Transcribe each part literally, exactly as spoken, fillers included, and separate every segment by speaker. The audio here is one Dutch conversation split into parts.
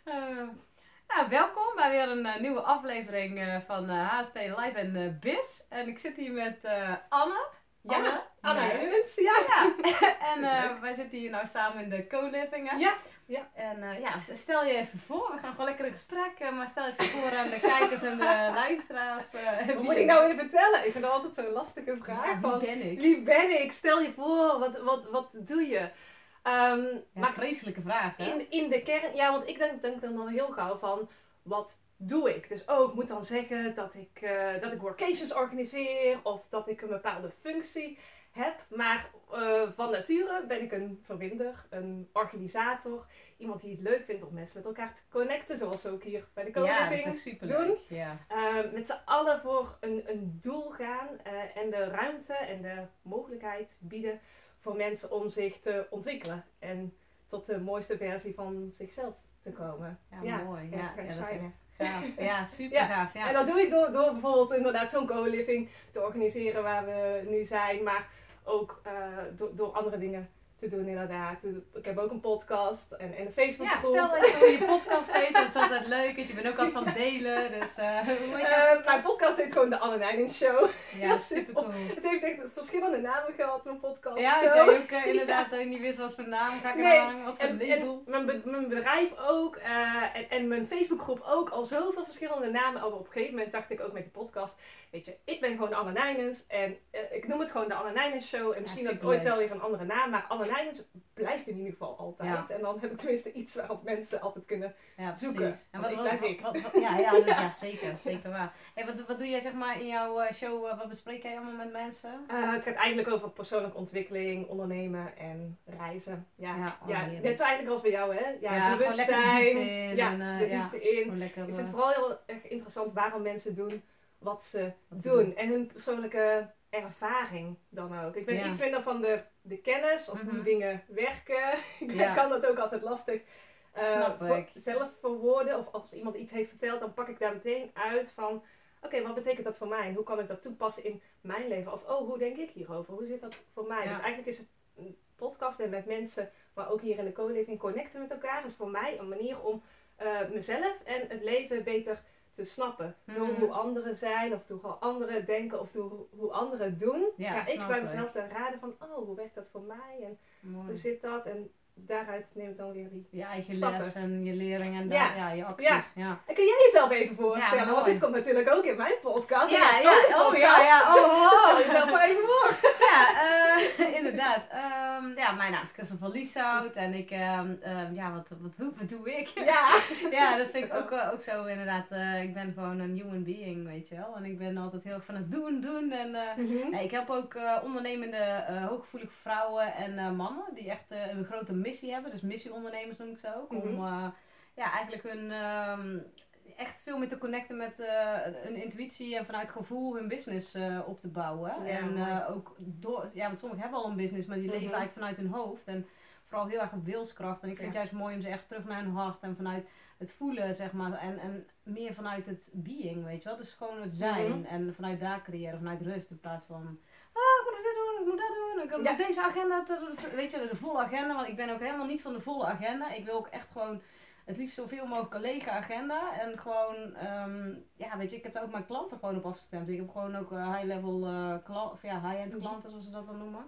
Speaker 1: Uh, nou, welkom bij weer een uh, nieuwe aflevering uh, van uh, H S P Live en uh, Biz. En ik zit hier met uh, Anne.
Speaker 2: Ja,
Speaker 1: Anne.
Speaker 2: Anne.
Speaker 1: Yes.
Speaker 2: Ja.
Speaker 1: ja. en uh, wij zitten hier nou samen in de co-living. Hè?
Speaker 2: Ja. ja.
Speaker 1: En uh, ja, stel je even voor. We gaan gewoon lekker een gesprek. Uh, maar stel je even voor aan de kijkers en de luisteraars. Uh,
Speaker 2: wat moet ik nou weer vertellen? Ik vind dat altijd zo'n lastige vraag.
Speaker 1: Ja, wie
Speaker 2: van,
Speaker 1: ben ik?
Speaker 2: Wie ben ik? Stel je voor, wat, wat, wat doe je? Um,
Speaker 1: ja,
Speaker 2: maar
Speaker 1: vreselijke vraag, hè?
Speaker 2: In, in de kern, ja, want ik denk, denk dan heel gauw van, wat doe ik? Dus oh, ik moet dan zeggen dat ik, uh, dat ik workations organiseer of dat ik een bepaalde functie heb. Maar uh, van nature ben ik een verbinder, een organisator, iemand die het leuk vindt om mensen met elkaar te connecten, zoals we ook hier bij de co-living
Speaker 1: ja, dat is echt superleuk.
Speaker 2: doen.
Speaker 1: Ja.
Speaker 2: Uh, met z'n allen voor een, een doel gaan uh, en de ruimte en de mogelijkheid bieden voor mensen om zich te ontwikkelen en tot de mooiste versie van zichzelf te komen.
Speaker 1: Ja, ja mooi. Ja, ja, ja, dat is echt gaaf. Ja, super
Speaker 2: ja.
Speaker 1: gaaf. Ja.
Speaker 2: En dat doe ik door, door bijvoorbeeld inderdaad zo'n co-living te organiseren waar we nu zijn, maar ook uh, door, door andere dingen te doen inderdaad. Ik heb ook een podcast en, en een Facebookgroep.
Speaker 1: Ja, vertel even hoe je podcast heet, dat is altijd leuk. Je bent ook altijd van het delen, dus uh, hoe heet je
Speaker 2: uh, Mijn podcast heet gewoon de Anne Nijnens Show.
Speaker 1: Ja, super cool.
Speaker 2: Het heeft echt verschillende namen gehad, mijn podcast.
Speaker 1: Ja, dat jij ook uh, inderdaad ja. niet wist wat voor naam ga ik
Speaker 2: nee.
Speaker 1: aan, wat voor
Speaker 2: en,
Speaker 1: label.
Speaker 2: En mijn, be mijn bedrijf ook uh, en, en mijn Facebookgroep ook, al zoveel verschillende namen. Op een gegeven moment dacht ik ook met die podcast, weet je, ik ben gewoon Anne Nijnens en uh, ik noem het gewoon de Anne Nijnens Show. En misschien ja, dat het ooit wel weer een andere naam, maar Anne Nijnens blijft in ieder geval altijd. Ja. En dan heb ik tenminste iets waarop mensen altijd kunnen
Speaker 1: ja,
Speaker 2: zoeken.
Speaker 1: En wat,
Speaker 2: ik
Speaker 1: wat,
Speaker 2: blijf
Speaker 1: wat,
Speaker 2: ik.
Speaker 1: Wat, wat, ja, ja, ja, zeker, zeker waar. Hey, wat, wat doe jij zeg maar in jouw show, uh, wat bespreek jij allemaal met mensen?
Speaker 2: Uh, het gaat eigenlijk over persoonlijke ontwikkeling, ondernemen en reizen. Ja, ja,
Speaker 1: oh,
Speaker 2: ja net zo eigenlijk als bij jou, hè? Ja,
Speaker 1: ja
Speaker 2: bewustzijn.
Speaker 1: De diepte in.
Speaker 2: Ja,
Speaker 1: en, uh,
Speaker 2: de diepte
Speaker 1: ja,
Speaker 2: in.
Speaker 1: Lekker,
Speaker 2: ik vind het vooral heel erg interessant waarom mensen doen wat ze wat doen. doen. En hun persoonlijke ervaring dan ook. Ik ben ja. iets minder van de, de kennis of mm-hmm. hoe dingen werken. ik ja. kan dat ook altijd lastig uh, voor, zelf verwoorden. Of als iemand iets heeft verteld, dan pak ik daar meteen uit van... Oké, okay, wat betekent dat voor mij? En hoe kan ik dat toepassen in mijn leven? Of, oh, hoe denk ik hierover? Hoe zit dat voor mij? Ja. Dus eigenlijk is het een podcast en met mensen, maar ook hier in de co-living, connecten met elkaar. Is voor mij een manier om uh, mezelf en het leven beter te snappen. Mm-hmm. Door hoe anderen zijn, of door hoe anderen denken, of door hoe anderen doen. Ja, ga ik bij mezelf te raden van, oh, hoe werkt dat voor mij? En Mooi. Hoe zit dat? En daaruit neem ik dan weer die
Speaker 1: je eigen
Speaker 2: stappen.
Speaker 1: Les en je leringen en dan, ja. ja, je acties.
Speaker 2: Ja.
Speaker 1: Ja.
Speaker 2: En kun jij jezelf even voorstellen? Ja, want dit komt natuurlijk ook in mijn podcast.
Speaker 1: Ja, ja. Oh, podcast. ja, ja. Oh, oh.
Speaker 2: Dus stel jezelf maar even voor.
Speaker 1: Ja, uh, inderdaad. Um, ja, mijn naam is Christopher Lieshout en ik, um, um, ja, wat, wat, wat, wat doe ik?
Speaker 2: Ja.
Speaker 1: ja, dat vind ik ook, uh, ook zo inderdaad. Uh, ik ben gewoon een human being, weet je wel. En ik ben altijd heel erg van het doen, doen. En uh, mm-hmm. nee, ik help ook uh, ondernemende, uh, hooggevoelige vrouwen en uh, mannen die echt uh, een grote missie hebben. Dus missieondernemers noem ik ze ook. Mm-hmm. Om uh, ja, eigenlijk hun um, echt veel meer te connecten met uh, hun intuïtie en vanuit gevoel hun business uh, op te bouwen. Ja, en uh, ook door, ja, want sommigen hebben al een business, maar die mm-hmm. leven eigenlijk vanuit hun hoofd. En vooral heel erg op wilskracht. En ik vind ja. het juist mooi om ze echt terug naar hun hart en vanuit het voelen, zeg maar. En, en meer vanuit het being, weet je wel. Dus gewoon het zijn. Mm-hmm. En vanuit daar creëren, vanuit rust in plaats van... Ah, ik moet dit doen, ik moet dat doen. Ik heb ja. deze agenda, te, weet je, de volle agenda. Want ik ben ook helemaal niet van de volle agenda. Ik wil ook echt gewoon het liefst zoveel mogelijk collega agenda. En gewoon, um, ja, weet je, ik heb daar ook mijn klanten gewoon op afgestemd. Ik heb gewoon ook uh, high-level, uh, kla- of ja, high-end klanten, zoals ze dat dan noemen.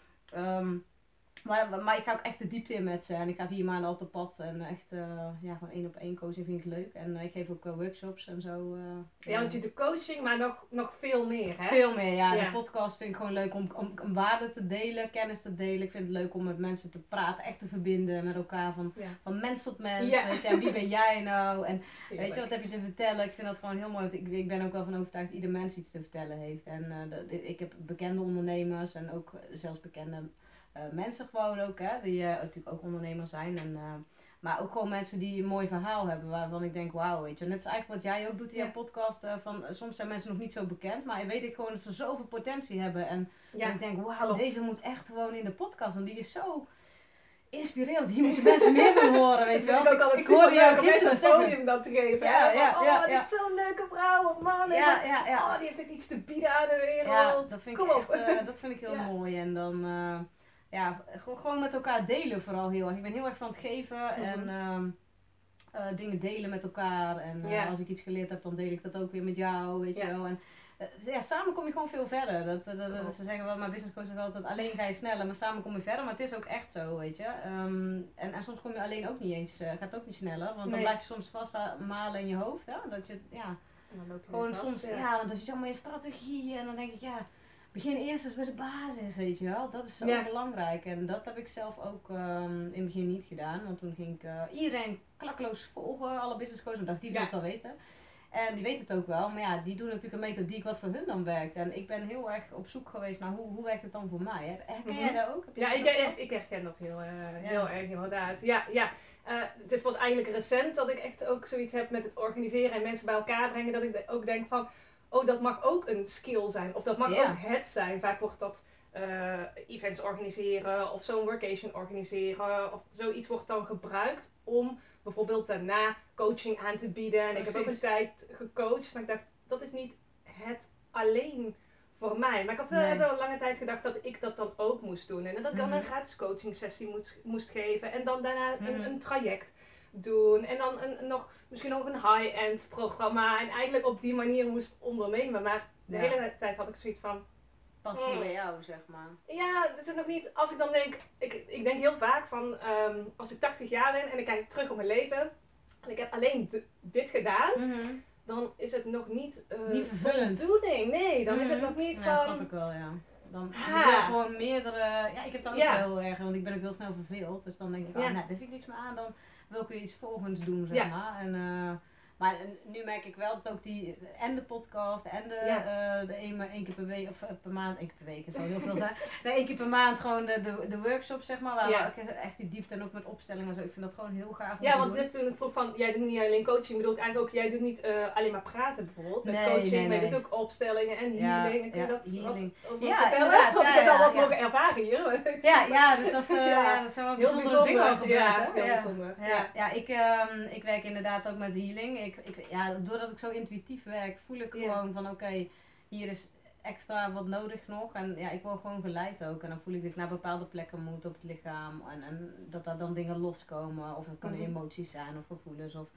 Speaker 1: Um, Maar, maar ik ga ook echt de diepte in met ze. En ik ga vier maanden op de pad. En echt, uh, ja, gewoon één op één coaching vind ik leuk. En uh, ik geef ook uh, workshops en zo. Uh,
Speaker 2: ja, want je doet coaching, maar nog, nog veel meer, hè?
Speaker 1: Veel meer, ja. ja. De podcast vind ik gewoon leuk om, om, om waarde te delen, kennis te delen. Ik vind het leuk om met mensen te praten, echt te verbinden met elkaar. Van, ja. van mens tot mens. Ja. Weet je, wie ben jij nou? En Heerlijk. Weet je, wat heb je te vertellen? Ik vind dat gewoon heel mooi. Want ik, ik ben ook wel van overtuigd dat ieder mens iets te vertellen heeft. En uh, de, ik heb bekende ondernemers en ook zelfs bekende... Uh, mensen gewoon ook, hè, die uh, natuurlijk ook ondernemers zijn. En, uh, maar ook gewoon mensen die een mooi verhaal hebben, waarvan ik denk, wauw, weet je. Net is eigenlijk wat jij ook doet in ja. jouw podcast. Uh, van, uh, soms zijn mensen nog niet zo bekend, maar weet ik gewoon dat ze zoveel potentie hebben. En, ja. en ik denk, wauw, deze moet echt gewoon in de podcast. Want die is zo inspirerend. Hier moeten mensen meer van horen, weet je wel.
Speaker 2: Ik, ook altijd
Speaker 1: ik hoorde jou
Speaker 2: gisteren zeggen. Een podium dat te geven.
Speaker 1: Ja, ja,
Speaker 2: van, oh,
Speaker 1: ja,
Speaker 2: dit
Speaker 1: ja.
Speaker 2: is zo'n leuke vrouw of man.
Speaker 1: Ja, ja, ja.
Speaker 2: Oh, die heeft echt iets te bieden aan de wereld.
Speaker 1: Ja, dat vind ik,
Speaker 2: Kom
Speaker 1: echt, uh, dat vind ik heel ja. mooi. En dan... Uh, Ja, gewoon met elkaar delen vooral heel erg. Ik ben heel erg van het geven mm-hmm. en um, uh, dingen delen met elkaar. En uh, yeah. als ik iets geleerd heb, dan deel ik dat ook weer met jou, weet yeah. je wel. En, uh, ja, samen kom je gewoon veel verder. Dat, dat, dat, ze zeggen wel, maar business coach zegt altijd, alleen ga je sneller, maar samen kom je verder. Maar het is ook echt zo, weet je. Um, en, en soms kom je alleen ook niet eens, uh, gaat ook niet sneller. Want nee. dan blijf je soms vast malen in je hoofd, hè. Dat je, ja, gewoon vast, soms, ja. ja, want dan zit je allemaal in strategie en dan denk ik, ja... Begin eerst eens bij de basis, weet je wel. Dat is zo ja. belangrijk. En dat heb ik zelf ook um, in het begin niet gedaan. Want toen ging ik uh, iedereen klakkeloos volgen, alle business coaches. Ik dacht, die zullen ja. het wel weten. En die weten het ook wel. Maar ja, die doen natuurlijk een methodiek wat voor hun dan werkt. En ik ben heel erg op zoek geweest naar hoe, hoe werkt het dan voor mij. Herken mm-hmm. jij dat ook?
Speaker 2: Ja, ik, ik, ik herken dat heel, uh, ja. heel erg inderdaad. Ja, ja. Uh, het is pas eigenlijk recent dat ik echt ook zoiets heb met het organiseren en mensen bij elkaar brengen. Dat ik de, ook denk van... Oh, dat mag ook een skill zijn. Of dat mag yeah. ook het zijn. Vaak wordt dat uh, events organiseren of zo'n workation organiseren. Of zoiets wordt dan gebruikt om bijvoorbeeld daarna coaching aan te bieden. En Precies. ik heb ook een tijd gecoacht. Maar ik dacht, dat is niet het alleen voor mij. Maar ik had wel, nee. wel een lange tijd gedacht dat ik dat dan ook moest doen. En dat ik dan mm-hmm. een gratis coaching sessie moest, moest geven. En dan daarna mm-hmm. een, een traject doen. En dan een, nog, misschien nog een high-end programma. En eigenlijk op die manier moest ondernemen. Maar de ja. hele tijd had ik zoiets van...
Speaker 1: Past niet mm, bij jou, zeg maar.
Speaker 2: Ja, het is nog niet... Als ik dan denk... Ik, ik denk heel vaak van... Um, als ik tachtig jaar ben en ik kijk terug op mijn leven... En ik heb alleen d- dit gedaan... Mm-hmm. Dan is het nog niet... Uh,
Speaker 1: niet vervullend.
Speaker 2: Voldoening. Nee, dan mm-hmm. is het nog niet
Speaker 1: ja,
Speaker 2: van...
Speaker 1: Ja, dat snap ik wel, ja. Dan wil ik gewoon meerdere... Ja, ik heb dat ook ja. heel erg... Want ik ben ook heel snel verveeld. Dus dan denk ik... Oh, ja. nou, daar vind ik niks meer aan. Dan wil ik weer iets volgens doen, zeg ja. maar. En, uh, maar nu merk ik wel dat ook die... En de podcast en de... Ja. Uh, de één, één keer per week... Of uh, per maand... één keer per week, dat zou heel veel zijn. Nee, één keer per maand gewoon de, de, de workshops, zeg maar. Waar ja. we echt die diepte en ook met opstellingen en zo. Ik vind dat gewoon heel gaaf.
Speaker 2: Ja, want net toen ik vroeg van... Jij doet niet alleen coaching. Bedoel ik eigenlijk ook... Jij doet niet uh, alleen maar praten bijvoorbeeld. Met nee, coaching. Nee, nee. Maar je doet ook opstellingen en healing. Ja, kun je
Speaker 1: ja,
Speaker 2: dat
Speaker 1: healing.
Speaker 2: Wat, wat
Speaker 1: ja,
Speaker 2: vertellen?
Speaker 1: inderdaad.
Speaker 2: Want
Speaker 1: ja,
Speaker 2: ik heb
Speaker 1: ja,
Speaker 2: al wat
Speaker 1: ja.
Speaker 2: mogen ervaren hier.
Speaker 1: Ja, ja, dat, was, uh, ja. ja, dat zijn wel
Speaker 2: heel
Speaker 1: bijzondere dingen al gebeurd.
Speaker 2: Ja, heel
Speaker 1: ja.
Speaker 2: bijzonder.
Speaker 1: Ja, ja. ja ik, um, ik werk inderdaad ook met healing. Ik, ik, ja, doordat ik zo intuïtief werk, voel ik gewoon yeah. van oké, okay, hier is extra wat nodig nog. En ja, ik word gewoon geleid ook. En dan voel ik dat ik naar bepaalde plekken moet op het lichaam. En, en dat daar dan dingen loskomen. Of het kunnen mm-hmm. emoties zijn of gevoelens. Of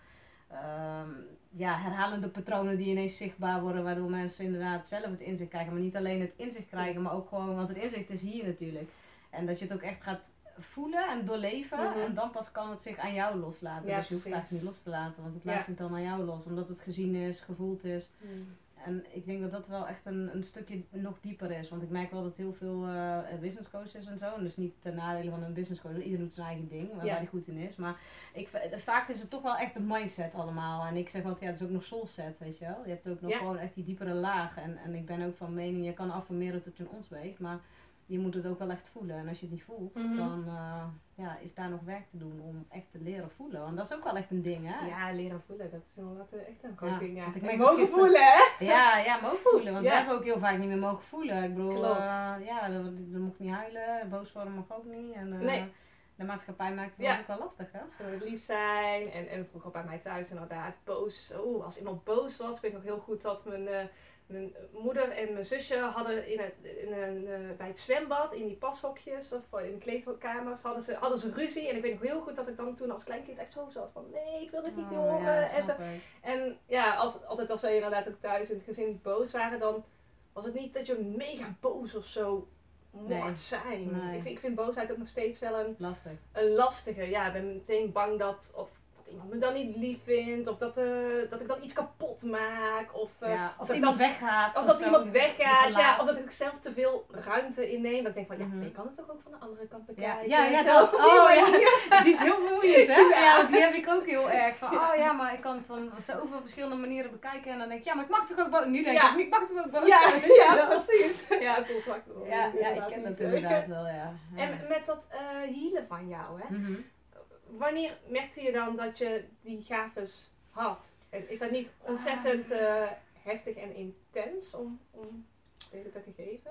Speaker 1: um, ja, herhalende patronen die ineens zichtbaar worden. Waardoor mensen inderdaad zelf het inzicht krijgen. Maar niet alleen het inzicht krijgen, maar ook gewoon, want het inzicht is hier natuurlijk. En dat je het ook echt gaat voelen en doorleven. Mm-hmm. En dan pas kan het zich aan jou loslaten. Ja, dus je hoeft het eigenlijk niet los te laten. Want het laat ja. zich dan aan jou los. Omdat het gezien is, gevoeld is. Mm. En ik denk dat dat wel echt een, een stukje nog dieper is. Want ik merk wel dat heel veel uh, business coaches en zo. En dus niet ten nadele van een business coach. Ieder doet zijn eigen ding, waar ja. hij goed in is. Maar ik, vaak is het toch wel echt een mindset allemaal. En ik zeg altijd, ja, het is ook nog soulset, weet je wel. Je hebt ook nog ja. gewoon echt die diepere laag. En, en ik ben ook van mening, je kan affirmeren tot je een ons weegt. Maar je moet het ook wel echt voelen. En als je het niet voelt, mm-hmm. dan uh, ja, is daar nog werk te doen om echt te leren voelen. Want dat is ook wel echt een ding, hè?
Speaker 2: Ja, leren voelen, dat is wel wat, echt een groot
Speaker 1: ja,
Speaker 2: ding. Ja.
Speaker 1: Ik mogen
Speaker 2: gisteren... voelen, hè?
Speaker 1: Ja, ja, mogen voelen. Want
Speaker 2: ja.
Speaker 1: we hebben ook heel vaak niet meer mogen voelen. Ik bedoel, uh, ja, dan mocht niet huilen, boos worden mag ook niet. En, uh,
Speaker 2: nee.
Speaker 1: De maatschappij maakt het ja. ook wel lastig, hè?
Speaker 2: Uh, lief zijn. En, en vroeger bij mij thuis inderdaad boos. Oh, als iemand boos was, ik weet nog heel goed dat mijn... Uh, Mijn moeder en mijn zusje hadden in het, in een, uh, bij het zwembad, in die pashokjes of in de kleedkamers, hadden ze, hadden ze ruzie. En ik weet nog heel goed dat ik dan toen als kleinkind echt zo zat van nee, ik wil dit niet oh, horen. Ja, en, zo. en ja, als, altijd als wij inderdaad ook thuis in het gezin boos waren, dan was het niet dat je mega boos of zo mocht nee. zijn. Nee. Ik, ik vind boosheid ook nog steeds wel een,
Speaker 1: Lastig.
Speaker 2: een lastige. Ja, ik ben meteen bang dat... Of, iemand me dan niet lief vindt, of dat, uh, dat ik dan iets kapot maak, of, uh,
Speaker 1: ja, of,
Speaker 2: of
Speaker 1: dat iemand
Speaker 2: dan,
Speaker 1: weggaat.
Speaker 2: Of, of dat zo, iemand weggaat, ja, of dat ik zelf te veel ruimte inneem. Dat ik denk van, ja,
Speaker 1: mm-hmm.
Speaker 2: maar je kan het toch ook van de andere kant bekijken.
Speaker 1: Ja, ja, ja dat. Oh, ja. Die is heel vermoeiend, hè? Ja. Ja, die heb ik ook heel erg. Van, oh ja, maar ik kan het van zoveel verschillende manieren bekijken. En dan denk ik, ja, maar ik mag toch ook boos. Nu denk ja. ik, ik mag toch ook boos
Speaker 2: ja,
Speaker 1: zijn.
Speaker 2: Ja, ja, precies. Ja, soms mag het wel.
Speaker 1: Ja, ja, ik ken dat inderdaad wel, ja. ja.
Speaker 2: En met dat uh, healen van jou, hè? Mm-hmm. Wanneer merkte je dan dat je die gaves had? En is dat niet ontzettend uh, heftig en intens om, om de hele tijd te geven?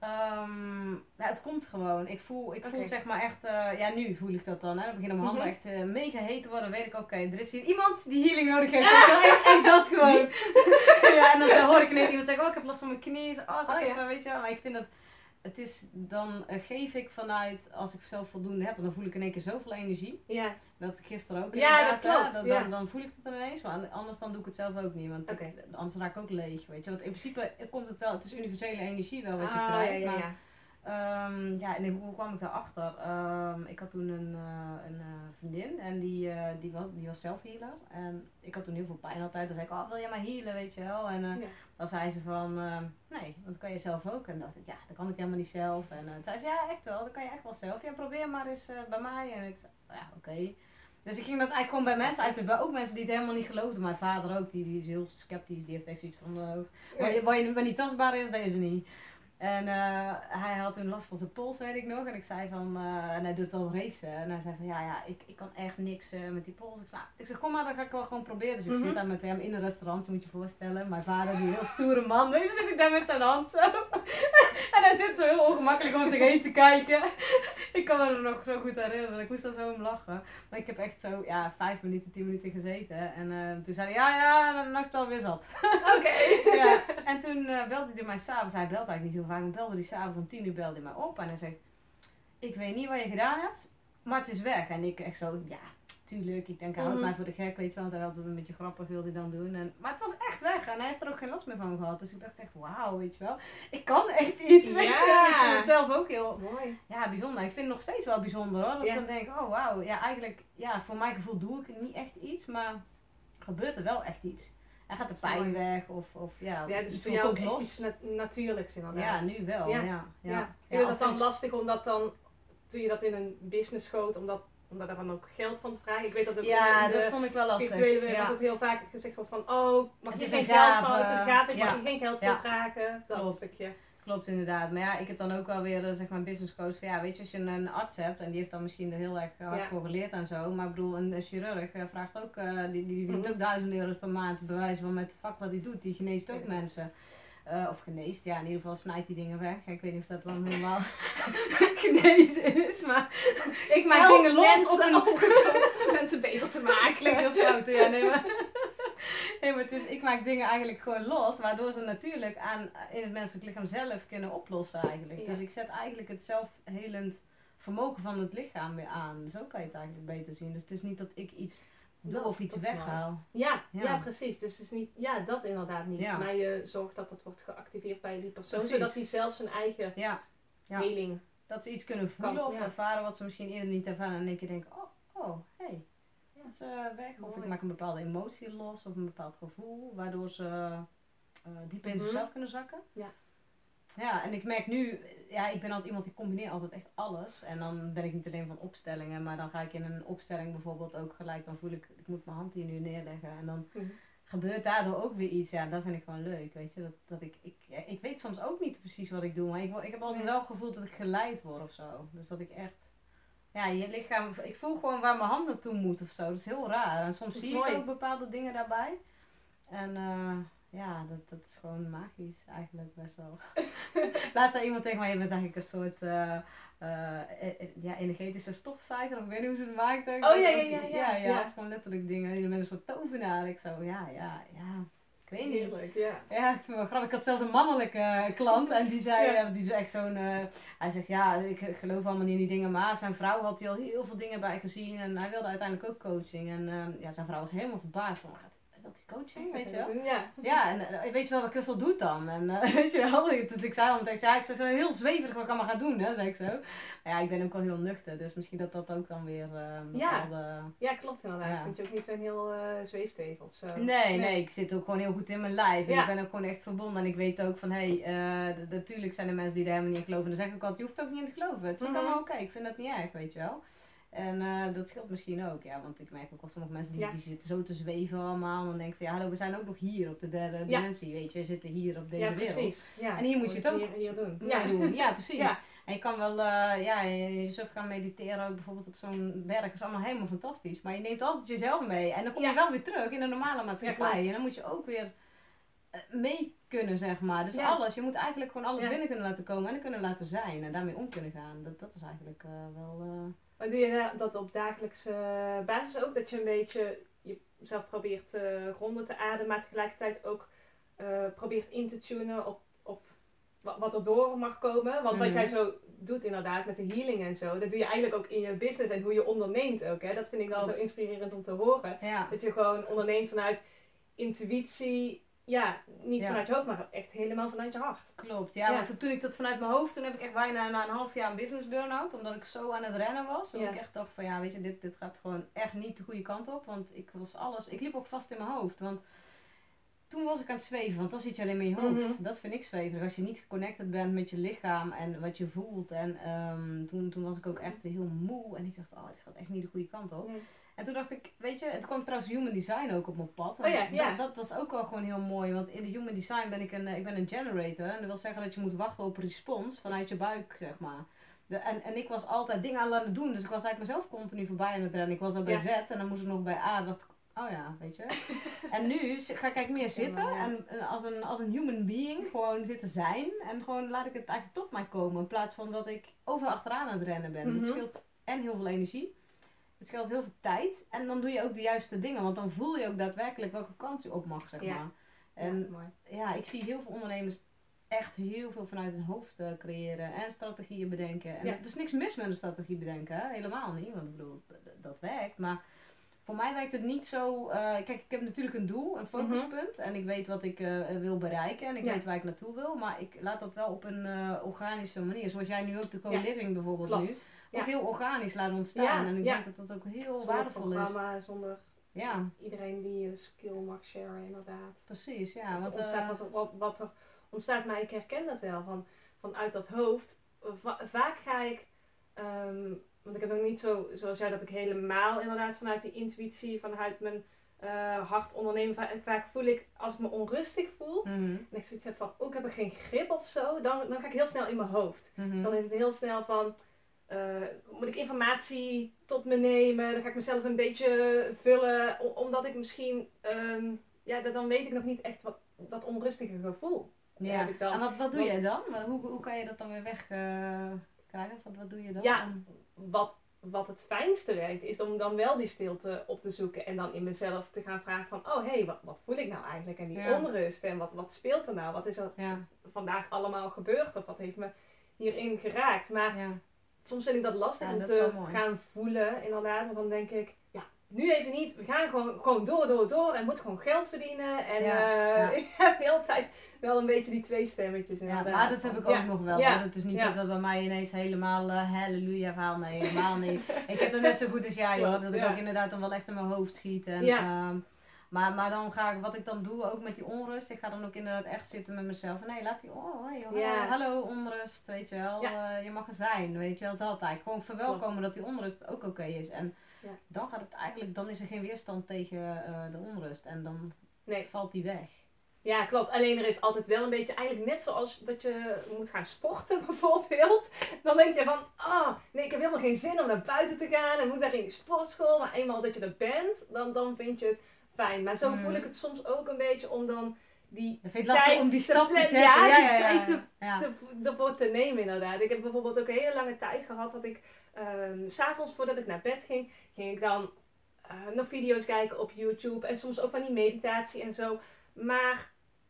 Speaker 1: Um, nou, het komt gewoon. Ik voel, ik okay. voel zeg maar echt, uh, ja nu voel ik dat dan. Hè. Dan beginnen mijn handen mm-hmm. echt uh, mega heet te worden. Dan weet ik, oké, okay, er is hier iemand die healing nodig heeft. Ah! Echt, echt dat gewoon. Ja, en dan zo hoor ik ineens iemand zeggen, oh ik heb last van mijn knie. Oh, zeg oh, even, ja. weet je wel. Maar ik vind dat... het is, dan uh, geef ik vanuit, als ik zelf voldoende heb, dan voel ik in één keer zoveel energie.
Speaker 2: Ja.
Speaker 1: Dat ik gisteren ook
Speaker 2: Ja, dat klopt.
Speaker 1: Hè, dan,
Speaker 2: ja.
Speaker 1: dan, dan voel ik het dan ineens, maar anders dan doe ik het zelf ook niet. Want okay. ik, anders raak ik ook leeg, weet je. Want in principe komt het wel, het is universele energie wel wat je
Speaker 2: oh,
Speaker 1: krijgt.
Speaker 2: Ja, ja, ja.
Speaker 1: Maar, um, ja, en hoe kwam ik daarachter? Um, ik had toen een, uh, een uh, vriendin en die, uh, die, was, die was zelf healer. En ik had toen heel veel pijn altijd. Dan zei ik, oh, wil jij maar healen, weet je wel. En uh, ja. dan zei ze van, uh, nee, want dat kan je zelf ook. En dan dacht ik, ja, dat kan ik helemaal niet zelf. En uh, toen zei ze, ja, echt wel, dat kan je echt wel zelf. Ja, probeer maar eens uh, bij mij. En ik zei, ja, oké. Okay. Dus ik ging dat eigenlijk gewoon bij mensen uitproberen. Ook mensen die het helemaal niet geloofden. Mijn vader ook, die, die is heel sceptisch. Die heeft echt zoiets van, uh, waar, je, waar, je, waar niet tastbaar is, dat is er niet. En uh, hij had toen last van zijn pols, weet ik nog. En ik zei van, uh, en hij doet al racen. En hij zei van, ja, ja, ik, ik kan echt niks uh, met die pols. Ik zei, ik zeg, kom maar, dan ga ik wel gewoon proberen. Dus ik mm-hmm. zit daar met hem in een restaurant, je moet je voorstellen. Mijn vader, die heel stoere man, weet je, zit ik daar met zijn hand zo. En hij zit zo heel ongemakkelijk om zich heen te kijken. Ik kan me er nog zo goed herinneren. Ik moest daar zo om lachen. Maar ik heb echt zo, ja, vijf minuten, tien minuten gezeten. En uh, toen zei hij, ja, ja, dan is het wel weer zat.
Speaker 2: Oké. Okay.
Speaker 1: Ja. En toen uh, belde hij mij s'avonds. Hij belt eigenlijk niet zo vaak. Dan belde hij s'avonds om tien uur belde hij mij op. En hij zegt, ik weet niet wat je gedaan hebt, maar het is weg. En ik echt zo, ja, tuurlijk. Ik denk, hij houdt mij voor de gek, weet je wel. Want hij altijd een beetje grappig wilde hij dan doen. En, maar het was echt weg. En hij heeft er ook geen last meer van gehad. Dus ik dacht echt, wauw, weet je wel. Ik kan echt iets, weet ja. je. Ik vind het zelf ook heel
Speaker 2: mooi.
Speaker 1: Ja, bijzonder. Ik vind het nog steeds wel bijzonder hoor. Dat ja. ik dan denk, oh wauw. Ja, eigenlijk, ja, voor mijn gevoel doe ik niet echt iets. Maar gebeurt er wel echt iets. En gaat de pijn mooi. weg of, of ja,
Speaker 2: ja, dus voor jou ook los. Iets nat- natuurlijks inderdaad.
Speaker 1: Ja, nu wel. Ja. Ja. Ja.
Speaker 2: Ja.
Speaker 1: Ja.
Speaker 2: Vind je dat dan lastig omdat dan, toen je dat in een business schoot, omdat, omdat daar dan ook geld van te vragen? Ik weet dat ook
Speaker 1: ja,
Speaker 2: in de
Speaker 1: dat vond ik wel lastig.
Speaker 2: spirituele wereld ja. ook heel vaak gezegd wordt van, oh, mag
Speaker 1: het
Speaker 2: je
Speaker 1: is
Speaker 2: geen
Speaker 1: gave,
Speaker 2: geld van, het is gaaf, ik
Speaker 1: ja.
Speaker 2: mag je geen geld
Speaker 1: ja.
Speaker 2: voor vragen. Dat
Speaker 1: Klopt.
Speaker 2: stukje.
Speaker 1: Klopt inderdaad. Maar ja, ik heb dan ook wel weer, zeg maar, een business coach van ja, weet je, als je een arts hebt en die heeft dan misschien er heel erg hard ja. voor geleerd en zo. Maar ik bedoel, een, een chirurg uh, vraagt ook, uh, die, die verdient mm-hmm. ook duizend euro's per maand te bewijzen van met het vak wat hij doet. Die geneest ook ja. mensen. Uh, of geneest, ja, in ieder geval snijdt die dingen weg. Ik weet niet of dat dan helemaal genezen is, maar ik maak
Speaker 2: Help
Speaker 1: dingen los op
Speaker 2: een mensen beter te maken.
Speaker 1: Klinkt heel fout, ja, nee, maar nee, maar het is, ik maak dingen eigenlijk gewoon los, waardoor ze natuurlijk aan, in het menselijk lichaam zelf kunnen oplossen eigenlijk. Ja. Dus ik zet eigenlijk het zelfhelend vermogen van het lichaam weer aan. Zo kan je het eigenlijk beter zien. Dus het is niet dat ik iets doe dat, of iets weghaal.
Speaker 2: Ja, ja, ja, precies. Dus het is niet, ja, dat inderdaad niet. Ja. Maar je zorgt dat dat wordt geactiveerd bij die persoon, precies. Zodat die zelf zijn eigen
Speaker 1: ja. Ja.
Speaker 2: heling
Speaker 1: dat ze iets kunnen voelen kan, of ja. ervaren wat ze misschien eerder niet ervaren en in één keer denken, oh, oh, hé. Hey. Dat is uh, weg. Mooi. Of ik maak een bepaalde emotie los of een bepaald gevoel, waardoor ze uh, diep in mm-hmm. zichzelf kunnen zakken.
Speaker 2: Ja.
Speaker 1: Ja, en ik merk nu, ja, ik ben altijd iemand die combineert altijd echt alles. En dan ben ik niet alleen van opstellingen, maar dan ga ik in een opstelling bijvoorbeeld ook gelijk, dan voel ik, ik moet mijn hand hier nu neerleggen. En dan mm-hmm. gebeurt daardoor ook weer iets. Ja, dat vind ik gewoon leuk, weet je. Dat, dat ik, ik, ja, ik weet soms ook niet precies wat ik doe, maar ik, ik heb altijd wel gevoeld dat ik geleid word of zo. Dus dat ik echt... Ja, je lichaam, ik voel gewoon waar mijn hand naartoe moet of zo. Dat is heel raar. En soms zie mooi. ik ook bepaalde dingen daarbij. En uh, ja, dat, dat is gewoon magisch eigenlijk best wel. Laatst zei iemand tegen mij, je bent eigenlijk een soort uh, uh, ja, energetische stofzuiger. Of ik weet niet hoe ze het maakt.
Speaker 2: Oh ja, ja, ja. Ja,
Speaker 1: ja, ja, ja. Het is gewoon letterlijk dingen. Je bent een soort tovenaar. Ik zo, ja, ja, ja. Ik weet niet.
Speaker 2: Heerlijk, ja.
Speaker 1: Ja, ik vind het wel grappig. Ik had zelfs een mannelijke uh, klant en die zei, ja. uh, die is echt zo'n, uh, hij zegt ja, ik geloof allemaal niet in die dingen, maar zijn vrouw had hij al heel veel dingen bij gezien en hij wilde uiteindelijk ook coaching. En uh, ja, zijn vrouw was helemaal verbaasd van, gaat dat die coaching, weet je wel?
Speaker 2: Ja.
Speaker 1: Ja, en uh, weet je wel wat Christel doet dan? En uh, weet je wel, dus ik zei al meteen, ja, ik zei zo heel zweverig wat ik allemaal ga doen, hè, zei ik zo. Maar ja, ik ben ook wel heel nuchter, dus misschien dat dat ook dan weer uh, bepaalde...
Speaker 2: Ja. ja, klopt inderdaad. Ja. Vind je ook niet zo'n heel uh, zweefteven of zo?
Speaker 1: Nee, nee, nee, ik zit ook gewoon heel goed in mijn lijf. En ja. ik ben ook gewoon echt verbonden en ik weet ook van, hé, hey, uh, natuurlijk zijn er mensen die er helemaal niet in geloven. En dan zeg ik altijd, je hoeft ook niet in te geloven. Het is mm-hmm. allemaal oké, okay. Ik vind dat niet erg, weet je wel. En uh, dat scheelt misschien ook, ja, want ik merk ook wel sommige mensen die, ja. die zitten zo te zweven allemaal. En dan denk ik van, ja hallo, we zijn ook nog hier op de derde ja. dimensie, weet je. We zitten hier op deze
Speaker 2: ja,
Speaker 1: wereld.
Speaker 2: Ja.
Speaker 1: En hier moet je het ook
Speaker 2: hier, hier doen.
Speaker 1: Ja. doen. Ja, precies. Ja. En je kan wel, uh, ja, jezelf gaan mediteren ook bijvoorbeeld op zo'n berg. Dat is allemaal helemaal fantastisch. Maar je neemt altijd jezelf mee. En dan kom je ja. wel weer terug in de normale maatschappij. Ja, en dan moet je ook weer mee kunnen, zeg maar. Dus ja. alles. Je moet eigenlijk gewoon alles ja. binnen kunnen laten komen en er kunnen laten zijn. En daarmee om kunnen gaan. Dat, dat is eigenlijk uh, wel... Uh...
Speaker 2: Maar doe je dat op dagelijkse basis ook? Dat je een beetje jezelf probeert uh, ronden te ademen, maar tegelijkertijd ook uh, probeert in te tunen op, op wat, wat er door mag komen. Want mm-hmm. wat jij zo doet inderdaad met de healing en zo, dat doe je eigenlijk ook in je business en hoe je onderneemt ook. Hè? Dat vind ik wel zo inspirerend om te horen. Ja. Dat je gewoon onderneemt vanuit intuïtie, ja, niet ja. vanuit je hoofd, maar echt helemaal vanuit je hart.
Speaker 1: Klopt, ja, ja. want toen ik dat vanuit mijn hoofd, toen heb ik echt bijna na een half jaar een business burn-out, omdat ik zo aan het rennen was. En ja. ik echt dacht van ja, weet je, dit, dit gaat gewoon echt niet de goede kant op, want ik was alles, ik liep ook vast in mijn hoofd, want toen was ik aan het zweven, want dan zit je alleen maar in je hoofd. Mm-hmm. Dat vind ik zweverig. Als je niet geconnected bent met je lichaam en wat je voelt. En um, toen, toen was ik ook echt weer heel moe. En ik dacht, oh, dit gaat echt niet de goede kant op. Nee. En toen dacht ik, weet je, het kwam trouwens Human Design ook op mijn pad.
Speaker 2: Oh ja, ja.
Speaker 1: Dat, dat was ook wel gewoon heel mooi. Want in de Human Design ben ik een, ik ben een generator. En dat wil zeggen dat je moet wachten op respons vanuit je buik, zeg maar. De, en, en ik was altijd dingen aan het doen. Dus ik was eigenlijk mezelf continu voorbij aan het rennen. Ik was al bij ja. Z en dan moest ik nog bij A. Dacht ik, oh ja, weet je. En nu ga ik eigenlijk meer zitten ja, ja. en als een, als een human being gewoon zitten zijn. En gewoon laat ik het eigenlijk tot mij komen. In plaats van dat ik overal achteraan aan het rennen ben. Mm-hmm. Het scheelt en heel veel energie. Het scheelt heel veel tijd. En dan doe je ook de juiste dingen. Want dan voel je ook daadwerkelijk welke kant je op mag, zeg ja. maar. En ja, mooi. ja, ik zie heel veel ondernemers echt heel veel vanuit hun hoofd uh, creëren. En strategieën bedenken. En ja. er is niks mis met een strategie bedenken. Hè? Helemaal niet. Want ik bedoel, d- dat werkt. Maar voor mij werkt het niet zo. Uh, kijk, ik heb natuurlijk een doel, een focuspunt. Mm-hmm. En ik weet wat ik uh, wil bereiken. En ik ja. weet waar ik naartoe wil. Maar ik laat dat wel op een uh, organische manier. Zoals jij nu ook de co-living ja. bijvoorbeeld Klopt. nu. Ook ja. heel organisch laten ontstaan. Ja. En ik ja. denk dat dat ook heel
Speaker 2: zonder
Speaker 1: waardevol
Speaker 2: programma,
Speaker 1: is.
Speaker 2: Zonder
Speaker 1: ja.
Speaker 2: iedereen die je skill mag sharen, inderdaad.
Speaker 1: Precies, ja.
Speaker 2: Want, ontstaat uh, wat, er, wat, wat er ontstaat, maar ik herken dat wel. Van, vanuit dat hoofd. Va- vaak ga ik... Um, Want ik heb nog niet zo, zoals jij, dat ik helemaal inderdaad vanuit die intuïtie, vanuit mijn uh, hart ondernemen. Va- vaak voel ik, als ik me onrustig voel, mm-hmm. en ik zoiets heb van, oh, ik heb er geen grip of zo, dan, dan ga ik heel snel in mijn hoofd. Mm-hmm. Dus dan is het heel snel van, uh, moet ik informatie tot me nemen, dan ga ik mezelf een beetje vullen, o- omdat ik misschien, um, ja, dan weet ik nog niet echt wat, dat onrustige gevoel.
Speaker 1: Ja, heb ik dan. En wat, wat doe je dan? Hoe, hoe kan je dat dan weer weg... Uh... krijgen? Wat, wat doe je dan?
Speaker 2: Ja, wat, wat het fijnste werkt is om dan wel die stilte op te zoeken en dan in mezelf te gaan vragen van, oh hé, hey, wat, wat voel ik nou eigenlijk? En die ja. onrust en wat, wat speelt er nou? Wat is er ja. vandaag allemaal gebeurd? Of wat heeft me hierin geraakt? Maar ja. soms vind ik dat lastig ja, om dat te gaan voelen, inderdaad. Want dan denk ik, ja, nu even niet. We gaan gewoon, gewoon door, door, door. En moeten gewoon geld verdienen. En ja. Uh, ja. ik heb de hele tijd wel een beetje die twee stemmetjes.
Speaker 1: Ja, maar dat heb ik ook ja. nog wel. Ja. Het is niet ja. dat dat bij mij ineens helemaal uh, halleluja verhaal. Nee, helemaal niet. Ik heb het net zo goed als jij hoor. Dat ik ja. ook inderdaad dan wel echt in mijn hoofd schiet. En, ja. um, maar, maar dan ga ik, wat ik dan doe, ook met die onrust. Ik ga dan ook inderdaad echt zitten met mezelf. Nee, laat die, oh, hey, hallo, ja. hallo onrust, weet je wel. Ja. Uh, je mag er zijn, weet je wel. Dat eigenlijk. Gewoon verwelkomen Klopt. Dat die onrust ook oké okay is. En ja. dan gaat het eigenlijk, dan is er geen weerstand tegen uh, de onrust. En dan nee. valt die weg.
Speaker 2: Ja, klopt. Alleen er is altijd wel een beetje, eigenlijk net zoals dat je moet gaan sporten bijvoorbeeld. Dan denk je van, ah, oh, nee, ik heb helemaal geen zin om naar buiten te gaan en moet naar in de sportschool. Maar eenmaal dat je er bent, dan, dan vind je het fijn. Maar zo mm. voel ik het soms ook een beetje om dan die
Speaker 1: dat vind je lastig om die stap te zetten.
Speaker 2: Ja,
Speaker 1: ja,
Speaker 2: die
Speaker 1: ja, ja,
Speaker 2: tijd te,
Speaker 1: ja.
Speaker 2: te, ervoor te nemen inderdaad. Ik heb bijvoorbeeld ook een hele lange tijd gehad dat ik, um, 's avonds voordat ik naar bed ging, ging ik dan uh, nog video's kijken op YouTube. En soms ook van die meditatie en zo. Maar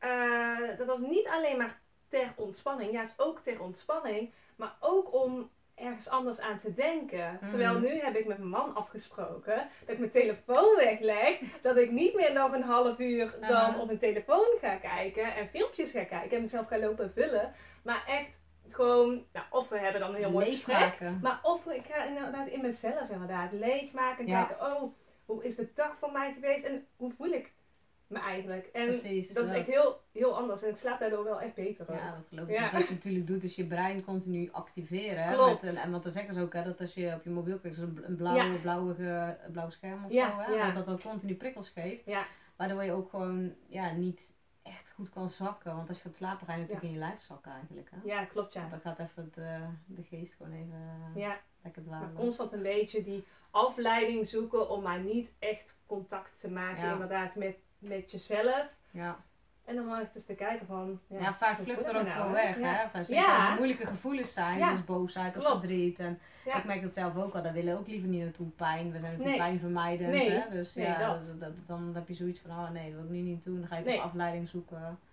Speaker 2: Uh, dat was niet alleen maar ter ontspanning, juist ook ter ontspanning, maar ook om ergens anders aan te denken. Mm. Terwijl nu heb ik met mijn man afgesproken dat ik mijn telefoon wegleg, dat ik niet meer nog een half uur dan uh-huh. op mijn telefoon ga kijken en filmpjes ga kijken en mezelf ga lopen vullen, maar echt gewoon, nou, of we hebben dan een heel mooi gesprek, maar of ik ga inderdaad in mezelf inderdaad leegmaken en ja. kijken, oh, hoe is de dag voor mij geweest en hoe voel ik me eigenlijk. En Precies, dat, dat is echt heel, heel anders. En het slaat daardoor wel echt beter op.
Speaker 1: Ja, dat geloof ik. Ja. Wat je natuurlijk doet, is je brein continu activeren.
Speaker 2: Klopt.
Speaker 1: Met een, en wat dan zeggen ze ook, hè, dat als je op je mobiel kijkt, een blauwe, ja. blauwe, blauw scherm of
Speaker 2: ja,
Speaker 1: zo, hè,
Speaker 2: ja.
Speaker 1: dat dat ook continu prikkels geeft.
Speaker 2: Ja.
Speaker 1: Waardoor je ook gewoon ja, niet echt goed kan zakken. Want als je gaat slapen, ga je natuurlijk ja. in je lijf zakken eigenlijk. Hè.
Speaker 2: Ja, klopt ja.
Speaker 1: Want dan gaat even het, uh, de geest gewoon even uh,
Speaker 2: ja.
Speaker 1: lekker dwalen.
Speaker 2: Maar constant een beetje die afleiding zoeken om maar niet echt contact te maken ja. inderdaad met, met jezelf.
Speaker 1: Ja.
Speaker 2: En dan maar eens te kijken van...
Speaker 1: Ja, ja vaak vlucht er ook nou, voor weg.
Speaker 2: Ja.
Speaker 1: Hè? Van, zeker ja. als er moeilijke gevoelens zijn, ja. zoals boosheid of
Speaker 2: Klopt.
Speaker 1: verdriet. En ja. ik merk dat zelf ook al, daar willen we ook liever niet naartoe. Pijn, we zijn natuurlijk nee. pijnvermijdend.
Speaker 2: Nee.
Speaker 1: Hè? Dus
Speaker 2: nee,
Speaker 1: ja,
Speaker 2: dat.
Speaker 1: dat, dat, dan heb je zoiets van, oh nee, dat wil ik nu niet doen. Dan ga je
Speaker 2: nee.
Speaker 1: toch afleiding zoeken.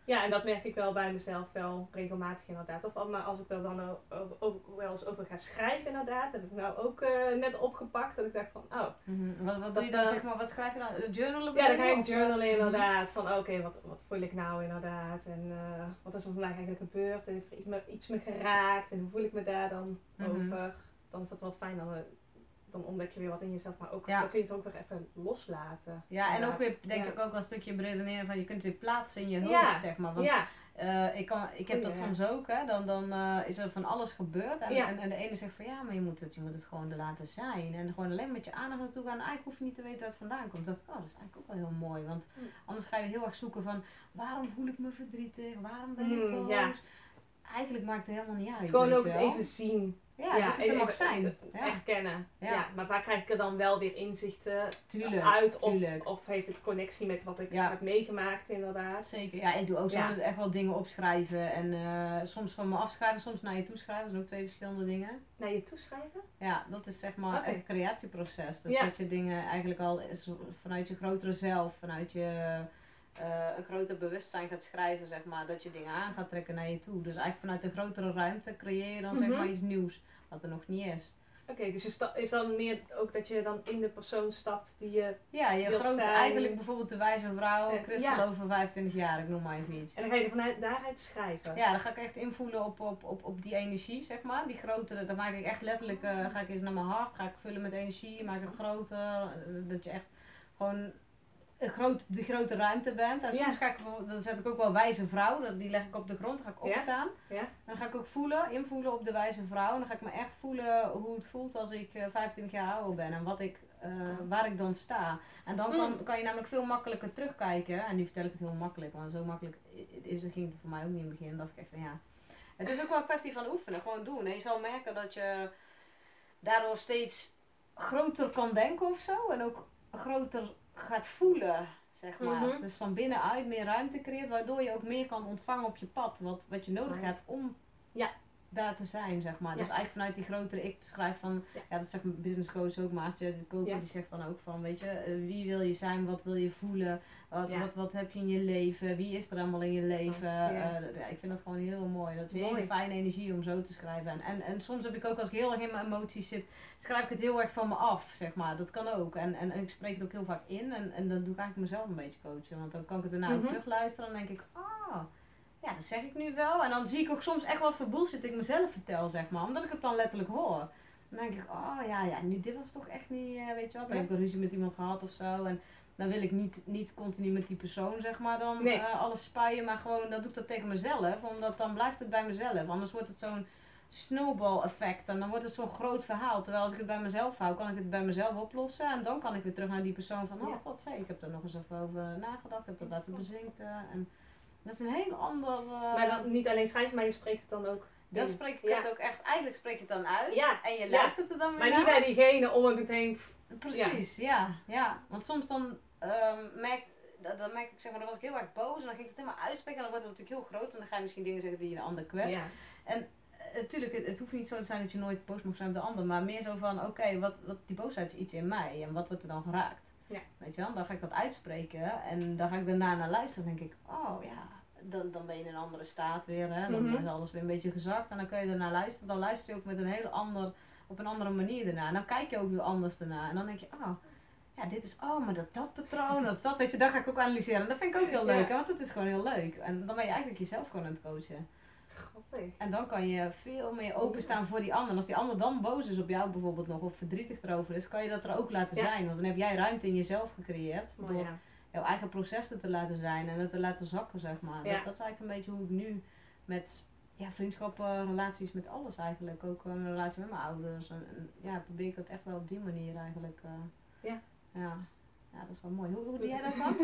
Speaker 2: Ja, en dat merk ik wel bij mezelf wel regelmatig inderdaad. Of maar als ik er dan ook, ook wel eens over ga schrijven inderdaad, heb ik nou ook uh, net opgepakt. Dat ik dacht van, oh.
Speaker 1: Mm-hmm. Wat, wat dat, doe je dan, uh, zeg maar, wat schrijf je dan? Journalen?
Speaker 2: Ja, dan ga ik journalen inderdaad. Van oké, okay, wat, wat voel ik nou inderdaad? En uh, wat is er vandaag eigenlijk gebeurd? Heeft er iets me, iets me geraakt? En hoe voel ik me daar dan mm-hmm. over? Dan is dat wel fijn. Dan, uh, dan ontdek je weer wat in jezelf, maar ook, ja. dan kun je het ook weer even loslaten.
Speaker 1: Ja, inderdaad. En ook weer, denk ja. ik, ook wel een stukje beredeneren van je kunt het weer plaatsen in je hoofd, ja. zeg maar. Want ja. uh, ik, kan, ik heb oh, dat ja. soms ook, hè. Dan, dan uh, is er van alles gebeurd. En, ja. en, en de ene zegt van ja, maar je moet het, je moet het gewoon laten zijn. En gewoon alleen met je aandacht naartoe gaan. Eigenlijk hoef je niet te weten waar het vandaan komt. Dat, oh, dat is eigenlijk ook wel heel mooi. Want mm. anders ga je heel erg zoeken van waarom voel ik me verdrietig? Waarom ben ik boos? Mm, ja. Eigenlijk maakt het helemaal niet uit.
Speaker 2: Het gewoon ook het even zien.
Speaker 1: Ja, ja, dat het er mag zijn.
Speaker 2: Ja. Erkennen. Ja. ja, maar waar krijg ik er dan wel weer inzichten
Speaker 1: tuurlijk,
Speaker 2: uit? Of,
Speaker 1: tuurlijk.
Speaker 2: of heeft het connectie met wat ik ja. heb meegemaakt inderdaad?
Speaker 1: Zeker. Ja, ik doe ook ja. zo echt wel dingen opschrijven. En uh, soms van me afschrijven, soms naar je toeschrijven. Dat zijn ook twee verschillende dingen.
Speaker 2: Naar je toeschrijven?
Speaker 1: Ja, dat is zeg maar okay. echt het creatieproces. Dus ja. dat je dingen eigenlijk al vanuit je grotere zelf, vanuit je... Uh, een groter bewustzijn gaat schrijven, zeg maar, dat je dingen aan gaat trekken naar je toe. Dus eigenlijk vanuit een grotere ruimte creëer je dan mm-hmm. zeg maar iets nieuws, wat er nog niet is.
Speaker 2: Oké, okay, dus je sta- is dan meer ook dat je dan in de persoon stapt die je
Speaker 1: Ja, je
Speaker 2: wilt
Speaker 1: grote,
Speaker 2: zijn.
Speaker 1: Eigenlijk bijvoorbeeld de wijze vrouw,
Speaker 2: uh,
Speaker 1: Christel
Speaker 2: ja.
Speaker 1: over vijfentwintig jaar, ik noem maar even iets.
Speaker 2: En dan ga je er vanuit daaruit schrijven?
Speaker 1: Ja, dan ga ik echt invoelen op, op, op, op die energie, zeg maar. Die grotere, dan maak ik echt letterlijk, uh, ga ik eens naar mijn hart, ga ik vullen met energie, maak ik het groter, uh, dat je echt gewoon... Een groot, de grote ruimte bent. En soms ja. ga ik, dan zet ik ook wel wijze vrouw, dat, die leg ik op de grond, dan ga ik opstaan.
Speaker 2: Ja. Ja.
Speaker 1: Dan ga ik ook voelen, invoelen op de wijze vrouw. En dan ga ik me echt voelen hoe het voelt als ik uh, vijfentwintig jaar ouder ben en wat ik, uh, waar ik dan sta. En dan kan, mm. kan je namelijk veel makkelijker terugkijken. En nu vertel ik het heel makkelijk, want zo makkelijk is, ging het voor mij ook niet in het begin. Dat ik echt van ja, het is ook wel een kwestie van oefenen, gewoon doen. En je zal merken dat je daardoor steeds groter kan denken of zo. En ook groter gaat voelen, zeg maar. Mm-hmm. Dus van binnenuit meer ruimte creëert, waardoor je ook meer kan ontvangen op je pad, wat, wat je nodig hebt om
Speaker 2: ja.
Speaker 1: daar te zijn, zeg maar. Ja. Dus eigenlijk vanuit die grotere ik te schrijven van, ja, ja dat zegt mijn business coach ook, Maartje de Koper, ja. die zegt dan ook van, weet je, uh, wie wil je zijn, wat wil je voelen, wat, ja. wat, wat heb je in je leven, wie is er allemaal in je leven. Ja. Uh, ja, ik vind dat gewoon heel mooi. Dat is een hele fijne energie om zo te schrijven. En, en, en soms heb ik ook, als ik heel erg in mijn emoties zit, schrijf ik het heel erg van me af, zeg maar. Dat kan ook. En, en, en ik spreek het ook heel vaak in en, en dan doe ik eigenlijk mezelf een beetje coachen. Want dan kan ik het daarna mm-hmm. ook terugluisteren en dan denk ik, ah, ja, dat zeg ik nu wel. En dan zie ik ook soms echt wat voor bullshit ik mezelf vertel, zeg maar. Omdat ik het dan letterlijk hoor. Dan denk ik, oh ja, ja, nu dit was toch echt niet, uh, weet je wat. Dan heb ik een ruzie met iemand gehad of zo. En dan wil ik niet, niet continu met die persoon, zeg maar, dan nee. uh, alles spuien. Maar gewoon, dan doe ik dat tegen mezelf. Omdat dan blijft het bij mezelf. Anders wordt het zo'n snowball effect. En dan wordt het zo'n groot verhaal. Terwijl als ik het bij mezelf hou, kan ik het bij mezelf oplossen. En dan kan ik weer terug naar die persoon van, oh ja. god zei, ik heb er nog eens even over nagedacht. Ik heb dat laten bezinken. En dat is een heel ander... Uh...
Speaker 2: Maar dan niet alleen schrijven, maar je spreekt het dan ook...
Speaker 1: Dan spreek ik ja. het ook echt... Eigenlijk spreek je het dan uit.
Speaker 2: Ja.
Speaker 1: En je luistert ja. er dan weer
Speaker 2: maar
Speaker 1: naar.
Speaker 2: niet naar diegene om het meteen...
Speaker 1: Precies, ja. ja, ja. Want soms dan um, merk... Dan merk ik, zeg maar, dan was ik heel erg boos. En dan ging ik het helemaal uitspreken. En dan wordt het natuurlijk heel groot. En dan ga je misschien dingen zeggen die je een ander kwetst. Ja. En natuurlijk, uh, het, het hoeft niet zo te zijn dat je nooit boos mag zijn op de ander. Maar meer zo van, oké, okay, wat, wat die boosheid is iets in mij. En wat wordt er dan geraakt?
Speaker 2: Ja.
Speaker 1: Weet je wel? Dan ga ik dat uitspreken. En dan ga ik daarna naar luisteren. En denk ik, oh ja... Dan, dan ben je in een andere staat weer, hè. Dan mm-hmm. is alles weer een beetje gezakt en dan kun je ernaar luisteren. Dan luister je ook met een hele ander, op een andere manier ernaar. En dan kijk je ook weer anders ernaar. En dan denk je, oh, ja, dit is, oh, maar dat dat patroon, dat is dat, weet je, dat ga ik ook analyseren. En dat vind ik ook heel leuk, ja. hè, want dat is gewoon heel leuk. En dan ben je eigenlijk jezelf gewoon aan het coachen.
Speaker 2: Grappig.
Speaker 1: En dan kan je veel meer openstaan voor die ander. En als die ander dan boos is op jou bijvoorbeeld nog, of verdrietig erover is, kan je dat er ook laten ja. zijn. Want dan heb jij ruimte in jezelf gecreëerd.
Speaker 2: Mooi,
Speaker 1: door
Speaker 2: ja.
Speaker 1: jouw eigen processen te laten zijn en het te laten zakken, zeg maar.
Speaker 2: Ja.
Speaker 1: Dat, dat is eigenlijk een beetje hoe ik nu met ja, vriendschappen, relaties, met alles eigenlijk. Ook een relatie met mijn ouders. En, en ja, probeer ik dat echt wel op die manier eigenlijk. Uh,
Speaker 2: ja.
Speaker 1: ja. Ja, dat is wel mooi. Hoe, hoe doe jij dat dan?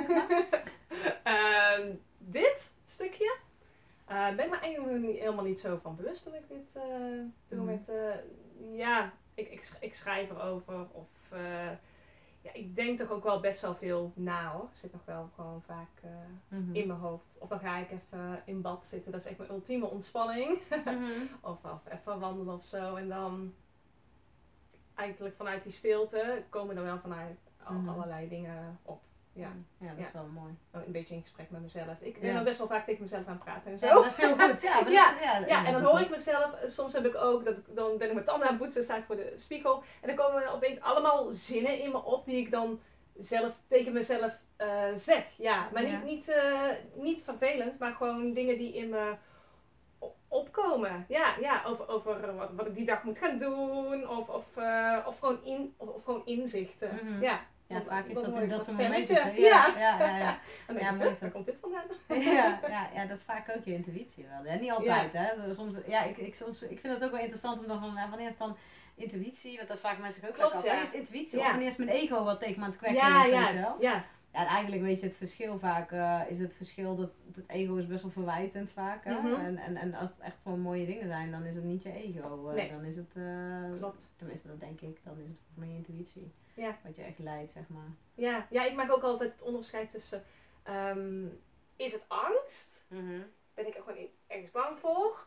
Speaker 2: um, dit stukje uh, ben ik me eigenlijk niet, helemaal niet zo van bewust dat ik dit uh, doe mm. met... Uh, ja, ik, ik, ik schrijf erover of... Uh, Ja, ik denk toch ook wel best wel veel na hoor. Ik zit nog wel gewoon vaak uh, mm-hmm. in mijn hoofd. Of dan ga ik even in bad zitten. Dat is echt mijn ultieme ontspanning. Mm-hmm. of, of even wandelen of zo. En dan eigenlijk vanuit die stilte komen er wel vanuit al, mm-hmm. allerlei dingen op. Ja,
Speaker 1: ja dat is ja. wel mooi.
Speaker 2: Een beetje in gesprek met mezelf. Ik ben ja. al best wel vaak tegen mezelf aan het praten en zo.
Speaker 1: Ja, dat is heel goed. Ja,
Speaker 2: ja.
Speaker 1: Is, ja,
Speaker 2: ja, en dan hoor ik mezelf. Soms heb ik ook, dat ik, dan ben ik mijn tanden aan het poetsen, sta ik voor de spiegel. En dan komen er opeens allemaal zinnen in me op die ik dan zelf tegen mezelf uh, zeg. Ja, maar ja. Niet, niet, uh, niet vervelend, maar gewoon dingen die in me opkomen. Ja, ja over, over wat, wat ik die dag moet gaan doen. Of, of, uh, of, gewoon, in, of, of gewoon inzichten.
Speaker 1: Mm-hmm.
Speaker 2: Ja.
Speaker 1: Ja,
Speaker 2: dat,
Speaker 1: vaak is
Speaker 2: dat,
Speaker 1: dat
Speaker 2: in
Speaker 1: dat soort
Speaker 2: momentjes.
Speaker 1: Ja,
Speaker 2: ja.
Speaker 1: ja, ja. ja.
Speaker 2: En dan
Speaker 1: ja,
Speaker 2: denk ik, waar komt dit vandaan?
Speaker 1: ja, ja, ja, dat is vaak ook je intuïtie wel. Ja, niet altijd, ja. hè. Soms, ja, ik, ik, soms, ik vind het ook wel interessant om dan van, wanneer is dan intuïtie? Want dat vragen mensen ook
Speaker 2: Klopt,
Speaker 1: af.
Speaker 2: Ja.
Speaker 1: Wanneer is intuïtie?
Speaker 2: Ja.
Speaker 1: Of wanneer is mijn ego wat tegen me aan het kwekken
Speaker 2: ja,
Speaker 1: is,
Speaker 2: ja,
Speaker 1: weet je wel?
Speaker 2: Ja.
Speaker 1: Ja, en eigenlijk weet je het verschil vaak, uh, is het verschil dat het ego is best wel verwijtend vaak. Hè? Mm-hmm. En, en, en als het echt gewoon mooie dingen zijn, dan is het niet je ego. Uh,
Speaker 2: nee.
Speaker 1: Dan is het, uh,
Speaker 2: Klopt.
Speaker 1: Tenminste dat denk ik, dan is het voor mij je intuïtie.
Speaker 2: Ja.
Speaker 1: Wat je echt leidt, zeg maar.
Speaker 2: Ja, ja, ik maak ook altijd het onderscheid tussen, um, is het angst?
Speaker 1: Mm-hmm.
Speaker 2: Ben ik er gewoon ergens bang voor?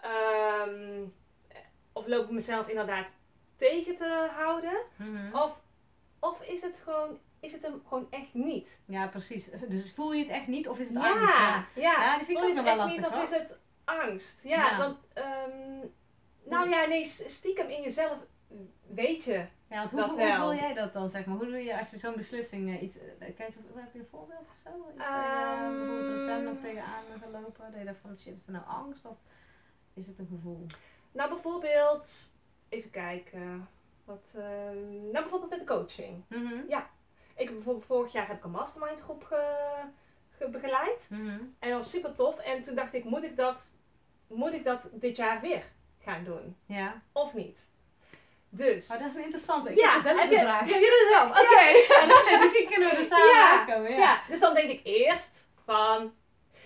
Speaker 2: Um, of loop ik mezelf inderdaad tegen te houden?
Speaker 1: Mm-hmm.
Speaker 2: Of, of is het gewoon... Is het hem gewoon echt niet?
Speaker 1: Ja, precies. Dus voel je het echt niet of is het
Speaker 2: ja,
Speaker 1: angst? Ja,
Speaker 2: ja.
Speaker 1: ja die vind ik ook nog wel lastig.
Speaker 2: Niet, of is het angst? Ja, ja. want... Um, nou ja, nee, stiekem in jezelf weet je
Speaker 1: ja, want hoe, hoe, hoe voel jij dat dan, zeg maar? Hoe doe je als je zo'n beslissing uh, iets... Uh, kijk, heb je een voorbeeld of zo? Iets, uh, um, bijvoorbeeld recent nog tegenaan gelopen? Dat je dacht van, shit, is er nou angst of is het een gevoel?
Speaker 2: Nou, bijvoorbeeld... Even kijken... Wat, uh, nou, bijvoorbeeld met de coaching.
Speaker 1: Mm-hmm.
Speaker 2: Ja. Ik heb bijvoorbeeld vorig jaar heb ik een mastermind groep ge, ge begeleid.
Speaker 1: Mm-hmm.
Speaker 2: En dat was super tof. En toen dacht ik, moet ik dat, moet ik dat dit jaar weer gaan doen?
Speaker 1: Ja.
Speaker 2: Of niet? Dus.
Speaker 1: Oh, dat is een interessante. Ik
Speaker 2: ja,
Speaker 1: heb dezelfde
Speaker 2: je,
Speaker 1: vraag.
Speaker 2: Ja, jullie zelf. Oké. Okay.
Speaker 1: Ja. Ja, misschien kunnen we er samen
Speaker 2: ja.
Speaker 1: uitkomen. Ja.
Speaker 2: ja, dus dan denk ik eerst van...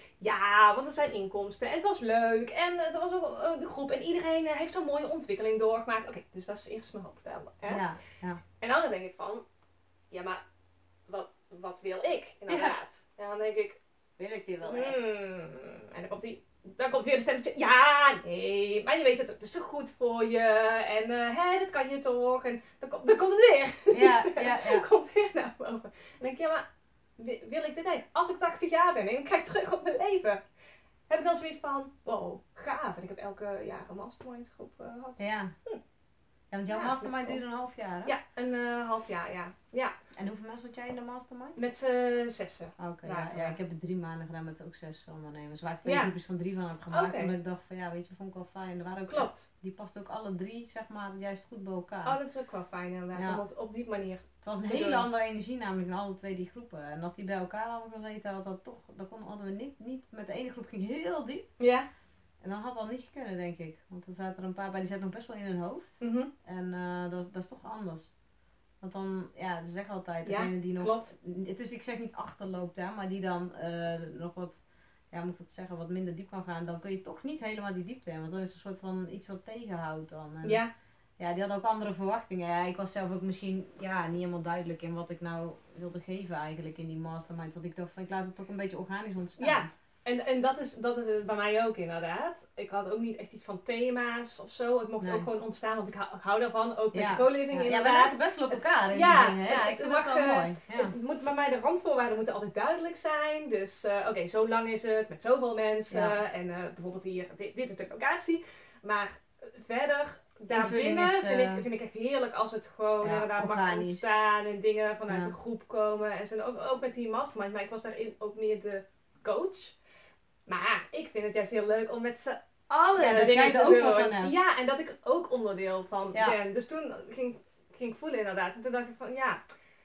Speaker 2: Ja, want er zijn inkomsten en het was leuk en er was ook uh, de groep en iedereen uh, heeft zo'n mooie ontwikkeling doorgemaakt. Oké, okay, dus dat is eerst mijn hoofdverhaal.
Speaker 1: Ja, ja.
Speaker 2: En dan denk ik van, ja maar wat, wat wil ik inderdaad? Ja. En dan denk ik,
Speaker 1: wil ik dit wel echt?
Speaker 2: Hmm, en dan komt, die, dan komt weer een stemmetje, ja, nee, maar je weet het, het is toch goed voor je en uh, hé, dat kan je toch? En dan, dan komt het weer.
Speaker 1: Ja, ja, ja.
Speaker 2: Dan komt het weer naar boven. En dan denk ik, ja maar... Wil ik dit echt? Als ik tachtig jaar ben en ik kijk terug op mijn leven, heb ik dan zoiets van, wow, gaaf. En ik heb elke jaar een mastermind groep uh, gehad.
Speaker 1: Ja. Hm. Ja, want jouw ja, mastermind duurde een half jaar, hè?
Speaker 2: Ja, een uh, half jaar, ja. ja.
Speaker 1: En hoeveel mensen had jij in de mastermind?
Speaker 2: Met uh, zessen.
Speaker 1: Oké, okay, ja, ja. Ik heb het drie maanden gedaan met ook zes ondernemers. Waar ik twee ja. groepjes van drie van heb gemaakt. Okay. Omdat ik dacht van, ja, weet je, vond ik wel fijn. Er waren ook
Speaker 2: Klopt.
Speaker 1: Echt, die past ook alle drie, zeg maar, juist goed bij elkaar.
Speaker 2: Oh, dat is ook wel fijn inderdaad. Ja. Om op, op die manier...
Speaker 1: Het was een hele doen. andere energie namelijk in alle twee die groepen. En als die bij elkaar hadden gezeten, had dat toch, dan konden, hadden we niet, niet, met de ene groep ging heel diep.
Speaker 2: Ja.
Speaker 1: En dan had dat niet kunnen, denk ik. Want er zaten er een paar bij, die zaten nog best wel in hun hoofd.
Speaker 2: Mm-hmm.
Speaker 1: En uh, dat, dat is toch anders. Want dan, ja, ze zeggen altijd,
Speaker 2: ja,
Speaker 1: degene die nog,
Speaker 2: klopt.
Speaker 1: Het is, ik zeg niet achterloopt, hè, maar die dan uh, nog wat, ja, moet ik dat zeggen, wat minder diep kan gaan, dan kun je toch niet helemaal die diepte in. Want dan is het een soort van iets wat tegenhoudt dan. En,
Speaker 2: ja.
Speaker 1: Ja, die hadden ook andere verwachtingen. Ja, ik was zelf ook misschien ja, niet helemaal duidelijk in wat ik nou wilde geven eigenlijk in die mastermind. Want ik dacht van, ik laat het toch een beetje organisch ontstaan.
Speaker 2: Ja, en, en dat, is, dat is het bij mij ook inderdaad. Ik had ook niet echt iets van thema's of zo. Het mocht nee. ook gewoon ontstaan, want ik hou, ik hou daarvan. Ook met ja. de co-living
Speaker 1: ja.
Speaker 2: inderdaad.
Speaker 1: Ja, we laten best wel op elkaar in
Speaker 2: ja,
Speaker 1: die dingen. Ja, ik vind het, het wel
Speaker 2: uh,
Speaker 1: mooi. Ja.
Speaker 2: Het moet, bij mij de randvoorwaarden moeten altijd duidelijk zijn. Dus uh, oké, okay, zo lang is het, met zoveel mensen. Ja. En uh, bijvoorbeeld hier, dit, dit is de locatie. Maar verder... Daarbinnen is, uh, vind, ik, vind ik echt heerlijk als het gewoon ja, inderdaad mag ontstaan en dingen vanuit ja. de groep komen. En zo, ook, ook met die mastermind, maar ik was daarin ook meer de coach. Maar ik vind het juist heel leuk om met z'n allen
Speaker 1: ja,
Speaker 2: dingen te
Speaker 1: ook
Speaker 2: doen.
Speaker 1: Wat aan hebt.
Speaker 2: Ja, en dat ik er ook onderdeel van
Speaker 1: ja.
Speaker 2: ben. Dus toen ging, ging ik voelen inderdaad. En toen dacht ik van ja...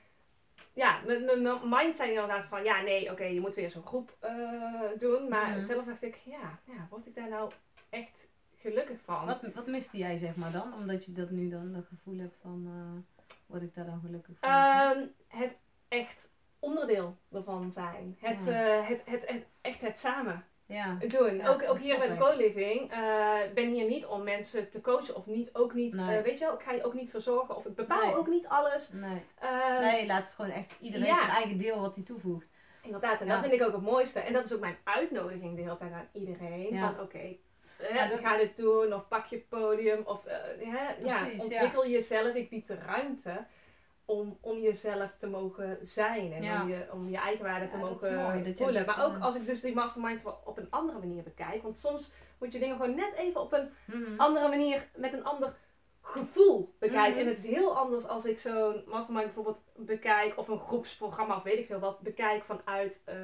Speaker 2: Ja, mijn mind zei inderdaad van ja, nee, oké, okay, je moet weer zo'n groep uh, doen. Maar mm-hmm. zelf dacht ik, ja, ja, word ik daar nou echt... gelukkig van.
Speaker 1: Wat, wat miste jij zeg maar dan? Omdat je dat nu dan het gevoel hebt van, uh, word ik daar dan gelukkig van?
Speaker 2: Um, het echt onderdeel ervan zijn. Het, ja. uh, het, het, het, echt het samen
Speaker 1: ja.
Speaker 2: doen.
Speaker 1: Ja,
Speaker 2: ook ook hier bij de co-living. Ik uh, ben hier niet om mensen te coachen of niet, ook niet, nee. uh, weet je wel, ik ga je ook niet verzorgen of ik bepaal nee. ook niet alles.
Speaker 1: Nee.
Speaker 2: Uh,
Speaker 1: nee, laat het gewoon echt, iedereen ja. zijn eigen deel wat hij toevoegt.
Speaker 2: Inderdaad, en ja. dat vind ik ook het mooiste. En dat is ook mijn uitnodiging de hele tijd aan iedereen. Ja. Van oké, okay, Ja, dat... ga dit doen, of pak je podium, of uh, ja, Precies, ja, ontwikkel ja. jezelf, ik bied de ruimte. om, om jezelf te mogen zijn. En ja. om, je, om je eigenwaarde te ja, mogen
Speaker 1: mooi,
Speaker 2: voelen. Maar ook als ik dus die mastermind op een andere manier bekijk. Want soms moet je dingen gewoon net even op een mm-hmm. andere manier, met een ander gevoel bekijken. Mm-hmm. En het is heel anders als ik zo'n mastermind bijvoorbeeld bekijk. Of een groepsprogramma of weet ik veel wat. Bekijk vanuit... Uh,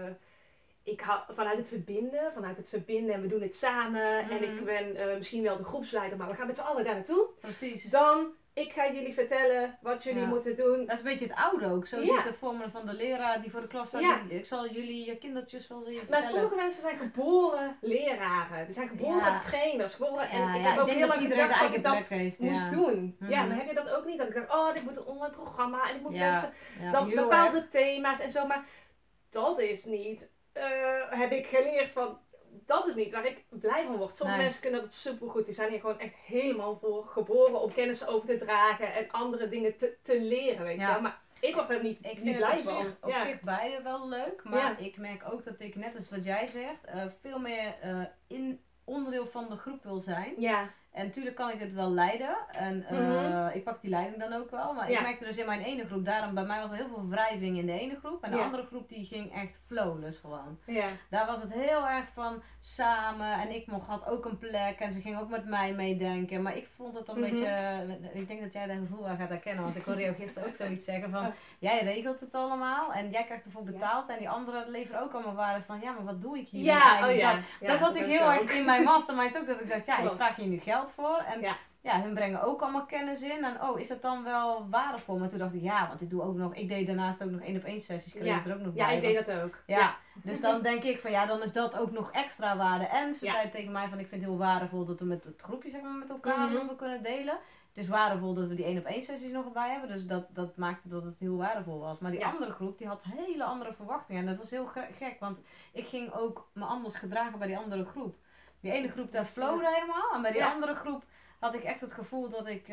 Speaker 2: Ik hou vanuit het verbinden, vanuit het verbinden en we doen het samen. Mm-hmm. En ik ben uh, misschien wel de groepsleider, maar we gaan met z'n allen daar naartoe.
Speaker 1: Precies.
Speaker 2: Dan, ik ga jullie vertellen wat jullie ja. moeten doen.
Speaker 1: Dat is een beetje het oude ook. Zo ja. zie ik het voor me van de leraar die voor de klas staat. Ja. Ik zal jullie je kindertjes wel zien vertellen.
Speaker 2: Maar sommige mensen zijn geboren leraren. Die zijn geboren ja. trainers. Geboren,
Speaker 1: ja,
Speaker 2: en ik
Speaker 1: ja,
Speaker 2: heb ook
Speaker 1: ik
Speaker 2: heel lang gedacht dat ik dat
Speaker 1: heeft,
Speaker 2: moest
Speaker 1: ja.
Speaker 2: doen.
Speaker 1: Mm-hmm.
Speaker 2: Ja, maar heb je dat ook niet? Dat ik dacht, oh, dit moet een online programma. En ik moet
Speaker 1: ja.
Speaker 2: mensen
Speaker 1: ja,
Speaker 2: dan bepaalde erg. thema's en zo. Maar dat is niet... Uh, heb ik geleerd van, dat is niet waar ik blij van word. Sommige nee. mensen kunnen dat supergoed. Die zijn hier gewoon echt helemaal voor geboren om kennis over te dragen en andere dingen te, te leren, weet ja. je wel. Maar ik word daar niet,
Speaker 1: ik vind
Speaker 2: niet blij
Speaker 1: het op
Speaker 2: van.
Speaker 1: Zich, op ja. zich beide wel leuk, maar ja. ik merk ook dat ik, net als wat jij zegt, uh, veel meer uh, in onderdeel van de groep wil zijn.
Speaker 2: Ja.
Speaker 1: En natuurlijk kan ik het wel leiden. En uh, mm-hmm. ik pak die leiding dan ook wel. Maar ja. ik merkte dus in mijn ene groep, daarom bij mij was er heel veel wrijving in de ene groep. En de ja. andere groep die ging echt flawless gewoon.
Speaker 2: Ja.
Speaker 1: Daar was het heel erg van samen. En ik mocht, had ook een plek. En ze ging ook met mij meedenken. Maar ik vond het een mm-hmm. beetje... Ik denk dat jij dat gevoel wel gaat herkennen. Want ik hoorde jou gisteren ook zoiets zeggen van... Oh. Jij regelt het allemaal. En jij krijgt ervoor betaald. Ja. En die anderen leveren ook allemaal waarde van... Ja, maar wat doe ik hier
Speaker 2: ja,
Speaker 1: eigenlijk?
Speaker 2: Oh ja.
Speaker 1: Dat,
Speaker 2: ja,
Speaker 1: dat had
Speaker 2: dat
Speaker 1: ik heel erg in mijn mastermind ook. Dat ik dacht, ja,
Speaker 2: Klopt.
Speaker 1: ik vraag je nu geld voor. En
Speaker 2: ja.
Speaker 1: ja, hun brengen ook allemaal kennis in. En oh, is dat dan wel waardevol? Maar toen dacht ik, ja, want ik doe ook nog... Ik deed daarnaast ook nog één op één sessies. Ik
Speaker 2: ja.
Speaker 1: er ook nog
Speaker 2: ja,
Speaker 1: bij.
Speaker 2: ik deed dat ook.
Speaker 1: Ja, ja. Dus dan denk ik van ja, dan is dat ook nog extra waarde. En ze
Speaker 2: ja.
Speaker 1: zei tegen mij van ik vind het heel waardevol dat we met het groepje zeg maar met elkaar mm-hmm. heel veel kunnen delen. Het is waardevol dat we die één op één sessies nog erbij hebben. Dus dat, dat maakte dat het heel waardevol was. Maar die ja. andere groep die had hele andere verwachtingen. En dat was heel gek, want ik ging ook me anders gedragen bij die andere groep. Die ene groep daar flowde ja. helemaal. En bij die ja. andere groep had ik echt het gevoel dat ik, uh,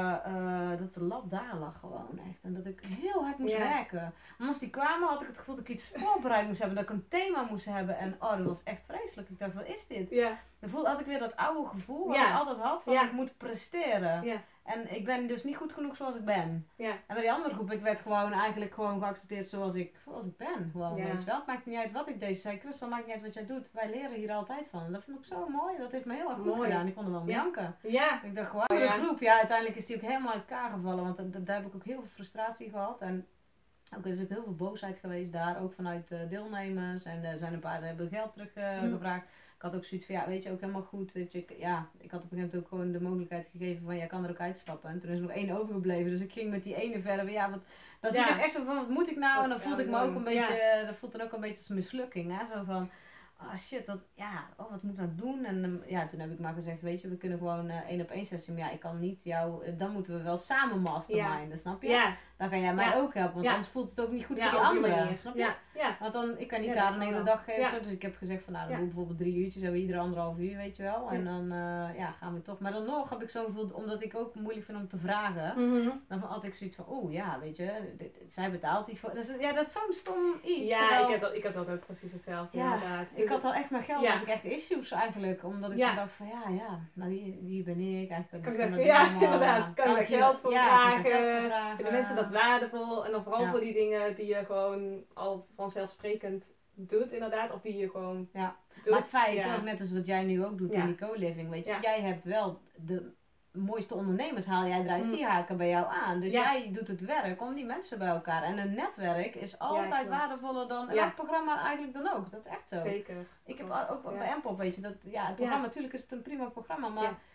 Speaker 1: uh, dat de lat daar lag gewoon echt. En dat ik heel hard moest yeah. werken. En als die kwamen had ik het gevoel dat ik iets voorbereid moest hebben. Dat ik een thema moest hebben. En oh, dat was echt vreselijk. Ik dacht, wat is dit?
Speaker 2: Yeah.
Speaker 1: Dan voel, had ik weer dat oude gevoel wat
Speaker 2: yeah.
Speaker 1: ik altijd had. Van
Speaker 2: yeah.
Speaker 1: ik moet presteren.
Speaker 2: Yeah.
Speaker 1: En ik ben dus niet goed genoeg zoals ik ben.
Speaker 2: Yeah.
Speaker 1: En bij die andere groep, ik werd gewoon eigenlijk gewoon geaccepteerd zoals ik, zoals ik ben. Gewoon, yeah. weet je wel. Het maakt niet uit wat ik deed. Ze zei, Christel, maakt niet uit wat jij doet. Wij leren hier altijd van. En dat vond ik zo mooi. Dat heeft me heel erg goed mooi. gedaan. Ik kon er wel mee janken.
Speaker 2: Ja.
Speaker 1: Ik dacht, gewoon, de groep, ja, uiteindelijk is die ook helemaal uit elkaar gevallen. Want dat, daar heb ik ook heel veel frustratie gehad. En ook, er is ook heel veel boosheid geweest daar. Ook vanuit de deelnemers. En er zijn een paar die hebben geld teruggevraagd. Uh, mm. Ik had ook zoiets van, ja, weet je, ook helemaal goed. Weet je, ik, ja, ik had op een gegeven moment ook gewoon de mogelijkheid gegeven van, jij kan er ook uitstappen. En toen is er nog één overgebleven. Dus ik ging met die ene verder. Ja, wat, dan ja. zit ik echt zo van, wat moet ik nou? Wat, en dan voelde ja, ik me ook een beetje, ja. dat voelt dan ook een beetje als een mislukking. Hè? Zo van, oh shit, dat, ja, oh, wat moet ik nou doen? En um, ja, toen heb ik maar gezegd, weet je, we kunnen gewoon uh, één op één sessie. Maar ja, ik kan niet jou, uh, dan moeten we wel samen masterminden, ja. snap je? Ja. Dan ga jij mij ja. ook helpen, want ja. anders voelt het ook niet goed ja, voor die anderen, snap je? Ja. Ja. Want dan, ik kan niet ja, daar een hele dag geven, ja. dus ik heb gezegd van, nou, dan ja. doe ik bijvoorbeeld drie uurtjes, hebben we iedere anderhalf uur, weet je wel. En ja. dan, uh, ja, gaan we toch. Maar dan nog heb ik zo'n gevoel, omdat ik ook moeilijk vind om te vragen, mm-hmm. dan had ik zoiets van, oh ja, weet je, dit, zij betaalt die voor. Dus, ja, dat is zo'n stom iets.
Speaker 2: Ja,
Speaker 1: terwijl,
Speaker 2: ik, heb dat, ik had dat ook precies hetzelfde,
Speaker 1: ja,
Speaker 2: inderdaad.
Speaker 1: Ik had al echt mijn geld,
Speaker 2: ja.
Speaker 1: had ik echt issues eigenlijk, omdat ik ja. dacht van, ja, ja, nou wie, wie ben ik eigenlijk?
Speaker 2: Kan ik zeggen, ja, allemaal, inderdaad, kan, kan ik daar geld voor
Speaker 1: ja,
Speaker 2: vragen? Vinden mensen dat waardevol? En dan vooral ja. voor die dingen die je gewoon al vanzelfsprekend doet inderdaad, of die je gewoon
Speaker 1: ja.
Speaker 2: doet.
Speaker 1: Maar het feit,
Speaker 2: ja.
Speaker 1: ook net als wat jij nu ook doet ja. in die co-living, weet je, ja. jij hebt wel de mooiste ondernemers, haal jij eruit, mm. die haken bij jou aan. Dus ja. jij doet het werk om die mensen bij elkaar. En een netwerk is altijd ja, waardevoller dan ja. welk programma eigenlijk dan ook. Dat is echt zo.
Speaker 2: Zeker.
Speaker 1: Ik heb ook ja. bij M P O P, weet je, dat, ja, het programma, ja. natuurlijk is het een prima programma, maar ja.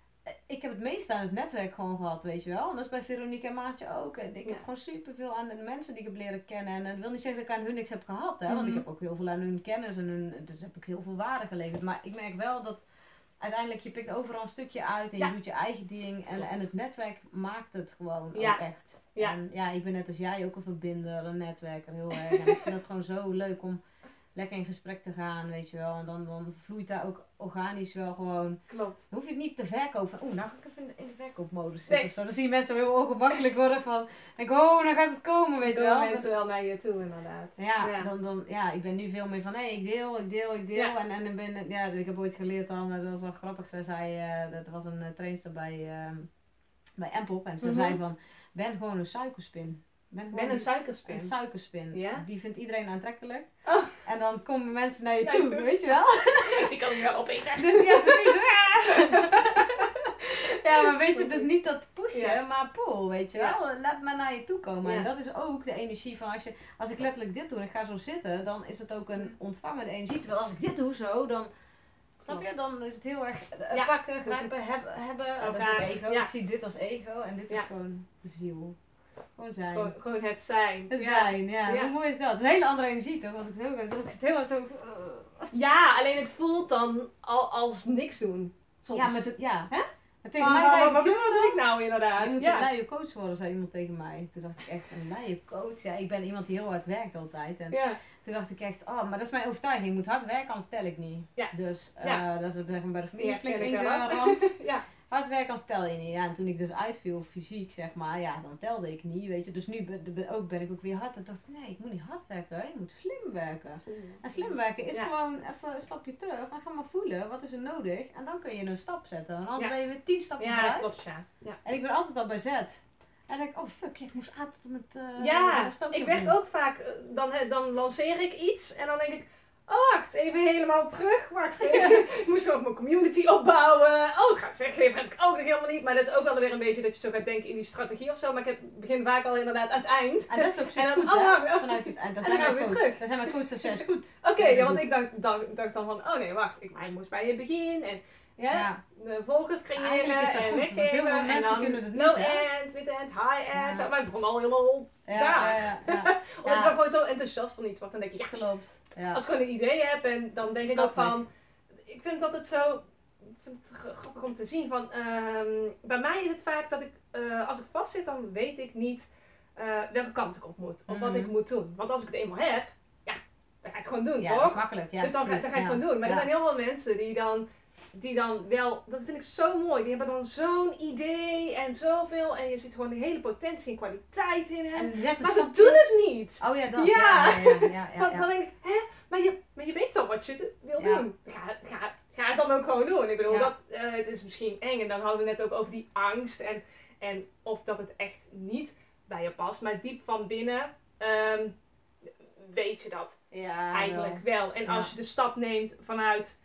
Speaker 1: ik heb het meeste aan het netwerk gewoon gehad, weet je wel. En dat is bij Veronique en Maartje ook. En ik ja. heb gewoon superveel aan de mensen die ik heb leren kennen. En dat wil niet zeggen dat ik aan hun niks heb gehad, hè. Mm-hmm. Want ik heb ook heel veel aan hun kennis en hun, dus heb ik heel veel waarde geleverd. Maar ik merk wel dat uiteindelijk je pikt overal een stukje uit en ja. je doet je eigen ding. En, en het netwerk maakt het gewoon ja. ook echt. Ja. En ja, ik ben net als jij ook een verbinder, een netwerker, heel erg. En ik vind het gewoon zo leuk om lekker in gesprek te gaan, weet je wel. En dan, dan vloeit daar ook organisch wel gewoon.
Speaker 2: Klopt.
Speaker 1: Dan hoef je het niet te verkopen. Oeh, nou ga ik even in de verkoopmodus zitten nee. of zo. Dan zie je mensen heel ongemakkelijk worden van, denk oh, dan gaat het komen, weet je wel.
Speaker 2: Dan mensen wel naar je toe, inderdaad.
Speaker 1: Ja, ja. Dan, dan, ja, ik ben nu veel meer van, hé, hey, ik deel, ik deel, ik deel. Ja. En, en dan ben ja, ik heb ooit geleerd al, maar dat was wel grappig. Zij zei, uh, dat was een uh, trainster bij, uh, bij M P O P. En ze mm-hmm. zei van, ben gewoon een suikerspin. Ben,
Speaker 2: ben een suikerspin?
Speaker 1: Een suikerspin.
Speaker 2: Ja?
Speaker 1: Die vindt iedereen aantrekkelijk.
Speaker 2: Oh.
Speaker 1: En dan komen mensen naar je
Speaker 2: Ja,
Speaker 1: toe,
Speaker 2: toe,
Speaker 1: weet je wel?
Speaker 2: Die kan ik wel opeten.
Speaker 1: Dus ja, precies. Ja, maar weet je, dus niet dat pushen, ja. maar pull, weet je wel. Ja. Laat maar naar je toe komen. Ja. En dat is ook de energie van als je, als ik letterlijk dit doe en ik ga zo zitten, dan is het ook een ontvangende energie. Terwijl als ik dit doe zo, dan, snap je, dan is het heel erg uh, ja. pakken, grijpen, het hebben, hebben. Oh, dat is ook ego. Ja. Ik zie dit als ego en dit ja. is gewoon de ziel. Gewoon zijn.
Speaker 2: Gewoon, gewoon het zijn.
Speaker 1: Het ja. zijn, ja. ja. Hoe mooi is dat? Het is een hele andere energie toch? Want ik, zo, ik zit helemaal zo... Uh.
Speaker 2: Ja, alleen het voelt dan al, als niks doen. Soms.
Speaker 1: Ja, met het, ja.
Speaker 2: Hè?
Speaker 1: En tegen mij zei ze,
Speaker 2: wat doe ik nou inderdaad?
Speaker 1: Je moet
Speaker 2: ja.
Speaker 1: een luie coach worden, zei iemand tegen mij. Toen dacht ik echt, een luie coach? Ja, ik ben iemand die heel hard werkt altijd. En
Speaker 2: ja.
Speaker 1: toen dacht ik echt, oh, maar dat is mijn overtuiging. Ik moet hard werken, anders tel ik niet.
Speaker 2: Ja.
Speaker 1: Dus uh,
Speaker 2: ja.
Speaker 1: dat is zeg maar bij de familie
Speaker 2: ja,
Speaker 1: flink ingerand.
Speaker 2: ja.
Speaker 1: Hard werken, anders tel je niet. Ja, en toen ik dus uitviel fysiek, zeg maar, ja, dan telde ik niet, weet je. Dus nu ben, ben, ook, ben ik ook weer hard. Toen dacht ik, nee, ik moet niet hard werken, ik moet slim werken. Slim. En slim werken is ja. gewoon even een stapje terug en ga maar voelen, wat is er nodig? En dan kun je een stap zetten. En anders ja. ben je weer tien stappen
Speaker 2: ja,
Speaker 1: vooruit.
Speaker 2: Klopt, ja, ja.
Speaker 1: En ik ben altijd al bij Z. En dan denk ik, oh fuck, ik moest aan tot met... Uh,
Speaker 2: ja, ik werk ook vaak, dan, dan lanceer ik iets en dan denk ik, oh wacht, even helemaal terug, wacht even. Ik moest ook mijn community opbouwen. Oh, ik ga het weggeven, heb ik ook nog helemaal niet. Maar dat is ook wel weer een beetje dat je zo gaat denken in die strategie of zo. Maar ik heb, begin vaak al inderdaad aan het eind.
Speaker 1: En dat is ook zo goed,
Speaker 2: oh,
Speaker 1: hè? Oh, vanuit het eind. Dat zijn
Speaker 2: mijn
Speaker 1: coach. Dat zijn mijn coaches, dat is goed.
Speaker 2: Oké, okay, ja, want ik dacht, dacht, dacht dan van, oh nee, wacht, ik, ik moest bij het begin en... Ja, ja, de volgers creëren
Speaker 1: is dat
Speaker 2: en
Speaker 1: goed,
Speaker 2: weggeven.
Speaker 1: Want heel veel mensen kunnen het niet,
Speaker 2: low
Speaker 1: hè?
Speaker 2: end, mid end, high end. Ja. Maar ik begon al helemaal
Speaker 1: ja,
Speaker 2: daar.
Speaker 1: Ja, ja, ja.
Speaker 2: Omdat ja. ik gewoon zo enthousiast van iets was. Dan denk ik, ja,
Speaker 1: klopt. Ja.
Speaker 2: Als ik gewoon een idee heb en dan denk Snap ik ook van... Ik vind dat het zo... Ik vind het grappig om te zien van... Um, bij mij is het vaak dat ik... Uh, als ik vastzit, dan weet ik niet uh, welke kant ik op moet. Of mm. wat ik moet doen. Want als ik het eenmaal heb... Ja, dan ga je het gewoon doen,
Speaker 1: ja,
Speaker 2: toch?
Speaker 1: Ja, dat is makkelijk. Ja,
Speaker 2: dus dan, dan ga je het ja. gewoon doen. Maar ja. er zijn heel veel mensen die dan... Die dan wel, dat vind ik zo mooi, die hebben dan zo'n idee en zoveel en je ziet gewoon de hele potentie en kwaliteit in hen. En maar ze doen het niet.
Speaker 1: Oh ja, dat.
Speaker 2: Ja,
Speaker 1: ja, ja, ja, ja, ja.
Speaker 2: Want dan denk ik, hè, maar je, maar je weet al wat je wil ja. doen. Ga, ga, ga het dan ook gewoon doen. Ik bedoel, ja. dat uh, het is misschien eng en dan hadden we net ook over die angst en, en of dat het echt niet bij je past. Maar diep van binnen um, weet je dat
Speaker 1: ja,
Speaker 2: eigenlijk wel. wel. En ja. als je de stap neemt vanuit...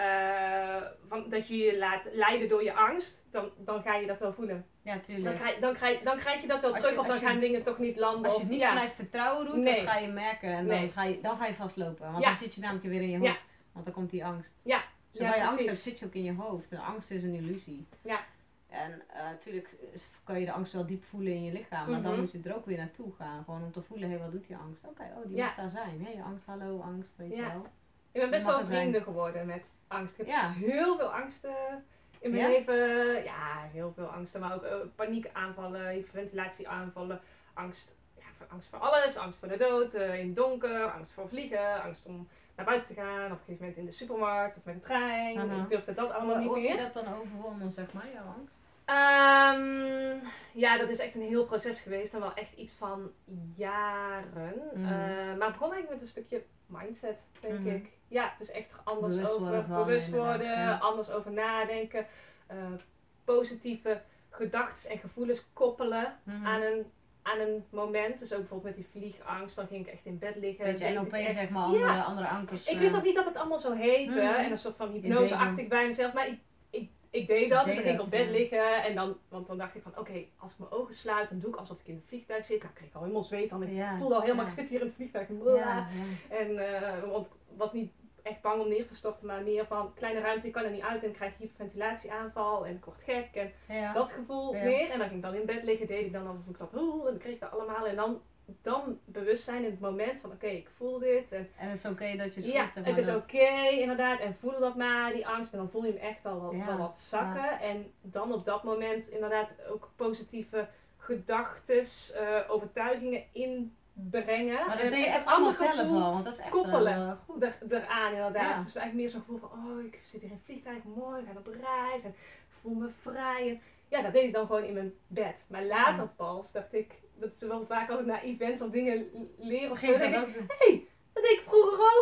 Speaker 2: Uh, van, dat je je laat leiden door je angst, dan, dan ga je dat wel voelen.
Speaker 1: Ja, tuurlijk.
Speaker 2: Dan krijg, dan krijg, dan krijg je dat wel als terug je, of dan je, gaan dingen toch niet landen.
Speaker 1: Als je het niet
Speaker 2: ja.
Speaker 1: vanuit vertrouwen doet, nee. dan ga je merken en
Speaker 2: nee.
Speaker 1: dan, ga je, dan ga je vastlopen. Want
Speaker 2: ja.
Speaker 1: dan zit je namelijk weer in je hoofd. Ja. Want dan komt die angst.
Speaker 2: Ja.
Speaker 1: Zodra
Speaker 2: ja,
Speaker 1: je angst hebt, zit je ook in je hoofd. En angst is een illusie.
Speaker 2: Ja.
Speaker 1: En natuurlijk uh, kan je de angst wel diep voelen in je lichaam, maar mm-hmm. dan moet je er ook weer naartoe gaan. Gewoon om te voelen, hé, hey, wat doet die angst? Oké, okay, oh, die ja. mag daar zijn. Hé, hey, angst, hallo, angst, weet je wel.
Speaker 2: Ik ben best wel vrienden geworden met angst. Ik heb
Speaker 1: ja.
Speaker 2: heel veel angsten in mijn
Speaker 1: ja?
Speaker 2: leven. Ja, heel veel angsten. Maar ook uh, paniekaanvallen, hyperventilatieaanvallen. Angst, ja, voor, angst voor alles. Angst voor de dood, uh, in het donker. Angst voor vliegen. Angst om naar buiten te gaan. Op een gegeven moment in de supermarkt of met de trein. Uh-huh. Ik durfde dat allemaal
Speaker 1: Hoe,
Speaker 2: niet meer.
Speaker 1: Hoe heb je dat dan overwonnen, zeg maar, jouw angst?
Speaker 2: Um, ja, dat is echt een heel proces geweest. Dan wel echt iets van jaren. Mm. Uh, maar het begon eigenlijk met een stukje mindset, denk mm. ik. Ja, dus echt anders bewust over worden, van, bewust worden, ja. anders over nadenken. Uh, positieve gedachten en gevoelens koppelen mm. aan, een, aan een moment. Dus ook bijvoorbeeld met die vliegangst, dan ging ik echt in bed liggen.
Speaker 1: Beetje N L P zeg maar, andere,
Speaker 2: ja.
Speaker 1: andere ankers.
Speaker 2: Ik wist ook niet dat het allemaal zo heette. Mm. En een soort van hypnoseachtig bij mezelf. Maar ik, ik, ik deed dat, ik dus dan ging ik op bed ja. liggen. En dan, want dan dacht ik van, oké, okay, als ik mijn ogen sluit, dan doe ik alsof ik in een vliegtuig zit. Dan kreeg ik al helemaal zweet. Dan ik ja. voelde al helemaal, ja. ik zit hier in het vliegtuig. Ja, ja. En, uh, want ik was niet echt bang om neer te storten, maar meer van, kleine ruimte, ik kan er niet uit. En dan krijg je hyperventilatieaanval en ik word gek. En ja. dat gevoel ja. meer. En dan ging ik dan in bed liggen, deed ik dan alsof ik dat, oeh, en dan kreeg ik dat allemaal. En dan... dan bewust zijn in het moment van oké, okay, ik voel dit. En,
Speaker 1: en het is oké okay dat je het
Speaker 2: ja,
Speaker 1: voelt. Zeg maar,
Speaker 2: het is oké okay, inderdaad. En voel dat maar, die angst. En dan voel je hem echt al wel, ja, wel wat zakken. Ja. En dan op dat moment inderdaad ook positieve gedachtes, uh, overtuigingen inbrengen.
Speaker 1: Maar dat deed je echt allemaal zelf al, want dat is echt
Speaker 2: koppelen
Speaker 1: uh, goed.
Speaker 2: Er, eraan inderdaad.
Speaker 1: Ja.
Speaker 2: Dus eigenlijk meer zo'n gevoel van oh, ik zit hier in het vliegtuig, mooi, ik ga op reis. En ik voel me vrij. En, ja, dat deed ik dan gewoon in mijn bed. Maar later ja. pas dacht ik, dat is wel vaak als ik naar events of dingen leer of zo, denk ik, hé, hey, dat deed ik vroeger ook al. Of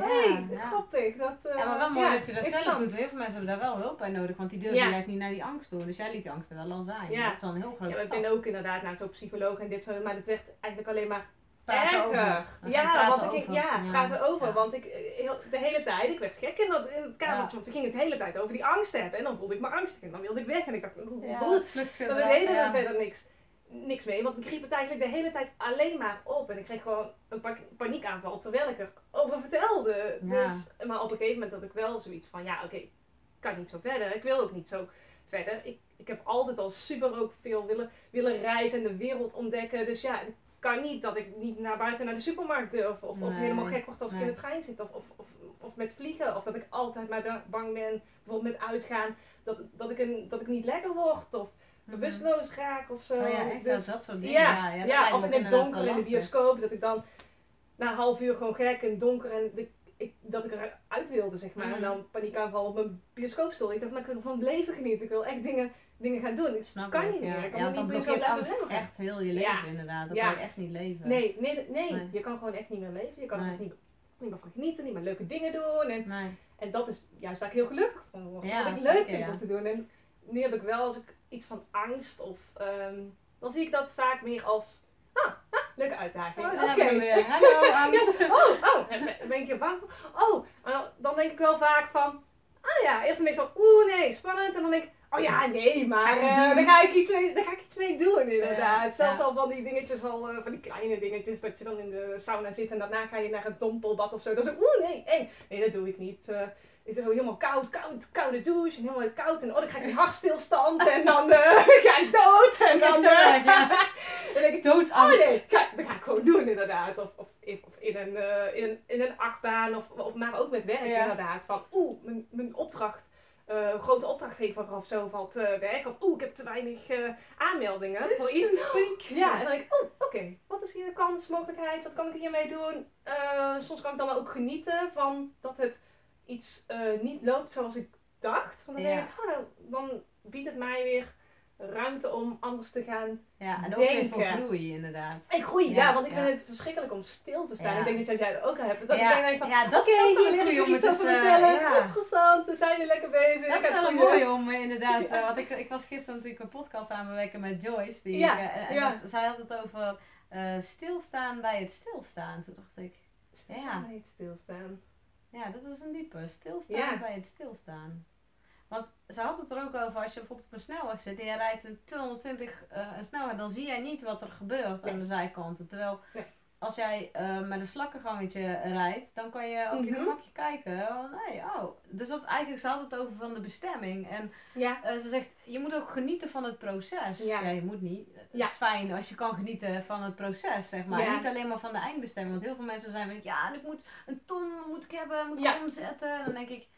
Speaker 2: hey,
Speaker 1: ja.
Speaker 2: grappig. Dat, uh,
Speaker 1: ja, maar wel mooi
Speaker 2: ja,
Speaker 1: dat je dat zelf doet. Heel veel mensen hebben daar wel hulp bij nodig, want die durven ja. juist niet naar die angst toe. Dus jij liet die angst er wel al zijn. Ja. Dat is wel een heel groot
Speaker 2: ja,
Speaker 1: stap.
Speaker 2: Ik ben ook inderdaad naar zo'n psycholoog en dit soort, maar het werd eigenlijk alleen maar
Speaker 1: praten
Speaker 2: erger.
Speaker 1: over.
Speaker 2: Ja, want ik ging,
Speaker 1: over.
Speaker 2: ja,
Speaker 1: ja,
Speaker 2: praten over.
Speaker 1: Ja.
Speaker 2: Want ik heel, de hele tijd, ik werd gek in, dat, in het kamertje, ja. want we gingen het de hele tijd over die angst hebben. En dan voelde ik me angstig en dan wilde ik weg. En ik dacht,
Speaker 1: ja,
Speaker 2: maar we deden er verder niks. niks mee, want ik riep het eigenlijk de hele tijd alleen maar op. En ik kreeg gewoon een pa- paniekaanval terwijl ik erover vertelde.
Speaker 1: Ja.
Speaker 2: Dus, maar op een gegeven moment had ik wel zoiets van, ja oké, okay, ik kan niet zo verder. Ik wil ook niet zo verder. Ik, ik heb altijd al super ook veel willen, willen reizen en de wereld ontdekken. Dus ja, het kan niet dat ik niet naar buiten naar de supermarkt durf. Of, nee. of helemaal gek word als nee. ik in de trein zit. Of, of, of, of met vliegen. Of dat ik altijd maar bang ben, bijvoorbeeld met uitgaan. Dat, dat, ik, een, dat ik niet lekker word. Of bewusteloos raak of zo.
Speaker 1: Oh ja, echt
Speaker 2: dus,
Speaker 1: zo, dat soort dingen.
Speaker 2: Ja,
Speaker 1: ja, ja,
Speaker 2: ja of in het donker in de bioscoop, dat ik dan na een half uur gewoon gek in het donker en de, ik, dat ik eruit wilde, zeg maar. Mm. En dan paniekaanval op mijn bioscoopstoel. Ik dacht, maar ik wil van het leven genieten. Ik wil echt dingen, dingen gaan doen. Ik
Speaker 1: Snap
Speaker 2: kan
Speaker 1: ik,
Speaker 2: niet
Speaker 1: ja.
Speaker 2: meer. Ik kan
Speaker 1: ja,
Speaker 2: niet
Speaker 1: dan blokkeert angst echt heel je leven ja. inderdaad. Dan ja. kan je echt niet leven.
Speaker 2: Nee, nee, nee, nee, je kan gewoon echt niet meer leven. Je kan nee. er niet, niet meer van genieten, niet meer leuke dingen doen. En,
Speaker 1: nee.
Speaker 2: en dat is juist waar ik heel gelukkig van word.
Speaker 1: Ja,
Speaker 2: wat ik
Speaker 1: zeker,
Speaker 2: leuk vind
Speaker 1: ja.
Speaker 2: om te doen. En nu heb ik wel, als ik iets van angst of um, dan zie ik dat vaak meer als ah, ah leuke uitdaging.
Speaker 1: Oh,
Speaker 2: Oké. Okay.
Speaker 1: Hallo angst.
Speaker 2: Ja, oh, oh, ben ik hier bang voor? Oh, dan denk ik wel vaak van, ah ja, eerst dan denk ik zo, oeh nee, spannend. En dan denk ik, oh ja, nee, maar uh, daar ga ik iets mee, daar ga ik iets mee doen inderdaad. Ja, Zelfs ja. al van die dingetjes, al uh, van die kleine dingetjes, dat je dan in de sauna zit en daarna ga je naar een dompelbad of zo. Dan is het, oeh nee, eng. Nee, dat doe ik niet. Uh, is het helemaal koud, koud, koude douche en helemaal koud en oh, dan krijg ik een hartstilstand en dan uh, ga ik dood en dan, uh,
Speaker 1: ja.
Speaker 2: dan denk ik doodangst. Oh nee, ga, dat ga ik gewoon doen inderdaad. Of, of, of in, een, uh, in, een, in een achtbaan of, of maar ook met werk ja. inderdaad. Van oeh, mijn, mijn opdracht, uh, een grote opdrachtgever of zo valt uh, weg. Of oeh, ik heb te weinig uh, aanmeldingen voor iets. Ja, en dan denk ik, oh, oké, okay, wat is hier de kans, mogelijkheid, wat kan ik hiermee doen? Uh, soms kan ik dan ook genieten van dat het iets uh, niet loopt zoals ik dacht. Want dan ja. denk ik, oh, dan, dan biedt het mij weer ruimte om anders te gaan
Speaker 1: Ja, en ook
Speaker 2: denken.
Speaker 1: weer voor groei inderdaad.
Speaker 2: Ik groei, ja, ja want ik ja. vind het verschrikkelijk om stil te staan. Ja. Ik denk dat jij dat ook al hebt. Dat
Speaker 1: ja.
Speaker 2: ik denk van,
Speaker 1: ja, dat
Speaker 2: oké, okay, hier leer ik iets over mezelf. Uh, ja. Interessant, we zijn weer lekker bezig.
Speaker 1: Dat is wel mooi om inderdaad, ja. uh, want ik, ik was gisteren natuurlijk een podcast aan het werken met Joyce. Die
Speaker 2: ja.
Speaker 1: ik, uh, en
Speaker 2: ja.
Speaker 1: dus, zij had het over uh, stilstaan bij het stilstaan. Toen dacht ik,
Speaker 2: stilstaan ja. bij het stilstaan.
Speaker 1: Ja, dat is een diepe. Stilstaan ja. bij het stilstaan. Want ze had het er ook over, als je bijvoorbeeld op een snelweg zit en je rijdt een tweehonderdtwintig uh, een snelweg, dan zie jij niet wat er gebeurt nee. aan de zijkanten. Terwijl nee. als jij uh, met een slakkengangetje rijdt, dan kan je op mm-hmm. je gemakje kijken. Oh, nee, oh. Dus dat is eigenlijk, ze had het over van de bestemming. En
Speaker 2: ja.
Speaker 1: uh, ze zegt, je moet ook genieten van het proces.
Speaker 2: Ja,
Speaker 1: ja je moet niet. Het
Speaker 2: ja.
Speaker 1: is fijn als je kan genieten van het proces, zeg maar.
Speaker 2: Ja.
Speaker 1: Niet alleen maar van de eindbestemming. Want heel veel mensen zijn van, ja, ik moet een ton moet ik hebben, moet ik
Speaker 2: ja.
Speaker 1: omzetten. Dan denk ik,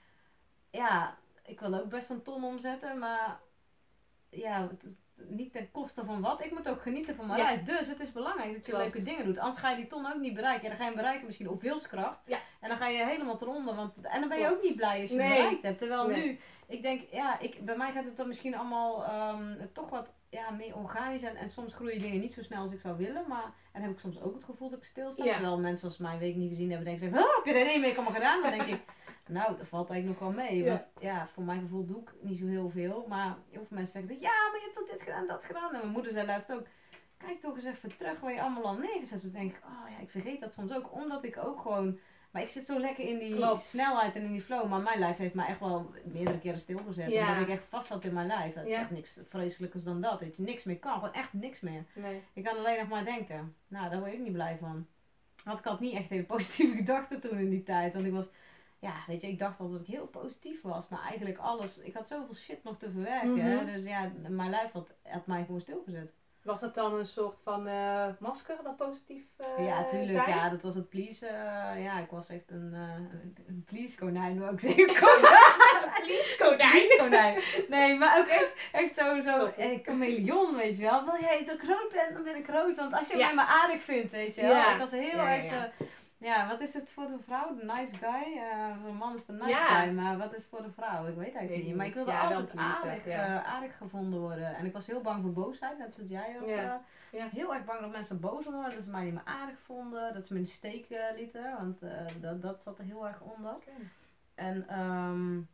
Speaker 1: ja, ik wil ook best een ton omzetten, maar ja, het, niet ten koste van wat. Ik moet ook genieten van mijn ja. reis. Dus het is belangrijk dat je Klopt. leuke dingen doet. Anders ga je die ton ook niet bereiken. Ja, dan ga je hem bereiken misschien op wilskracht.
Speaker 2: Ja.
Speaker 1: En dan ga je helemaal eronder. Want, en dan ben je
Speaker 2: Klopt.
Speaker 1: ook niet blij als je
Speaker 2: nee.
Speaker 1: het bereikt hebt. Terwijl
Speaker 2: nee.
Speaker 1: nu, ik denk, ja, ik, bij mij gaat het dan misschien allemaal um, toch wat ja, meer organisch. En, en soms groeien dingen niet zo snel als ik zou willen. Maar, en heb ik soms ook het gevoel dat ik stilsta. Ja. Terwijl mensen als mij een week niet gezien hebben, denken ze, oh, heb je dat in één week allemaal gedaan? Dan denk ik, nou, dat valt eigenlijk nog wel mee. Ja. Want ja, voor mijn gevoel doe ik niet zo heel veel. Maar heel veel mensen zeggen, ja, maar je hebt dit gedaan, dat gedaan. En mijn moeder zei laatst ook, kijk toch eens even terug waar je allemaal al neergezet hebt. Dan denk ik, oh ja, ik vergeet dat soms ook. Omdat ik ook gewoon, maar ik zit zo lekker in die Klopt. snelheid en in die flow. Maar mijn lijf heeft mij echt wel meerdere keren stilgezet. Ja. Omdat ik echt vast zat in mijn lijf. Het ja. is echt niks vreselijkers dan dat. Dat je niks meer kan. Gewoon echt niks meer.
Speaker 2: Nee.
Speaker 1: Ik kan alleen nog maar denken. Nou, daar word ik niet blij van. Want ik had niet echt hele positieve gedachten toen in die tijd. Want ik was... Ja, weet je, ik dacht altijd dat ik heel positief was, maar eigenlijk alles, ik had zoveel shit nog te verwerken, mm-hmm. dus ja, mijn lijf had, had mij gewoon stilgezet.
Speaker 2: Was dat dan een soort van uh, masker, dat positief uh,
Speaker 1: Ja, tuurlijk,
Speaker 2: zijn?
Speaker 1: Ja, dat was het please, uh, ja, ik was echt een, uh, een, een please konijn, wou ik zeggen.
Speaker 2: Please konijn?
Speaker 1: Please konijn. Nee, maar ook echt, echt zo, zo, een chameleon, weet je wel. Wil jij dat ik rood ben, dan ben ik rood, want als je ja. mij maar aardig vindt, weet je wel. Ja. Ik was heel ja, erg... Ja. Uh, Ja, wat is het voor de vrouw? De nice guy? Uh, voor de man is de nice
Speaker 2: ja.
Speaker 1: guy, maar wat is het voor de vrouw? Ik weet eigenlijk niet. Maar ik wilde ja, altijd aardig, ja. uh, aardig gevonden worden. En ik was heel bang voor boosheid, net zoals jij ook. Ja. Uh, ja. Heel erg bang dat mensen boos worden, dat ze mij niet meer aardig vonden, dat ze me in de steek uh, lieten, want uh, dat, dat zat er heel erg onder. Okay. En um,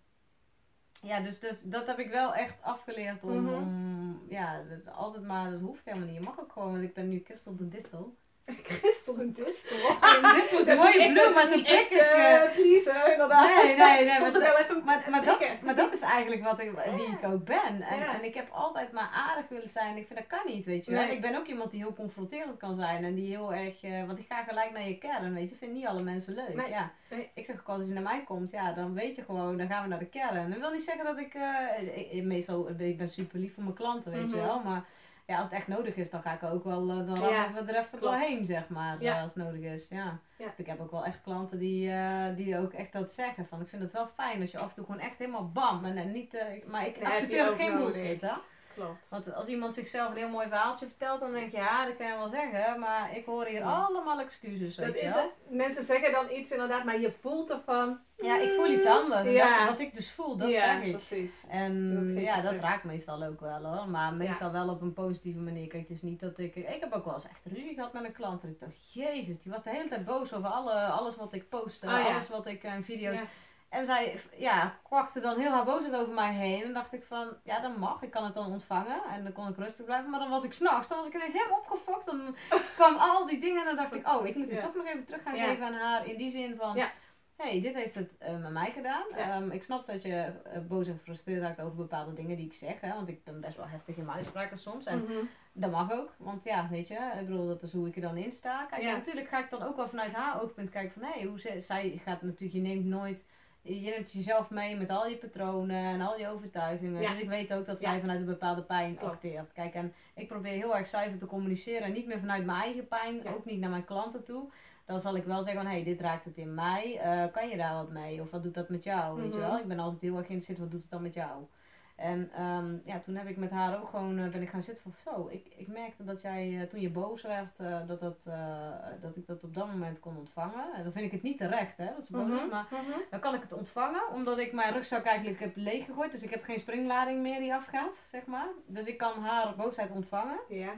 Speaker 1: ja, dus, dus dat heb ik wel echt afgeleerd om, mm-hmm. om ja, dat, altijd maar, dat hoeft helemaal niet. Je mag ook gewoon, want ik ben nu Christel de Distel.
Speaker 2: Christel en Distel.
Speaker 1: En Distel is een mooie bloem, maar ze prikken.
Speaker 2: Uh, please, inderdaad.
Speaker 1: Nee, nee, nee.
Speaker 2: Soms
Speaker 1: maar,
Speaker 2: wel even
Speaker 1: maar, maar, dat, maar dat is eigenlijk wat ik, wie ik ook ben. En,
Speaker 2: ja.
Speaker 1: en ik heb altijd maar aardig willen zijn. Ik vind dat kan niet, weet je wel. Nee. Ik ben ook iemand die heel confronterend kan zijn. En die heel erg, uh, want ik ga gelijk naar je kern, weet je. Ik vind niet alle mensen leuk.
Speaker 2: Nee.
Speaker 1: Ja.
Speaker 2: Nee.
Speaker 1: Ik zeg ook als je naar mij komt, ja, dan weet je gewoon, dan gaan we naar de kern. Dat wil niet zeggen dat ik, uh, ik meestal, ik ben super lief voor mijn klanten, weet mm-hmm. je wel. Maar ja, als het echt nodig is, dan ga ik ook wel, uh, dan rammen ja, we er even klopt. doorheen, zeg maar, ja. uh, als het nodig is. Ja. Ja. Ik heb ook wel echt klanten die, uh, die ook echt dat zeggen. Van, ik vind het wel fijn als je af en toe gewoon echt helemaal bam. En, en niet, uh, maar ik
Speaker 2: ja,
Speaker 1: accepteer ook geen bullshit, hè.
Speaker 2: Klopt.
Speaker 1: Want als iemand zichzelf een heel mooi verhaaltje vertelt, dan denk je, ja, dat kan je wel zeggen. Maar ik hoor hier ja. allemaal excuses, weet
Speaker 2: dat
Speaker 1: je
Speaker 2: is
Speaker 1: wel.
Speaker 2: Het. Mensen zeggen dan iets inderdaad, maar je voelt ervan.
Speaker 1: Ja, ik voel iets anders.
Speaker 2: Ja.
Speaker 1: Dat, wat ik dus voel, dat
Speaker 2: ja,
Speaker 1: zeg ik.
Speaker 2: Precies.
Speaker 1: En dat ja, dat terug. raakt meestal ook wel hoor. Maar meestal ja. wel op een positieve manier. Kijk, het is niet dat ik... Ik heb ook wel eens echt ruzie gehad met een klant. En ik dacht, jezus, die was de hele tijd boos over alle, alles wat ik postte. Oh, alles ja. wat ik in uh, video's... Ja. En zij ja, kwakte dan heel haar boosheid over mij heen. En dacht ik van, ja dat mag, ik kan het dan ontvangen. En dan kon ik rustig blijven. Maar dan was ik 's nachts, dan was ik ineens helemaal opgefokt. Dan kwam al die dingen en dan dacht ik, oh ik moet het ja. toch nog even terug gaan ja. geven aan haar. In die zin van, ja. hé, hey, dit heeft het uh, met mij gedaan. Ja. Um, ik snap dat je uh, boos en gefrustreerd raakt over bepaalde dingen die ik zeg. Hè, want ik ben best wel heftig in mijn uitspraken soms. En mm-hmm. dat mag ook. Want ja, weet je, ik bedoel, dat is hoe ik er dan in sta. Kijk, ja. en natuurlijk ga ik dan ook wel vanuit haar oogpunt kijken van, hé, hey, hoe ze, zij gaat natuurlijk, je neemt nooit... Je neemt jezelf mee met al je patronen en al je overtuigingen. Ja. Dus ik weet ook dat zij ja. vanuit een bepaalde pijn Klopt. acteert. Kijk, en ik probeer heel erg zuiver te communiceren. Niet meer vanuit mijn eigen pijn. Ja. Ook niet naar mijn klanten toe. Dan zal ik wel zeggen van, hé, hey, dit raakt het in mij. Uh, kan je daar wat mee? Of wat doet dat met jou? Mm-hmm. Weet je wel? Ik ben altijd heel erg geïnteresseerd. Wat doet het dan met jou? En um, ja, toen heb ik met haar ook gewoon, uh, ben ik gaan zitten van zo. Ik, ik merkte dat jij, uh, toen je boos werd, uh, dat, dat, uh, dat ik dat op dat moment kon ontvangen. En dan vind ik het niet terecht, hè, dat ze boos
Speaker 2: mm-hmm.
Speaker 1: is. Maar
Speaker 2: mm-hmm.
Speaker 1: dan kan ik het ontvangen, omdat ik mijn rugzak eigenlijk heb leeggegooid. Dus ik heb geen springlading meer die afgaat, zeg maar. Dus ik kan haar boosheid ontvangen.
Speaker 2: Ja.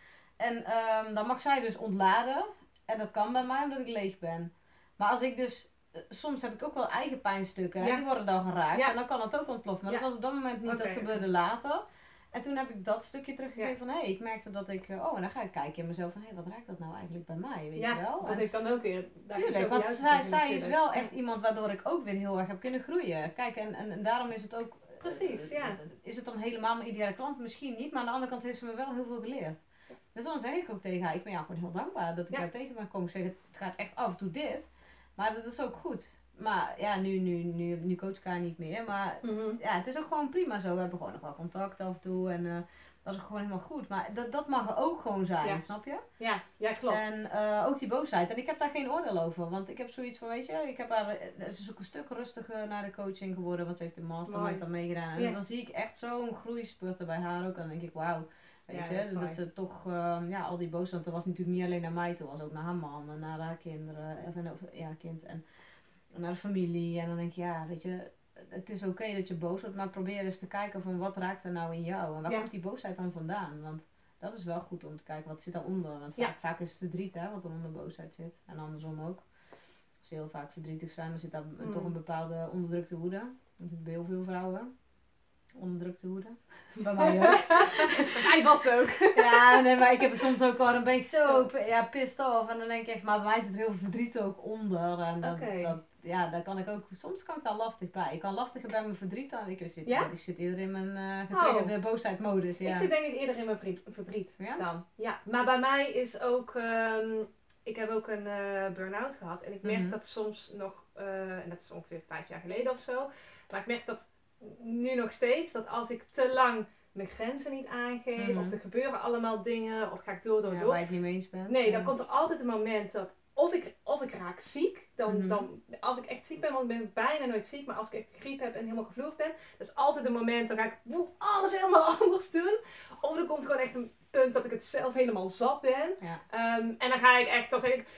Speaker 1: En um, dan mag zij dus ontladen. En dat kan bij mij, omdat ik leeg ben. Maar als ik dus... Soms heb ik ook wel eigen pijnstukken. Ja. Die worden dan geraakt. Ja. En dan kan het ook ontploffen. Maar ja. dat was op dat moment niet. Okay. Dat gebeurde later. En toen heb ik dat stukje teruggegeven ja. van... Hé, hey, ik merkte dat ik... Oh, en dan ga ik kijken in mezelf van... Hé, hey, wat raakt dat nou eigenlijk bij mij? Weet
Speaker 2: ja,
Speaker 1: je wel?
Speaker 2: dat
Speaker 1: en
Speaker 2: heeft dan ook weer...
Speaker 1: Tuurlijk, want zij, zij is wel echt iemand waardoor ik ook weer heel erg heb kunnen groeien. Kijk, en, en, en daarom is het ook...
Speaker 2: Precies, uh, ja.
Speaker 1: Is het dan helemaal mijn ideale klant? Misschien niet. Maar aan de andere kant heeft ze me wel heel veel geleerd. Dus dan zeg ik ook tegen haar... Ik ben jou gewoon heel dankbaar dat ik ja. jou tegen ben komen zeggen... Het gaat echt af en toe dit. Maar dat is ook goed. Maar ja, nu, nu, nu, nu coach ik haar niet meer. Maar
Speaker 2: mm-hmm.
Speaker 1: ja, het is ook gewoon prima zo. We hebben gewoon nog wel contact af en toe. En uh, dat is gewoon helemaal goed. Maar dat, dat mag er ook gewoon zijn,
Speaker 2: ja.
Speaker 1: snap je?
Speaker 2: Ja, ja klopt.
Speaker 1: En uh, ook die boosheid. En ik heb daar geen oordeel over. Want ik heb zoiets van, weet je, ik heb haar, ze is ook een stuk rustiger naar de coaching geworden. Want ze heeft de mastermind dan meegedaan. En ja. dan zie ik echt zo'n groeispurten bij haar ook. En dan denk ik, wauw. Weet ja, je, dat, dat ze toch, uh, ja, al die boosheid. Want dat was natuurlijk niet alleen naar mij toe. was ook naar haar man en naar haar kinderen. En, ja, kind en... naar de familie en dan denk je, ja, weet je, het is oké okay dat je boos wordt, maar probeer eens te kijken van wat raakt er nou in jou en waar ja. komt die boosheid dan vandaan, want dat is wel goed om te kijken, wat zit daaronder, want vaak, ja. vaak is het verdriet, hè, wat er onder boosheid zit en andersom ook. Als ze heel vaak verdrietig zijn, dan zit daar mm. toch een bepaalde onderdrukte woede, dat zit bij heel veel vrouwen. Onderdrukte woede. Bij mij ook.
Speaker 2: Hij vast ook.
Speaker 1: Ja, nee, maar ik heb er soms ook wel, dan ben ik zo ja, pissed off. En dan denk ik echt, maar bij mij zit er heel veel verdriet ook onder. En dat,
Speaker 2: okay.
Speaker 1: dat, ja, daar kan ik ook, soms kan ik daar lastig bij. Ik kan lastiger bij mijn verdriet dan. Ik zit,
Speaker 2: ja?
Speaker 1: ik zit eerder in mijn uh, getriggerde oh. boosheidmodus. Ja.
Speaker 2: Ik zit denk ik eerder in mijn verdriet, verdriet
Speaker 1: ja?
Speaker 2: dan. Ja, maar bij mij is ook, um, ik heb ook een uh, burn-out gehad. En ik merk mm-hmm. dat soms nog, uh, en dat is ongeveer vijf jaar geleden of zo. Maar ik merk dat nu nog steeds, dat als ik te lang mijn grenzen niet aangeef, mm-hmm. of er gebeuren allemaal dingen, of ga ik door, door,
Speaker 1: ja,
Speaker 2: door.
Speaker 1: waar je het niet mee eens bent.
Speaker 2: Nee, dan komt er altijd een moment dat, of ik, of ik raak ziek, dan, mm-hmm. dan, als ik echt ziek ben, want ik ben bijna nooit ziek, maar als ik echt griep heb en helemaal gevloerd ben, dat is altijd een moment, dan ga ik woe, alles helemaal anders doen. Of er komt gewoon echt een punt dat ik het zelf helemaal zat ben.
Speaker 1: Ja.
Speaker 2: Um, en dan ga ik echt, dan zeg ik,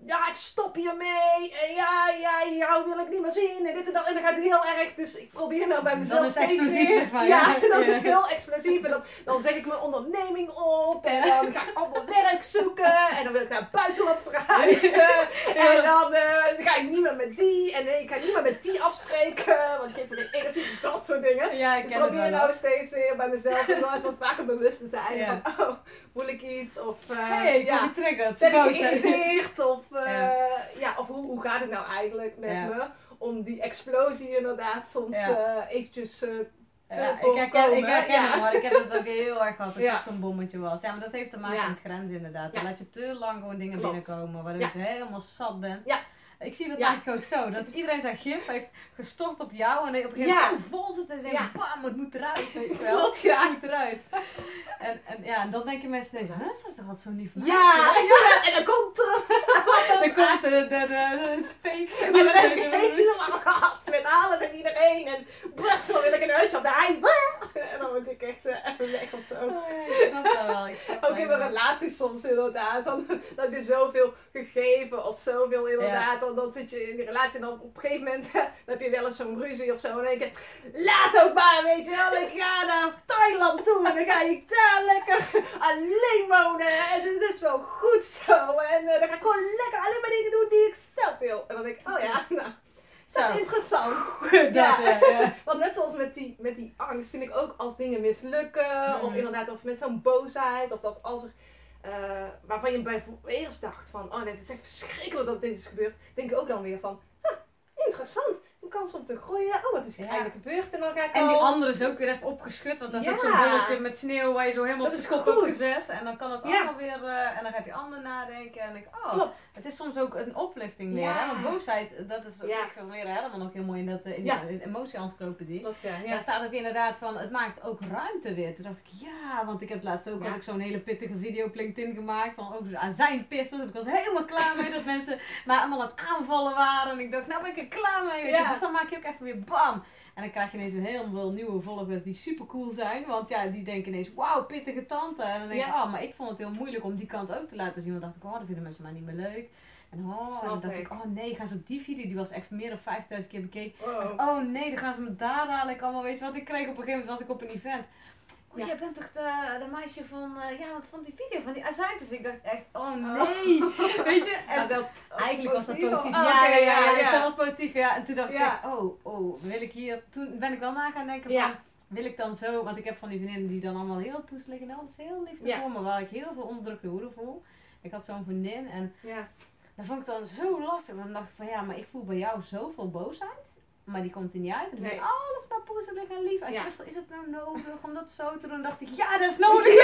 Speaker 2: ja, ik stop hiermee. En ja, ja, jou wil ik niet meer zien. En dit en dat. En dan gaat het heel erg. Dus ik probeer nou bij mezelf
Speaker 1: steeds explosief,
Speaker 2: weer.
Speaker 1: zeg maar.
Speaker 2: Ja,
Speaker 1: Ja,
Speaker 2: dat is
Speaker 1: ja.
Speaker 2: heel explosief. En dan, dan zeg ik mijn onderneming op. En dan ga ik ander werk zoeken. En dan wil ik naar het buitenland verhuizen. En dan uh, ga ik niet meer met die. En nee, ik ga niet meer met die afspreken. Want die geeft me geen energie. Dat soort dingen.
Speaker 1: Ja, ik
Speaker 2: Ik
Speaker 1: ken het
Speaker 2: probeer
Speaker 1: wel.
Speaker 2: nou steeds weer bij mezelf om het wat vaker bewust te zijn.
Speaker 1: Ja.
Speaker 2: Van, oh, voel ik iets? Of uh,
Speaker 1: Hey, ik ben
Speaker 2: ja,
Speaker 1: getriggerd.
Speaker 2: ben ik
Speaker 1: Boos zijn.
Speaker 2: geïrriteerd? Of, uh,
Speaker 1: Ja.
Speaker 2: ja, of hoe, hoe gaat het nou eigenlijk met
Speaker 1: Ja.
Speaker 2: me? Om die explosie inderdaad soms
Speaker 1: Ja.
Speaker 2: uh, eventjes uh, te
Speaker 1: Ja, ik
Speaker 2: voorkomen.
Speaker 1: herken, ik herken
Speaker 2: ja.
Speaker 1: het, maar ik heb het ook heel erg gehad dat
Speaker 2: Ja.
Speaker 1: ik zo'n bommetje was. Ja, maar dat heeft te maken
Speaker 2: Ja.
Speaker 1: met grenzen inderdaad. Dan
Speaker 2: Ja.
Speaker 1: laat je te lang gewoon dingen
Speaker 2: Klopt.
Speaker 1: binnenkomen, waardoor
Speaker 2: Ja.
Speaker 1: je helemaal zat bent.
Speaker 2: Ja.
Speaker 1: Ik zie dat
Speaker 2: Ja.
Speaker 1: eigenlijk ook zo, dat iedereen zijn gif heeft gestort op jou en dat je op een gegeven
Speaker 2: Ja.
Speaker 1: moment zo vol zit en je denkt,
Speaker 2: Ja.
Speaker 1: bam, het moet eruit, weet je wel.
Speaker 2: Klopt, ja.
Speaker 1: Het moet eruit. En, en ja, en dan denken mensen ineens, huh, ze is toch wat zo lief meisje?
Speaker 2: Ja, ja, en dan komt er.
Speaker 1: Dan komt de, de, de, de fakes.
Speaker 2: En dan heb ik helemaal gehad met alles en iedereen. En bleh, dan wil ik een uitje op de ei. Bleh. En dan moet ik echt uh, even weg of zo.
Speaker 1: Oh, ja, ik snap dat wel. Ik snap
Speaker 2: Ook in mijn relaties soms inderdaad. Dan, dan heb je zoveel gegeven of zoveel inderdaad. Dan, dan zit je in die relatie en dan op een gegeven moment dan heb je wel eens zo'n ruzie of zo. En dan denk je, laat ook maar, weet je wel. Ik ga naar Thailand toe en dan ga ik daar lekker alleen wonen. En het is wel goed zo. En uh, dan ga ik gewoon lekker alleen maar dingen doen die ik zelf wil. En dan denk ik, oh ja, nou, dat
Speaker 1: Zo.
Speaker 2: is interessant.
Speaker 1: dat,
Speaker 2: Ja.
Speaker 1: ja, ja.
Speaker 2: Want net zoals met die, met die angst vind ik ook als dingen mislukken,
Speaker 1: Mhm.
Speaker 2: of inderdaad, of met zo'n boosheid, of dat als er, uh, waarvan je bij eerst dacht van, oh nee, het is echt verschrikkelijk dat dit is gebeurd, denk ik ook dan weer van, ah, interessant, een kans om te groeien, oh wat is er
Speaker 1: Ja.
Speaker 2: eigenlijk gebeurd, en dan ga ik
Speaker 1: En die
Speaker 2: al...
Speaker 1: andere is ook weer even opgeschud, want dat is
Speaker 2: Ja.
Speaker 1: ook zo'n bolletje met sneeuw waar je zo helemaal
Speaker 2: Dat
Speaker 1: op de
Speaker 2: is
Speaker 1: kop hebt
Speaker 2: goed.
Speaker 1: gezet. En dan kan het
Speaker 2: Ja.
Speaker 1: allemaal weer, uh, en dan gaat die ander nadenken en ik, oh,
Speaker 2: Klopt.
Speaker 1: het is soms ook een opluchting meer.
Speaker 2: Ja.
Speaker 1: Hè? Want boosheid, dat is,
Speaker 2: Ja.
Speaker 1: ik vind weer helemaal nog heel mooi in, dat, uh, in
Speaker 2: Ja.
Speaker 1: die emotie-encyclopedie.
Speaker 2: Klopt, ja.
Speaker 1: Daar
Speaker 2: Ja.
Speaker 1: staat ook inderdaad van, het maakt ook ruimte weer. Toen dacht ik, ja, want ik heb laatst ook
Speaker 2: Ja.
Speaker 1: had ik zo'n hele pittige video op LinkedIn gemaakt van over de azijnpissers. Ik was helemaal klaar mee dat mensen maar allemaal aan het aanvallen waren. En ik dacht, nou ben ik er klaar mee, weet je.
Speaker 2: Ja.
Speaker 1: Dus dan maak je ook even weer bam. En dan krijg je ineens een heel veel nieuwe volgers die super cool zijn. Want ja, die denken ineens, wauw, pittige tante. En dan denk ik,
Speaker 2: Ja.
Speaker 1: oh, maar ik vond het heel moeilijk om die kant ook te laten zien. Want dacht ik, oh, dat vinden mensen maar niet meer leuk. En oh, en
Speaker 2: Snap
Speaker 1: dan dacht
Speaker 2: ik.
Speaker 1: ik, oh nee, gaan ze op die video, die was echt meer dan vijftigduizend keer bekeken.
Speaker 2: Wow.
Speaker 1: Oh nee, dan gaan ze me daar dadelijk allemaal, weet je wat ik kreeg op een gegeven moment was ik op een event. Oh,
Speaker 2: Ja.
Speaker 1: jij bent toch de, de meisje van, uh, ja, wat van die video, van die azijpers. Ik dacht echt, oh nee,
Speaker 2: Oh.
Speaker 1: weet je. En
Speaker 2: Ja, wel
Speaker 1: eigenlijk was dat positief.
Speaker 2: Oh,
Speaker 1: ja,
Speaker 2: oké,
Speaker 1: ja, ja,
Speaker 2: ja,
Speaker 1: ja,
Speaker 2: ja.
Speaker 1: dat was positief, ja. En toen dacht ik
Speaker 2: Ja.
Speaker 1: echt, oh, oh, wil ik hier, toen ben ik wel na gaan denken
Speaker 2: Ja.
Speaker 1: van, wil ik dan zo, want ik heb van die vriendinnen die dan allemaal heel poeselig en alles heel liefdevol,
Speaker 2: Ja.
Speaker 1: maar waar ik heel veel onderdrukte woede voel. Ik had zo'n vriendin en
Speaker 2: Ja.
Speaker 1: dat vond ik dan zo lastig, want dan dacht ik van ja, maar ik voel bij jou zoveel boosheid. Maar die komt er niet uit. En dan
Speaker 2: Nee.
Speaker 1: denk ik, oh, dat is maar poezelig en lief. En
Speaker 2: Ja.
Speaker 1: Christel, is het nou nodig om dat zo te doen? En dacht ik, ja, dat is nodig.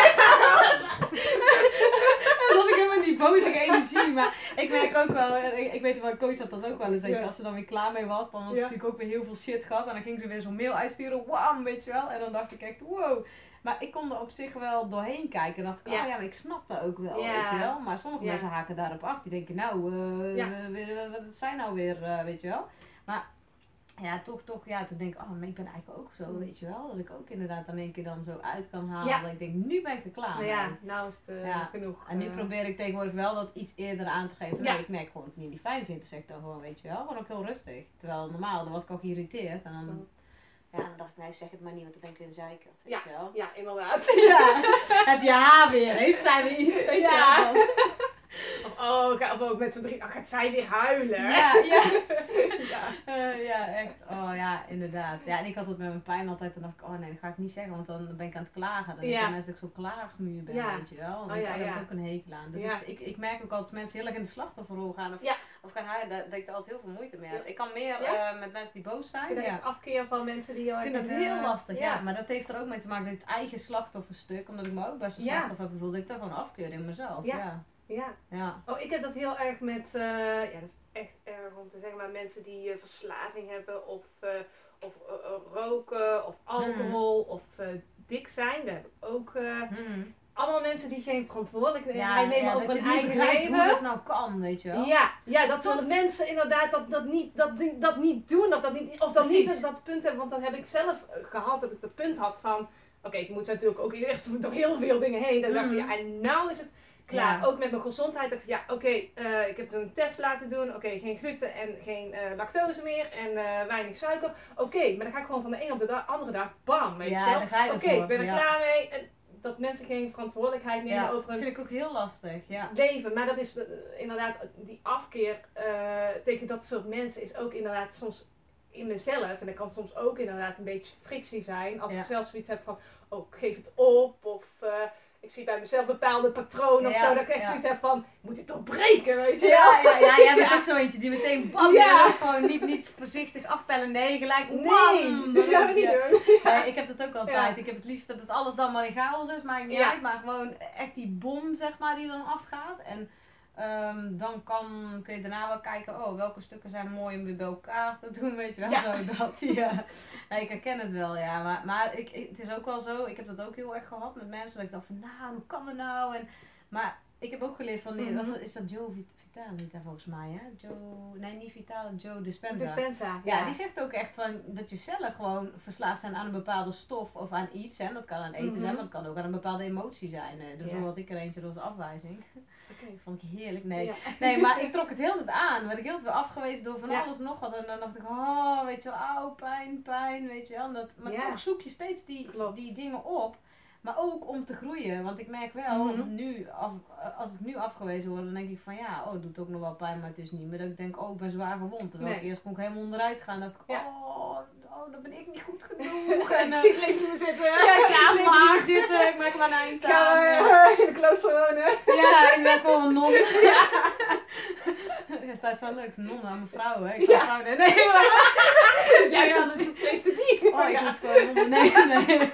Speaker 1: En dan zat ik helemaal in die bozige energie. Maar ik merk ook wel, ik, ik weet wel, Koos had dat ook wel eens. Weet je,
Speaker 2: Ja.
Speaker 1: als ze dan weer klaar mee was, dan was
Speaker 2: Ja.
Speaker 1: ze natuurlijk ook weer heel veel shit gehad. En dan ging ze weer zo'n mail uitsturen, wam, weet je wel. En dan dacht ik echt, wow. Maar ik kon er op zich wel doorheen kijken. En dacht ik,
Speaker 2: Ja.
Speaker 1: oh ja, maar ik snap dat ook wel,
Speaker 2: Ja.
Speaker 1: weet je wel. Maar sommige
Speaker 2: Ja.
Speaker 1: mensen haken daarop af. Die denken, nou, eh,
Speaker 2: Ja.
Speaker 1: we- we- wat zijn nou weer, eh, weet je wel. Maar ja, toch, toch, ja, toen denk ik, oh, maar ik ben eigenlijk ook zo,
Speaker 2: Mm.
Speaker 1: weet je wel. Dat ik ook inderdaad dan één keer dan zo uit kan halen.
Speaker 2: Ja.
Speaker 1: Dat ik denk, nu ben ik er klaar
Speaker 2: Nou
Speaker 1: mee.
Speaker 2: ja, nou is het uh,
Speaker 1: Ja.
Speaker 2: genoeg.
Speaker 1: En nu
Speaker 2: uh,
Speaker 1: probeer ik tegenwoordig wel dat iets eerder aan te geven.
Speaker 2: Ja.
Speaker 1: Nee, ik merk gewoon dat ik niet die fijn vind, zeg ik dan gewoon, weet je wel. Gewoon ook heel rustig. Terwijl normaal, dan was ik al geïrriteerd. En dan,
Speaker 2: Klopt.
Speaker 1: ja, dan dacht ik, nee, zeg het maar niet, want dan ben ik weer een zeikert, weet
Speaker 2: Ja.
Speaker 1: je wel.
Speaker 2: Ja, inderdaad.
Speaker 1: Ja, heb je haar weer? Heeft zij weer iets? Weet
Speaker 2: Ja.
Speaker 1: je wel?
Speaker 2: Of, oh, ga- of ook met verdriet. Oh, gaat zij weer huilen?
Speaker 1: Ja, ja.
Speaker 2: Ja.
Speaker 1: Eh, ja, echt. Oh ja, inderdaad. Ja, en ik had het met mijn pijn altijd. Dan dacht ik, oh nee, dat ga ik niet zeggen, want dan ben ik aan het klagen. Dan
Speaker 2: Ja.
Speaker 1: denken mensen dat ik zo klaagmuur ben,
Speaker 2: Ja.
Speaker 1: weet je wel. Dan
Speaker 2: Oh,
Speaker 1: heb
Speaker 2: ja,
Speaker 1: ik
Speaker 2: ja.
Speaker 1: ook een hekel aan. Dus
Speaker 2: Ja.
Speaker 1: ik, ik, ik merk ook altijd als mensen heel erg in de slachtofferrol gaan of,
Speaker 2: Ja.
Speaker 1: of gaan huilen, dat, dat ik er altijd heel veel moeite mee heb.
Speaker 2: Ja.
Speaker 1: Ik kan meer
Speaker 2: Ja.
Speaker 1: eh, met mensen die boos
Speaker 2: Ik
Speaker 1: zijn.
Speaker 2: vind
Speaker 1: Ja.
Speaker 2: echt afkeer van mensen die heel
Speaker 1: Ik
Speaker 2: erg
Speaker 1: vind dat
Speaker 2: in,
Speaker 1: heel
Speaker 2: uh,
Speaker 1: lastig, ja.
Speaker 2: ja.
Speaker 1: Maar dat heeft er ook mee te maken dat ik het eigen slachtofferstuk, omdat ik me ook best een
Speaker 2: Ja.
Speaker 1: slachtoffer heb gevoeld, dat ik dat gewoon afkeur in mezelf.
Speaker 2: Ja.
Speaker 1: Ja.
Speaker 2: Ja.
Speaker 1: Ja.
Speaker 2: Oh, ik heb dat heel erg met, uh, ja, dat is echt erg om te zeggen, maar mensen die uh, verslaving hebben of, uh, of uh, uh, roken of alcohol of uh, dik zijn, dat heb ik ook. Uh,
Speaker 1: Hmm.
Speaker 2: allemaal mensen die geen verantwoordelijkheid
Speaker 1: Ja,
Speaker 2: nemen
Speaker 1: ja,
Speaker 2: over
Speaker 1: dat je
Speaker 2: hun
Speaker 1: niet
Speaker 2: eigen
Speaker 1: begrijpt
Speaker 2: leven.
Speaker 1: hoe dat nou kan, weet je wel.
Speaker 2: Ja, ja, dat
Speaker 1: Tot-
Speaker 2: soort mensen inderdaad dat, dat, niet, dat, niet- dat niet doen of dat niet, of dat, niet
Speaker 1: Precies.
Speaker 2: dat, dat punt hebben. Want dan heb ik zelf uh, gehad dat ik dat punt had van, oké, ik moet natuurlijk ook eerst door heel veel dingen heen. Dan dacht ik,
Speaker 1: Mhm.
Speaker 2: ja, en nou is het klaar. Ja. Ook met mijn gezondheid dacht ik, ja, oké, okay, uh, ik heb toen een test laten doen. Oké, okay, geen gluten en geen uh, lactose meer en uh, weinig suiker. Oké, okay, maar dan ga ik gewoon van de een op de da- andere dag, bam, weet
Speaker 1: ja,
Speaker 2: je wel.
Speaker 1: Oké, okay,
Speaker 2: ik ben er ja. klaar mee. En dat mensen geen verantwoordelijkheid nemen
Speaker 1: ja,
Speaker 2: over hun
Speaker 1: vind ik ook heel lastig, ja.
Speaker 2: leven. Maar dat is uh, inderdaad, die afkeer uh, tegen dat soort mensen is ook inderdaad soms in mezelf. En dat kan soms ook inderdaad een beetje frictie zijn. Als ja. ik zelf zoiets heb van, oh, ik geef het op. Of uh, ik zie bij mezelf bepaalde patronen of ja, zo. Dat ik echt ja. zoiets heb van, moet dit toch breken, weet je wel?
Speaker 1: Ja, ja, ja, jij bent ja. ook zo eentje die meteen bam, ja. en gewoon niet, niet voorzichtig afpellen. Nee, gelijk wam.
Speaker 2: Nee, dat gaan we niet
Speaker 1: ja.
Speaker 2: doen. Ja.
Speaker 1: Nee, ik heb dat ook altijd. Ja. Ik heb het liefst dat het alles dan maar in chaos is. Maakt niet ja. uit. Maar gewoon echt die bom, zeg maar, die dan afgaat. En Um, dan kan, kun je daarna wel kijken, oh, welke stukken zijn mooi om weer bij elkaar te doen, weet je wel, ja. zo dat, ja. Nee, ik herken het wel, ja, maar, maar ik, ik, het is ook wel zo, ik heb dat ook heel erg gehad met mensen, dat ik dacht van, nou, hoe kan dat nou, en, maar ik heb ook geleerd van, die, mm-hmm. was, is dat Joe Vitale volgens mij, hè, Joe, nee, niet Vitale, Joe Dispenza.
Speaker 2: Dispenza,
Speaker 1: ja.
Speaker 2: ja.
Speaker 1: Die zegt ook echt van, dat je cellen gewoon verslaafd zijn aan een bepaalde stof of aan iets, hè, dat kan aan eten mm-hmm. zijn, maar dat kan ook aan een bepaalde emotie zijn, dus ja. bijvoorbeeld ik er eentje, dat was afwijzing. Okay. Vond ik heerlijk. Nee. Ja. nee, maar ik trok het heel de tijd aan. Werd ik heel veel afgewezen door van ja. alles nog wat. En dan dacht ik, oh, weet je wel, auw, pijn, pijn, weet je wel. Dat, maar ja. toch zoek je steeds die, die dingen op. Maar ook om te groeien. Want ik merk wel, mm-hmm. nu, af, als ik nu afgewezen word, dan denk ik van ja, oh, het doet ook nog wel pijn, maar het is niet meer dat ik denk, oh, ik ben zwaar gewond. Terwijl nee. ik eerst kon ik helemaal onderuit gaan. dacht ik, ja. oh, oh, dan ben ik niet goed genoeg. En,
Speaker 2: uh, ik zie het leven me zitten.
Speaker 1: Ja, ik zie het leven me zitten. Ik maak maar een eind aan.
Speaker 2: Gaan we uh, in de klooster wonen.
Speaker 1: Ja, ik ben gewoon een non. Ja. Ja, dat is wel leuk. Een non aan mijn vrouw, hè. Ik
Speaker 2: ja.
Speaker 1: vrouw, nee, nee. Maar...
Speaker 2: Dus jij had het place to be.
Speaker 1: Oh, ik moet gewoon non. Nee, nee.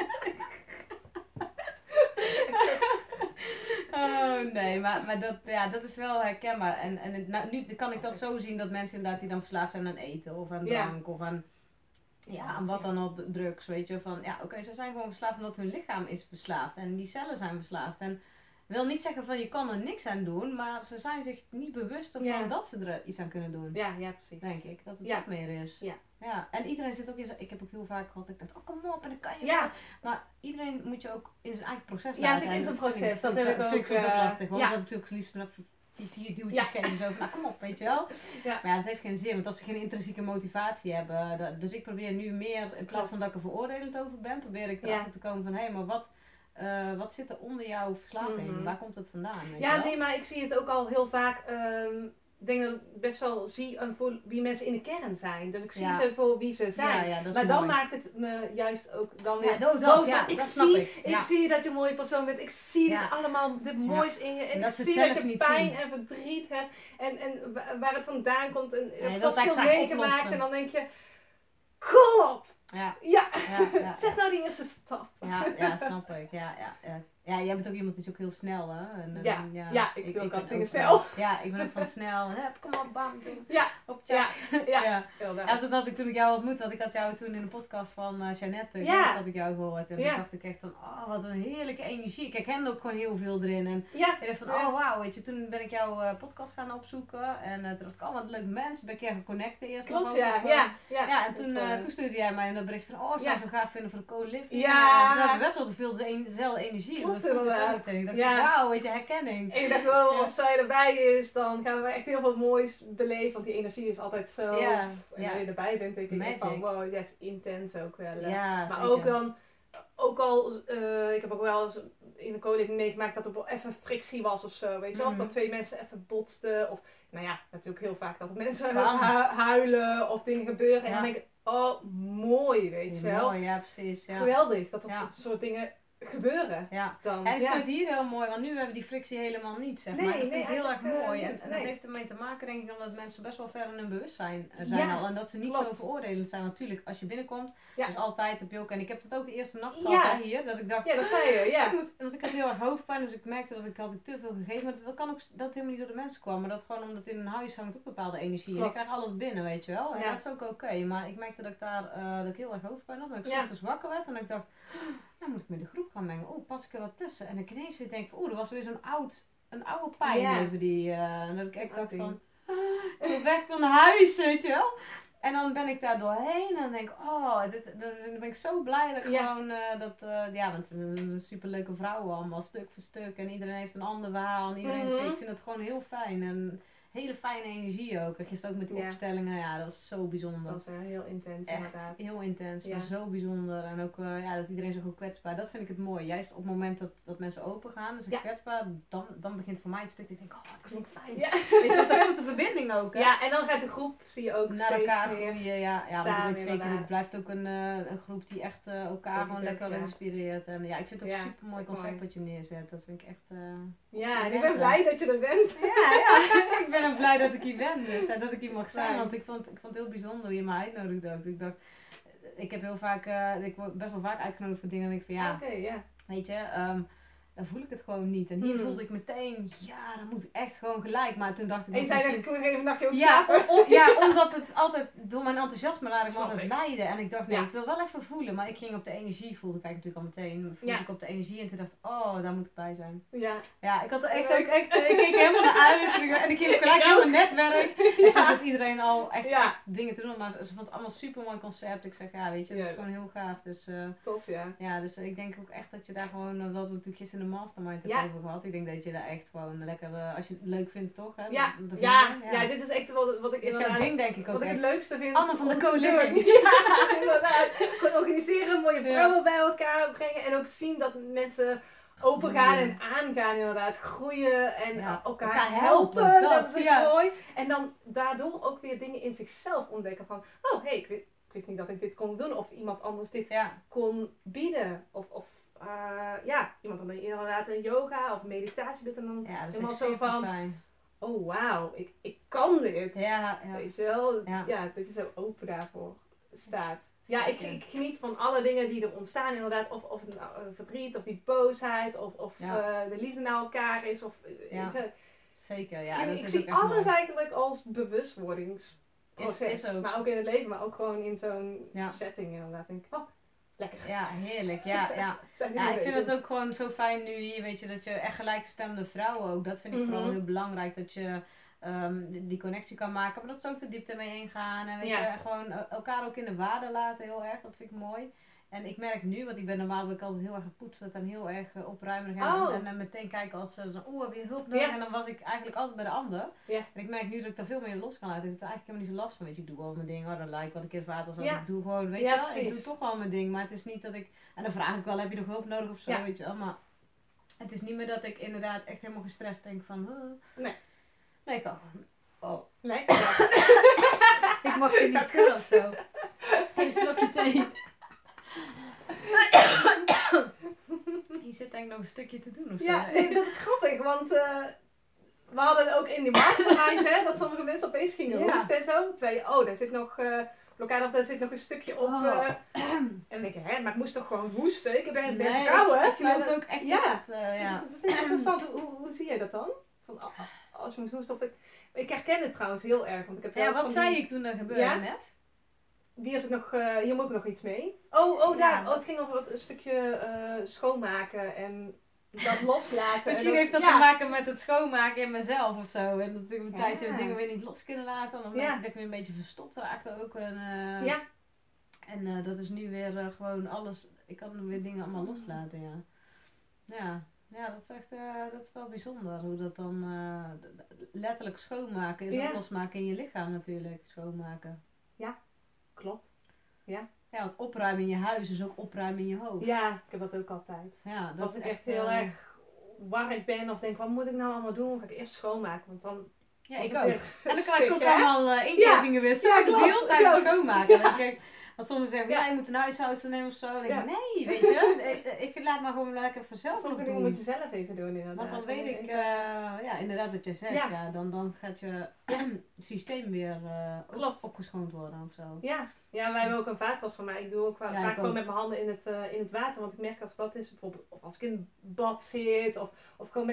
Speaker 1: Oh nee, maar, maar dat, ja, dat is wel herkenbaar. En, en het, nou, nu kan ik dat zo zien dat mensen inderdaad die dan verslaafd zijn aan eten of aan drank ja. of aan, ja, aan wat dan ook, drugs, weet je. Van ja, oké, okay, ze zijn gewoon verslaafd omdat hun lichaam is verslaafd en die cellen zijn verslaafd. En wil niet zeggen van je kan er niks aan doen, maar ze zijn zich niet bewust ervan ja. dat ze er iets aan kunnen doen.
Speaker 2: Ja, ja, precies.
Speaker 1: Denk ik, dat het
Speaker 2: ja.
Speaker 1: dat meer is.
Speaker 2: Ja.
Speaker 1: Ja, en iedereen zit ook in zijn, ik heb ook heel vaak gehad, ik dacht, oh kom op, en dan kan je
Speaker 2: ja.
Speaker 1: wel. Maar iedereen moet je ook in zijn eigen proces
Speaker 2: ja,
Speaker 1: laten.
Speaker 2: Ja, in zijn proces, dat,
Speaker 1: dat
Speaker 2: heb ik ook.
Speaker 1: vind ik soms
Speaker 2: uh,
Speaker 1: ook lastig, want
Speaker 2: ja.
Speaker 1: dat heb ik natuurlijk liefst vanaf vier, vier duwtjes ja. geven, zo van, nou kom op, weet je wel. Ja. Maar ja, dat heeft geen zin, want als ze geen intrinsieke motivatie hebben, dat, dus ik probeer nu meer, in plaats van dat ik er veroordelend over ben, probeer ik erachter ja. te komen van, hé, hey, maar wat... Uh, wat zit er onder jouw verslaving? Mm-hmm. Waar komt het vandaan? Weet
Speaker 2: ja,
Speaker 1: je wel?
Speaker 2: nee, maar ik zie het ook al heel vaak. Um, ik denk dat ik best wel zie um, voor wie mensen in de kern zijn. Dus ik zie ja. ze voor wie ze zijn. Ja, ja, dat is maar mooi. Dan maakt het me juist ook dan weer.
Speaker 1: Ja, dat, dat, ja,
Speaker 2: ik
Speaker 1: dat
Speaker 2: zie,
Speaker 1: snap ik. Ja.
Speaker 2: Ik zie dat je een mooie persoon bent. Ik zie ja. het allemaal, dit moois ja. in je. En dat ik zie dat je pijn zien. En verdriet hebt. En, en waar het vandaan komt. En je hebt vast veel meegemaakt. En dan denk je, kom op!
Speaker 1: Ja.
Speaker 2: Ja.
Speaker 1: Ja, ja,
Speaker 2: zet nou die eerste stap.
Speaker 1: Ja, ja, snap ik. Ja, ja, ja. Ja, jij bent ook iemand die is ook heel snel, hè? En,
Speaker 2: ja.
Speaker 1: En, ja,
Speaker 2: ja, ik, ik doe ook altijd dingen snel.
Speaker 1: Wel. Ja, ik ben ook van snel. Hup, kom op, bam, doen.
Speaker 2: Ja,
Speaker 1: op
Speaker 2: ja, ja.
Speaker 1: ja. En toen had ik toen ik jou ontmoette, had ik had jou toen in een podcast van uh, Jeannette,
Speaker 2: ja.
Speaker 1: dus had ik jou gehoord. En ja. toen dacht ik echt van, oh, wat een heerlijke energie. Ik herkende ook gewoon heel veel erin. En
Speaker 2: ja.
Speaker 1: ik dacht van, oh wauw, weet je, toen ben ik jouw uh, podcast gaan opzoeken. En uh, toen dacht ik, oh, wat leuk mensen. Ben ik jij geconnecten eerst.
Speaker 2: Klopt,
Speaker 1: nog
Speaker 2: ja.
Speaker 1: Op, uh,
Speaker 2: ja. Ja,
Speaker 1: ja. En toen, uh, toen stuurde jij mij een bericht van, oh, zou je ja. zo gaaf vinden voor de co-living.
Speaker 2: Ja.
Speaker 1: En toen hebben we best wel veel dezelfde energie.
Speaker 2: Klopt, dat inderdaad.
Speaker 1: Ik dacht, ja. wauw, weet je, herkenning.
Speaker 2: En ik dacht wel, ja. als zij erbij is, dan gaan we echt heel veel moois beleven. Want die energie is altijd zo.
Speaker 1: Ja.
Speaker 2: En ja. als je erbij bent, denk ik echt van, wow, dat is intens ook wel.
Speaker 1: Ja,
Speaker 2: maar
Speaker 1: zeker.
Speaker 2: ook dan, ook al, uh, ik heb ook wel eens in een co-living meegemaakt dat er wel even frictie was of zo, weet je wel. Mm-hmm. Of dat twee mensen even botsten. Of, nou ja, natuurlijk heel vaak dat mensen hu- huilen of dingen gebeuren. Ja. En dan denk ik, oh, mooi, weet je wel.
Speaker 1: Mooi, ja, precies. Ja.
Speaker 2: Geweldig dat dat
Speaker 1: ja.
Speaker 2: soort dingen gebeuren.
Speaker 1: Ja.
Speaker 2: Dan,
Speaker 1: en ik
Speaker 2: ja.
Speaker 1: vind het hier heel mooi, want nu hebben we die frictie helemaal niet, zeg
Speaker 2: nee,
Speaker 1: maar. Dat
Speaker 2: nee,
Speaker 1: vind ik heel erg mooi. En, en
Speaker 2: nee.
Speaker 1: dat heeft ermee te maken, denk ik, omdat mensen best wel ver in hun bewustzijn zijn
Speaker 2: ja,
Speaker 1: al. En dat ze niet
Speaker 2: klopt.
Speaker 1: zo veroordelend zijn. Natuurlijk, als je binnenkomt,
Speaker 2: ja.
Speaker 1: dus altijd heb je ook, en ik heb het ook de eerste nacht
Speaker 2: ja.
Speaker 1: gehad hè, hier, dat ik dacht,
Speaker 2: ja, dat zei je, ja.
Speaker 1: Ik moet, want ik had heel erg hoofdpijn, dus ik merkte dat ik had ik te veel gegeven. Maar dat kan ook dat het helemaal niet door de mensen kwam, maar dat gewoon omdat in een huis hangt ook bepaalde energie. Klopt. En ik krijg alles binnen, weet je wel. En ja. dat is ook oké. Okay. Maar ik merkte dat ik daar uh, dat ik heel erg hoofdpijn had. En ik ja. 's wakker werd en dat ik dacht, nou moet ik met de groep gaan mengen. Oh, pas ik er wat tussen. En ik ineens weer denk van, oeh, er was weer zo'n oud, een oude pijn ja. even die. Uh, en dat ik echt dacht van, ik wil weg van huis, weet je wel. En dan ben ik daar doorheen en dan denk ik, oh, dit, dan ben ik zo blij dat ik ja. gewoon, uh, dat, uh, ja, want ze zijn superleuke vrouwen allemaal, stuk voor stuk. En iedereen heeft een ander verhaal en iedereen, mm-hmm. ik vind het gewoon heel fijn. En hele fijne energie ook. Gisteren ook met die ja. opstellingen, ja, dat was zo bijzonder.
Speaker 2: Dat was uh, heel intens
Speaker 1: Echt,
Speaker 2: inderdaad.
Speaker 1: heel intens, ja. zo bijzonder. En ook uh, ja, dat iedereen zo goed kwetsbaar, dat vind ik het mooi. Juist op het moment dat, dat mensen open gaan, dus ja. kwetsbaar, dan, dan begint voor mij een stuk, ik denk, oh, dat vind ik fijn. Ja. Weet je wat, dan komt de verbinding ook, hè?
Speaker 2: Ja, en dan gaat de groep, zie je ook
Speaker 1: naar elkaar groeien, ja. Ja,
Speaker 2: samen,
Speaker 1: want ik weet zeker, het blijft ook een, uh, een groep die echt uh, elkaar dat gewoon lekker ja. inspireert. En ja, ik vind het ook een ja, super mooi concept mooi. Wat je neerzet. Dat vind ik echt... Uh,
Speaker 2: ja, en ik ben blij dat je er bent.
Speaker 1: Ja, ja. Ik ben ook blij dat ik hier ben, dus en dat ik hier mag zijn. Want ik vond, ik vond het heel bijzonder hoe je me uitnodigde ook. Ik dacht, ik heb heel vaak, uh, ik word best wel vaak uitgenodigd voor dingen en ik van ja,
Speaker 2: okay, yeah.
Speaker 1: weet je, um, dan voel ik het gewoon niet. En hier mm. voelde ik meteen, ja, dan moet ik echt gewoon gelijk. Maar toen dacht ik...
Speaker 2: En je zei dat ik even een nachtje ook
Speaker 1: ja,
Speaker 2: slapen.
Speaker 1: om, ja, omdat het altijd, door mijn enthousiasme laat ik me altijd leiden. En ik dacht, nee, ja. ik wil wel even voelen. Maar ik ging op de energie, voelde ik eigenlijk natuurlijk al meteen. Voelde ja. ik op de energie en toen dacht ik, oh, daar moet ik bij zijn.
Speaker 2: Ja.
Speaker 1: Ja, ik had er echt, ook echt, ik keek helemaal naar uit. En ik ging gelijk heel mijn netwerk. Ja. Het was dat iedereen al echt, ja. echt dingen te doen. Maar ze, ze vond het allemaal een super mooi concept. Ik zeg, ja, weet je, dat ja. is gewoon heel gaaf. Dus, uh,
Speaker 2: tof, ja.
Speaker 1: Ja, dus ik denk ook echt dat je daar gewoon, uh, wat we natuurlijk gisteren in de mastermind hebben ja. over gehad. Ik denk dat je daar echt gewoon lekker, uh, als je het leuk vindt toch, hè?
Speaker 2: Ja, de, de ja, ja. ja, dit is echt wat, wat ik
Speaker 1: is jouw ding denk ik ook
Speaker 2: wat
Speaker 1: echt.
Speaker 2: ik het leukste vind.
Speaker 1: Anne van de co-living.
Speaker 2: Ja, inderdaad. Gewoon organiseren, mooie vrouwen ja. bij elkaar brengen en ook zien dat mensen open gaan en aangaan inderdaad, groeien en ja. elkaar, elkaar helpen, helpen. Dat, dat is echt ja. mooi. En dan daardoor ook weer dingen in zichzelf ontdekken van, oh hé, hey, ik, ik wist niet dat ik dit kon doen of iemand anders dit ja. kon bieden of, of Uh, ja, iemand dan inderdaad een yoga of meditatie doet en dan
Speaker 1: ja,
Speaker 2: helemaal zo van, fijn. Oh wauw, ik, ik kan dit.
Speaker 1: Ja, ja.
Speaker 2: Weet je wel? Ja. ja, dat je zo open daarvoor staat. Ja, ik, ik geniet van alle dingen die er ontstaan inderdaad. Of, of een, een verdriet, of die boosheid, of, of ja. uh, de liefde naar elkaar is. Of,
Speaker 1: ja. je, Zeker, ja.
Speaker 2: En
Speaker 1: dat
Speaker 2: ik
Speaker 1: is
Speaker 2: zie alles mooi. Eigenlijk als bewustwordingsproces.
Speaker 1: Is, is ook.
Speaker 2: Maar ook in het leven, maar ook gewoon in zo'n ja. setting inderdaad. Denk ik, oh, lekker.
Speaker 1: Ja, heerlijk. Ja, ja. ja ik vind het ook gewoon zo fijn nu hier, weet je, dat je echt gelijkgestemde vrouwen ook, dat vind ik mm-hmm. vooral heel belangrijk, dat je um, die, die connectie kan maken, maar dat ze ook de diepte mee ingaan en weet ja. je, gewoon elkaar ook in de waarde laten heel erg, dat vind ik mooi. En ik merk nu, want ik ben normaal ben ik altijd heel erg gepoetst en heel erg uh, opruimen en, oh. en, en meteen kijken als ze uh, oeh, heb je hulp nodig? Ja. En dan was ik eigenlijk altijd bij de ander.
Speaker 2: Ja.
Speaker 1: En ik merk nu dat ik daar veel meer los kan laten. Ik heb er eigenlijk helemaal niet zo last van. Weet je, ik doe wel mijn ding, oh, dat lijkt wat ik in het water was. Ja. Ik doe gewoon, weet ja, je wel, precies. Ik doe toch wel mijn ding. Maar het is niet dat ik, en dan vraag ik wel, heb je nog hulp nodig of zo, ja. weet je wel. Maar het is niet meer dat ik inderdaad echt helemaal gestrest denk van, uh.
Speaker 2: nee.
Speaker 1: Nee, ik kan
Speaker 2: oh. Nee.
Speaker 1: Ik mag je niet schudden of zo. Even een slokje thee. Hier zit denk ik nog een stukje te doen of zo.
Speaker 2: Ja, nee, dat is grappig, want uh, we hadden ook in die mastermind, hè, dat sommige mensen opeens gingen ja. hoesten en zo. Toen zei je, oh, daar zit nog uh, blokkade of daar zit nog een stukje op. Uh, oh. En dan denk ik, hè, maar ik moest toch gewoon hoesten? Ik ben, ben
Speaker 1: nee,
Speaker 2: verkouden.
Speaker 1: Ik, ik geloof ook echt
Speaker 2: ja.
Speaker 1: dat, uh, ja.
Speaker 2: Dat vind ik interessant. Hoe, hoe zie jij dat dan? Van, als je moet hoesten of ik... Ik herken het trouwens heel erg, want ik heb wel
Speaker 1: ja, wat
Speaker 2: van
Speaker 1: zei
Speaker 2: die...
Speaker 1: ik toen er gebeurde ja? net?
Speaker 2: Die is ik nog, uh, hier moet ik nog iets mee. Oh, oh daar. Ja. Oh, het ging over wat, een stukje uh, schoonmaken en dat loslaten.
Speaker 1: Misschien
Speaker 2: en
Speaker 1: heeft dat
Speaker 2: ja.
Speaker 1: te maken met het schoonmaken in mezelf of zo. En dat ik een tijdje ja. dingen weer niet los kunnen laten. Dan merk ik dat ik weer een beetje verstopt raakte ook. En, uh,
Speaker 2: ja.
Speaker 1: En uh, dat is nu weer uh, gewoon alles. Ik kan weer dingen allemaal loslaten, ja. Ja. Ja, dat is echt uh, dat is wel bijzonder. Hoe dat dan uh, letterlijk schoonmaken is. Ja. Ook losmaken in je lichaam natuurlijk. Schoonmaken.
Speaker 2: Ja. Klopt. Ja.
Speaker 1: Ja, want opruimen in je huis is ook opruimen in je hoofd.
Speaker 2: Ja, ik heb dat ook altijd.
Speaker 1: Ja, dat
Speaker 2: Als
Speaker 1: is
Speaker 2: ik echt heel uh, erg warrig ben of denk, wat moet ik nou allemaal doen? Ga ik eerst schoonmaken, want dan...
Speaker 1: Ja, ik ook. En dan kan ik ook allemaal uh, ingevingen ja. weer zo ja, de heel tijd schoonmaken. Ja. Kijk, want sommigen zeggen, ja. ja, je moet een huishoudster nemen of zo. Dan denk ik, ja. nee, weet je. ik, ik laat maar gewoon lekker vanzelf
Speaker 2: Sommige dingen moet je zelf even doen inderdaad.
Speaker 1: Want dan weet ik, uh, ja, inderdaad wat jij zegt. Ja. Ja, dan, dan gaat je systeem weer uh, op, opgeschoond worden of zo.
Speaker 2: Ja. Ja, wij hebben ook een vaatwas van mij. Ik doe ook ja, vaak gewoon met mijn handen in het, uh, in het water. Want ik merk als dat is, bijvoorbeeld, of als ik in het bad zit, of, of gewoon met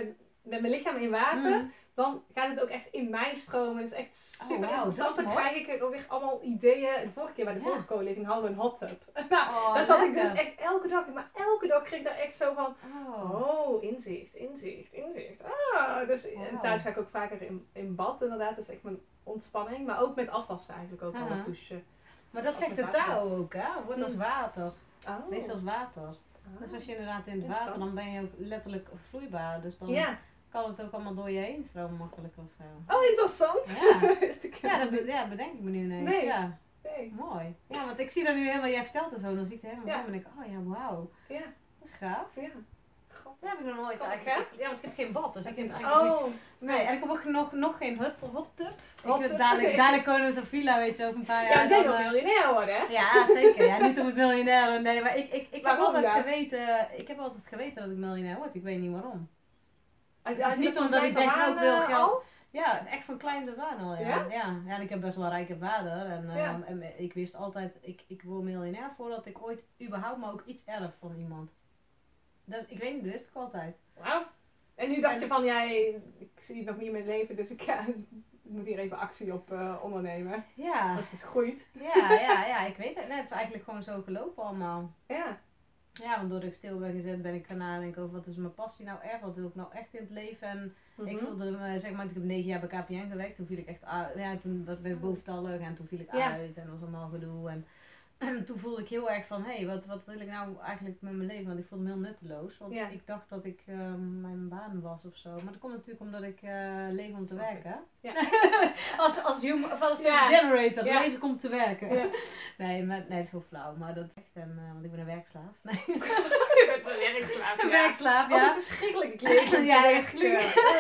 Speaker 2: met mijn lichaam in water, mm. dan gaat het ook echt in mij stromen. Het is echt super oh, wow, interessant. Dan krijg ik ook weer allemaal ideeën. De vorige keer bij de ja. vorige co-living hadden we een hot tub. nou, oh, daar zat lekker. ik dus echt elke dag in. Maar elke dag kreeg ik daar echt zo van, oh, oh inzicht, inzicht, inzicht. Ah, dus wow. En thuis ga ik ook vaker in, in bad inderdaad. Dat is echt mijn ontspanning. Maar ook met afwassen eigenlijk ook. Uh-huh. douchen.
Speaker 1: Maar dat zegt de touw ook, hè? Wordt mm. als water. Oh. Wees als water. Oh. Dus als je inderdaad in het water, dan ben je ook letterlijk vloeibaar. Dus dan ja. kan het ook allemaal door je heen stromen makkelijker of zo.
Speaker 2: Oh, interessant.
Speaker 1: Ja, ja dat be- ja, bedenk ik me nu ineens. Nee. Ja. Nee. Mooi. Ja, want ik zie dat nu helemaal, jij vertelt er zo, dan zie ik het helemaal ja. en denk ik, oh ja, wauw. Ja. Dat is gaaf. Ja. God, dat heb ik nog nooit eigenlijk. Ja, want ik heb geen bad, dus ik heb eigenlijk
Speaker 2: oh.
Speaker 1: niet, nee, en ik heb ook nog, nog geen hot, hot tub. Hot tub. Dadelijk, dadelijk komen we zo'n villa, weet je, over een paar jaar.
Speaker 2: Ja, want jij wil uh, miljonair worden, hè?
Speaker 1: Ja, zeker. Ja, niet om het miljonair, nee, maar ik, ik, ik, heb altijd ja? geweten, ik heb altijd geweten dat ik miljonair word, ik weet niet waarom. Het is niet omdat ik denk, ook wil geld. Ja, echt van kleins af aan al, ja. Ja? Ja. Ja, en ik heb best wel een rijke vader. En, uh, ja. en ik wist altijd, ik, ik word miljonair voordat ik ooit überhaupt maar ook iets erf van iemand. Dat, ik weet niet, dat wist ik altijd.
Speaker 2: Wauw. En nu dacht en, je van, jij, ik zie het nog niet in mijn leven, dus ik, ja, ik moet hier even actie op uh, ondernemen.
Speaker 1: Ja.
Speaker 2: Dat is goed.
Speaker 1: Ja, ja, ja, ik weet het. Nee, het is eigenlijk gewoon zo gelopen allemaal.
Speaker 2: Ja.
Speaker 1: Ja, want doordat ik stil ben gezet ben ik gaan nadenken over wat is mijn passie nou echt, wat wil ik nou echt in het leven. En mm-hmm. ik voelde, uh, zeg maar, ik heb negen jaar bij K P N gewerkt, toen viel ik echt uit, ja, toen werd ik boventallig en toen viel ik ja. uit en dat was allemaal gedoe. En, en toen voelde ik heel erg van, hé, hey, wat, wat wil ik nou eigenlijk met mijn leven, want ik voelde me heel nutteloos. Want ja. ik dacht dat ik uh, mijn baan was of zo, maar dat komt natuurlijk omdat ik uh, leef om te Snap werken. Ja. als als, human, als ja. generator, ja. leven komt te werken. Ja. Nee, maar, nee, dat is heel flauw, maar dat is echt, en, uh, want ik ben een werkslaaf. Nee.
Speaker 2: Je bent een werkslaaf,
Speaker 1: ja. Een werkslaaf, ja.
Speaker 2: Wat een verschrikkelijk leven.
Speaker 1: Ja, echt. Nee,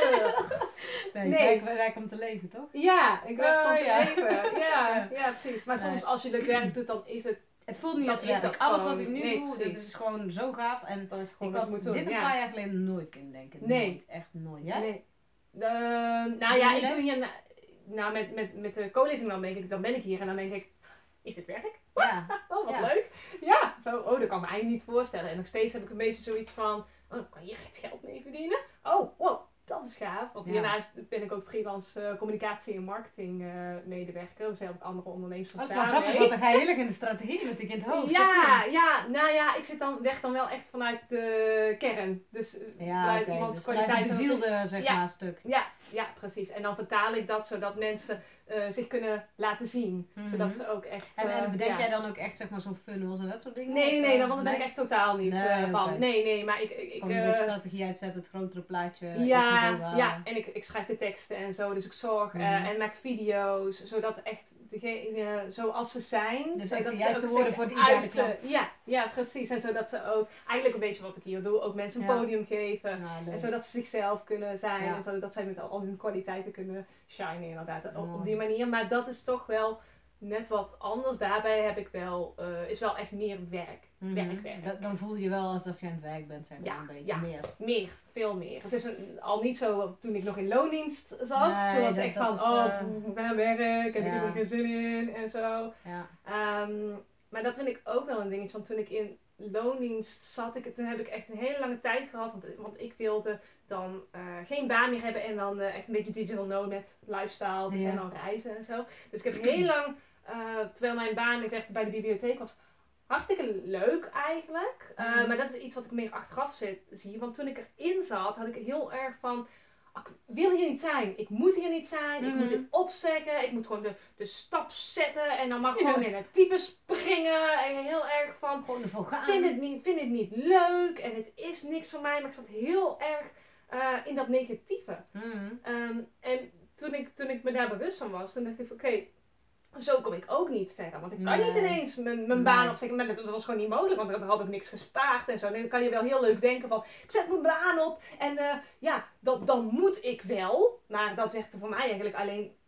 Speaker 1: nee. Ik werk om te leven, toch?
Speaker 2: Ja, ik werk uh, om te ja. leven. Ja, ja, precies. Maar nee. soms als je leuk werk doet, dan is het...
Speaker 1: Het voelt niet als werk. Alles wat ik nu nee, doe, dat is gewoon zo gaaf. En dat is gewoon ik had dit doen. een ja. paar jaar geleden nooit kunnen denken.
Speaker 2: Nee.
Speaker 1: Nooit, echt nooit. Jij?
Speaker 2: Nee. Uh, nou ja, ik doe hier... Na, nou, met, met, met de co-living dan denk ik, dan ben ik hier en dan denk ik... Is dit werk?
Speaker 1: Ja.
Speaker 2: Oh, wat
Speaker 1: ja.
Speaker 2: leuk. Ja, zo, oh, dat kan ik me eigenlijk niet voorstellen. En nog steeds heb ik een beetje zoiets van... Oh, kan je hier echt geld mee verdienen? Oh, wow. Dat is gaaf, want ja. hiernaast ben ik ook freelance uh, communicatie en marketing uh, medewerker. Dus heb ik andere ondernemers.
Speaker 1: Dat is wel grappig, want dan ga je heel erg in de strategie natuurlijk in het hoofd.
Speaker 2: Ja, ja, nou ja, ik zit dan weg dan wel echt vanuit de kern. Dus
Speaker 1: ja,
Speaker 2: vanuit
Speaker 1: okay.
Speaker 2: iemands
Speaker 1: dus
Speaker 2: kwaliteit.
Speaker 1: bezielde, zeg
Speaker 2: ja.
Speaker 1: maar, stuk.
Speaker 2: Ja, ja, precies. En dan vertaal ik dat zodat mensen uh, zich kunnen laten zien. Mm-hmm. Zodat ze ook echt...
Speaker 1: En,
Speaker 2: uh,
Speaker 1: en bedenk
Speaker 2: ja.
Speaker 1: jij dan ook echt, zeg maar, zo'n funnels en dat soort dingen?
Speaker 2: Nee, nee, nee, dan, want daar ben ik echt totaal niet nee, uh, van. Okay. Nee, nee, maar ik... ik
Speaker 1: Gewoon een beetje strategie uitzetten, het grotere plaatje.
Speaker 2: Ja, is ja, en ik, ik schrijf de teksten en zo, dus ik zorg mm-hmm. uh, en maak video's, zodat echt degene zoals ze zijn.
Speaker 1: Dus
Speaker 2: zodat
Speaker 1: echt de juiste woorden voor de ideale klant.
Speaker 2: Ja, ja, precies. En zodat ze ook, eigenlijk een beetje wat ik hier doe, ook mensen een ja. podium geven. Ja, en zodat ze zichzelf kunnen zijn ja. en zodat zij met al, al hun kwaliteiten kunnen shinen inderdaad. Op, op die manier. Maar dat is toch wel net wat anders. Daarbij heb ik wel, uh, is wel echt meer werk. Mm-hmm. Werk, werk.
Speaker 1: Da- dan voel je wel alsof je aan het werk bent, zeg maar, ja, een beetje
Speaker 2: ja,
Speaker 1: meer.
Speaker 2: meer, veel meer. Het is een, al niet zo toen ik nog in loondienst zat. Nee, toen was het echt van, is, oh, uh, ik ben aan werk en ja. ik heb er geen zin in en zo.
Speaker 1: Ja.
Speaker 2: Um, maar dat vind ik ook wel een dingetje, want toen ik in loondienst zat, ik, toen heb ik echt een hele lange tijd gehad, want, want ik wilde dan uh, geen baan meer hebben en dan uh, echt een beetje digital nomad lifestyle, dus ja. en dan reizen en zo. Dus ik heb heel lang, uh, terwijl mijn baan, ik werkte bij de bibliotheek, was hartstikke leuk eigenlijk. Uh, mm. Maar dat is iets wat ik meer achteraf zit, zie. Want toen ik erin zat, had ik heel erg van... Ik wil hier niet zijn. Ik moet hier niet zijn. Mm. Ik moet dit opzeggen. Ik moet gewoon de, de stap zetten. En dan mag ik ja. gewoon in het type springen. En heel erg van...
Speaker 1: Gewoon ervoor gaan.
Speaker 2: Vind het niet, vind het niet leuk. En het is niks voor mij. Maar ik zat heel erg uh, in dat negatieve.
Speaker 1: Mm.
Speaker 2: Um, en toen ik, toen ik me daar bewust van was, toen dacht ik van oké... Okay, zo kom ik ook niet verder, want ik kan nee. niet ineens mijn, mijn nee. baan opzeggen. Maar dat was gewoon niet mogelijk, want er had ook niks gespaard en zo. En dan kan je wel heel leuk denken van, ik zet mijn baan op en uh, ja, dat, dan moet ik wel. Maar dat werkte voor mij eigenlijk alleen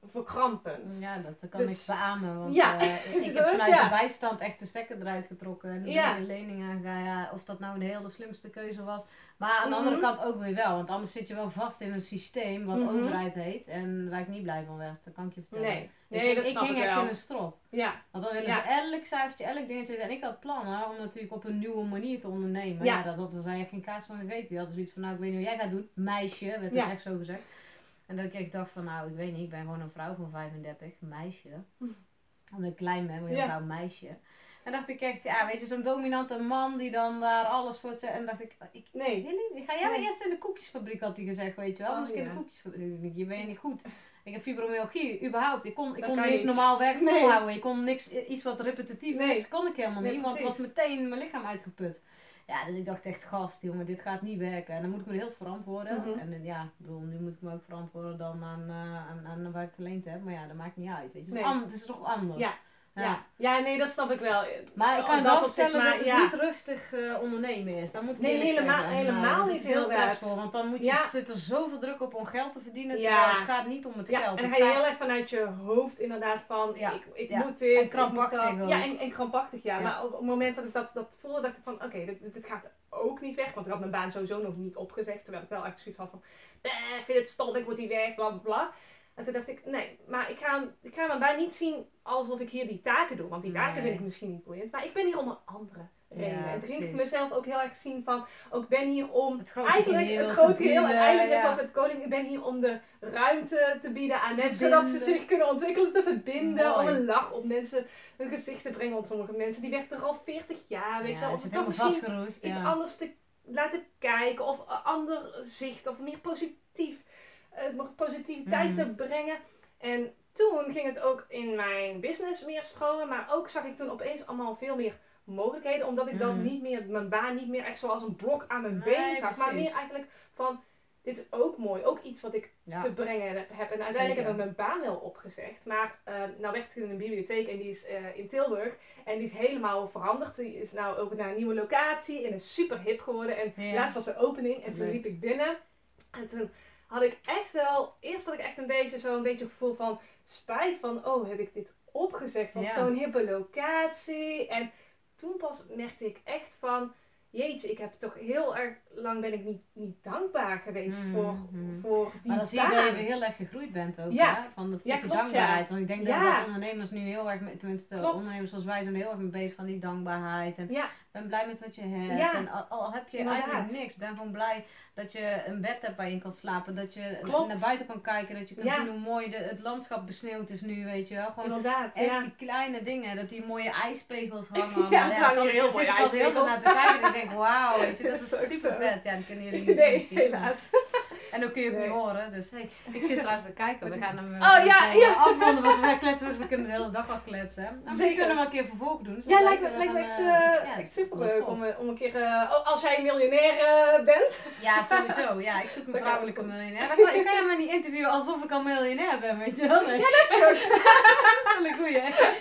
Speaker 2: verkrampend.
Speaker 1: Ja, dat, dat kan
Speaker 2: dus,
Speaker 1: ik beamen. Want
Speaker 2: ja.
Speaker 1: uh, ik heb vanuit ja. de bijstand echt de stekker eruit getrokken. En ja. de lening aangaan. Ja, of dat nou de hele slimste keuze was. Maar aan de mm-hmm. andere kant ook weer wel. Want anders zit je wel vast in een systeem wat mm-hmm. overheid heet. En waar ik niet blij van werd. Dat kan ik je vertellen.
Speaker 2: Nee, nee
Speaker 1: ik,
Speaker 2: dat
Speaker 1: ik
Speaker 2: snap
Speaker 1: hing
Speaker 2: ik
Speaker 1: echt
Speaker 2: wel.
Speaker 1: in een strop.
Speaker 2: Ja.
Speaker 1: Want dan willen
Speaker 2: ja.
Speaker 1: ze elk cijfertje, elk dingetje. En ik had plannen om natuurlijk op een nieuwe manier te ondernemen. Ja, ja dat had er zei geen kaas van gegeten. Die hadden zoiets van, nou ik weet niet wat jij gaat doen. Meisje, werd het ja. echt zo gezegd. En dat ik dacht van, nou ik weet niet, ik ben gewoon een vrouw van vijfendertig. Meisje. Omdat ik klein ben, ben ik ja. een meisje. En dacht ik echt, ja, weet je, zo'n dominante man die dan daar alles voor het zeggen. En dacht ik, ik nee, Willy, ga jij maar nee. eerst in de koekjesfabriek, had hij gezegd, weet je wel. Oh, moest ik ja. in de koekjesfabriek, je bent niet goed. Ik heb fibromyalgie, überhaupt. Ik kon, ik kon niet eens normaal werk nee. volhouden. Ik kon niks, iets wat repetitief nee. is, kon ik helemaal nee, niet. Want het was meteen mijn lichaam uitgeput. Ja, dus ik dacht echt, gast jongen, dit gaat niet werken. En dan moet ik me heel verantwoorden. Mm-hmm. En ja, ik bedoel, nu moet ik me ook verantwoorden dan aan, uh, aan, aan waar ik verleend heb. Maar ja, dat maakt niet uit, weet je. Het is, nee. an- het is toch anders.
Speaker 2: Ja. Ja. Ja. ja, nee, dat snap ik wel.
Speaker 1: Maar ik kan wel vertellen maar, dat het ja. niet rustig uh, ondernemen is. Dan moet ik
Speaker 2: nee, helemaal,
Speaker 1: zeggen.
Speaker 2: helemaal
Speaker 1: nou,
Speaker 2: niet.
Speaker 1: Het is heel stressvol, want dan moet je, ja. zit er zoveel druk op om geld te verdienen, ja. terwijl het gaat niet om het
Speaker 2: ja.
Speaker 1: geld.
Speaker 2: En dan
Speaker 1: het
Speaker 2: ga je
Speaker 1: gaat...
Speaker 2: heel erg vanuit je hoofd inderdaad van, ja. ik, ik
Speaker 1: ja.
Speaker 2: moet dit,
Speaker 1: en krampachtig
Speaker 2: ik moet dat. Ja, en, en krampachtig, ja. ja. Maar op het moment dat ik dat, dat voelde, dacht ik van, oké, okay, dit, dit gaat ook niet weg. Want ik had mijn baan sowieso nog niet opgezegd, terwijl ik wel echt zoiets had van, ik vind het stom, ik moet hier weg, bla bla bla. En toen dacht ik, nee, maar ik ga, ik ga mijn baan niet zien alsof ik hier die taken doe. Want die taken nee. vind ik misschien niet boeiend. Maar ik ben hier om een andere reden. Ja, en toen ging ik mezelf ook heel erg zien van, ook ik ben hier om
Speaker 1: het grote
Speaker 2: eigenlijk
Speaker 1: geheel
Speaker 2: het grote geheel. En eigenlijk net
Speaker 1: ja.
Speaker 2: zoals met de koning, ik ben hier om de ruimte te bieden aan mensen. Zodat ze zich kunnen ontwikkelen, te verbinden. Mooi. Om een lach op mensen hun gezicht te brengen. Want sommige mensen die werken er al veertig jaar, weet je
Speaker 1: ja,
Speaker 2: wel.
Speaker 1: Of ze toch misschien vastgeroest,
Speaker 2: iets
Speaker 1: ja.
Speaker 2: anders te laten kijken. Of een ander zicht. Of meer positief, uh, positiviteit mm. te brengen. En toen ging het ook in mijn business meer stromen, maar ook zag ik toen opeens allemaal veel meer mogelijkheden, omdat ik mm. dan niet meer, mijn baan niet meer echt zoals een blok aan mijn nee, been zag, precies. maar meer eigenlijk van, dit is ook mooi, ook iets wat ik ja. te brengen heb. En uiteindelijk Zeker. heb ik mijn baan wel opgezegd, maar uh, nou werk ik in een bibliotheek en die is uh, in Tilburg en die is helemaal veranderd. Die is nou ook naar een nieuwe locatie en is super hip geworden en ja. laatst was de opening en toen liep ik binnen en toen had ik echt wel, eerst had ik echt een beetje zo'n beetje gevoel van spijt van, oh, heb ik dit opgezegd? Want ja. zo'n hippe locatie. En toen pas merkte ik echt van, jeetje, ik heb toch heel erg lang ben ik niet, niet dankbaar geweest mm, voor, mm. voor die
Speaker 1: Maar dan zie je dat je weer heel erg gegroeid bent ook, ja. hè? Van dat stukje ja, klopt, dankbaarheid. Ja. Want ik denk ja. dat we als ondernemers nu heel erg, tenminste klopt. ondernemers zoals wij zijn heel erg mee bezig van die dankbaarheid. En ja. ben blij met wat je hebt. Ja. En al, al heb je Inderdaad. eigenlijk niks, ben gewoon blij dat je een bed hebt waar je in kan slapen. Dat je Klopt. naar buiten kan kijken. Dat je kan ja. zien hoe mooi de, het landschap besneeuwd is nu, weet je wel. Gewoon
Speaker 2: Inderdaad,
Speaker 1: echt
Speaker 2: ja.
Speaker 1: die kleine dingen. Dat die mooie ijspegels hangen.
Speaker 2: Ja, het hangen hier heel mooie ijspegels.
Speaker 1: Ik zit er heel naar te kijken en ik denk, wauw, weet je, dat is super zo. vet. Ja, die kunnen jullie niet
Speaker 2: nee,
Speaker 1: zien.
Speaker 2: helaas.
Speaker 1: En dan kun je ook nee. niet horen. Dus hey, ik zit trouwens te kijken. We gaan hem
Speaker 2: oh, ja, ja.
Speaker 1: afronden. Want we kletsen, we kunnen de hele dag al kletsen. Nou, we kunnen wel een keer vervolg doen.
Speaker 2: Ja, lijkt me, lijkt me echt, uh, ja, echt super leuk om, om een keer, uh, oh, als jij miljonair uh, bent.
Speaker 1: Ja, sowieso. Ja, ik zoek een vrouwelijke miljonair. Dan kan, je kan je me niet interviewen alsof ik al miljonair ben, weet je wel? Nee.
Speaker 2: Ja, dat is goed.
Speaker 1: Dat is wel een goeie.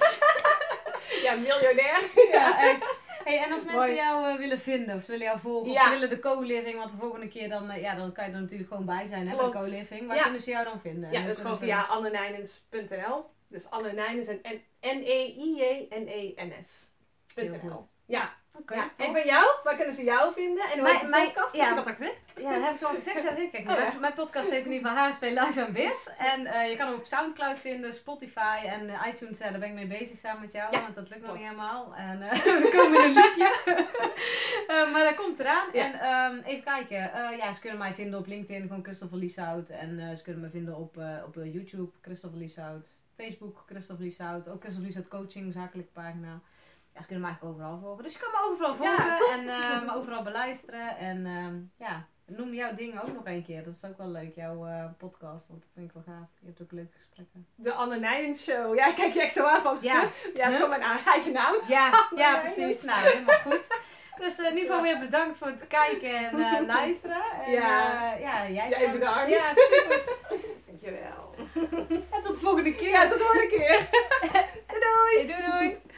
Speaker 2: Ja, miljonair.
Speaker 1: Ja, echt. Hey, en als mensen Mooi. jou uh, willen vinden, of ze willen jou volgen, ja. of ze willen de co-living, want de volgende keer dan, uh, ja, dan kan je er natuurlijk gewoon bij zijn, hè, bij de co-living. Waar ja. kunnen ze jou dan vinden?
Speaker 2: Ja, dat is gewoon via annenijnens punt n l. Dus Annenijnens en N E I J N E N S punt n l. Ja.
Speaker 1: Okay,
Speaker 2: ja. En van jou, waar kunnen ze jou vinden? En hoe heet je podcast?
Speaker 1: Ja,
Speaker 2: heb ik dat al gezegd?
Speaker 1: Ja, dat heb ik al gezegd. Ja, kijk, oh, ja. Mijn podcast heet in ieder geval H S P Live en Biz. En uh, je kan hem op Soundcloud vinden, Spotify en uh, iTunes. Uh, daar ben ik mee bezig samen met jou, ja, want dat lukt nog niet helemaal. En uh, we komen in een liedje. uh, maar dat komt eraan. Ja. En um, even kijken. Uh, ja, ze kunnen mij vinden op LinkedIn, gewoon Christopher Lieshout. En uh, ze kunnen me vinden op, uh, op uh, YouTube, Christopher Lieshout. Facebook, Christopher Lieshout. Ook Christopher Lieshout Coaching, zakelijke pagina. Ja, ze kunnen me eigenlijk overal volgen. Dus je kan me overal volgen ja, en uh, me overal beluisteren. En uh, ja, noem jouw ding ook nog een keer. Dat is ook wel leuk, jouw uh, podcast. Want dat vind ik wel gaaf. Je hebt ook leuke gesprekken.
Speaker 2: De Anne Nijens Show. Ja, kijk je echt zo aan van...
Speaker 1: Ja,
Speaker 2: ja, het is gewoon mijn eigen naam.
Speaker 1: Ja, ja precies. Nou, helemaal goed. Dus uh, in ieder geval weer bedankt voor het kijken en uh, luisteren. En,
Speaker 2: ja.
Speaker 1: Uh, ja, jij
Speaker 2: ja, bedankt.
Speaker 1: Ja, super.
Speaker 2: Dankjewel.
Speaker 1: En tot de volgende keer.
Speaker 2: Ja, tot de volgende keer.
Speaker 1: doei doei. Doei doei.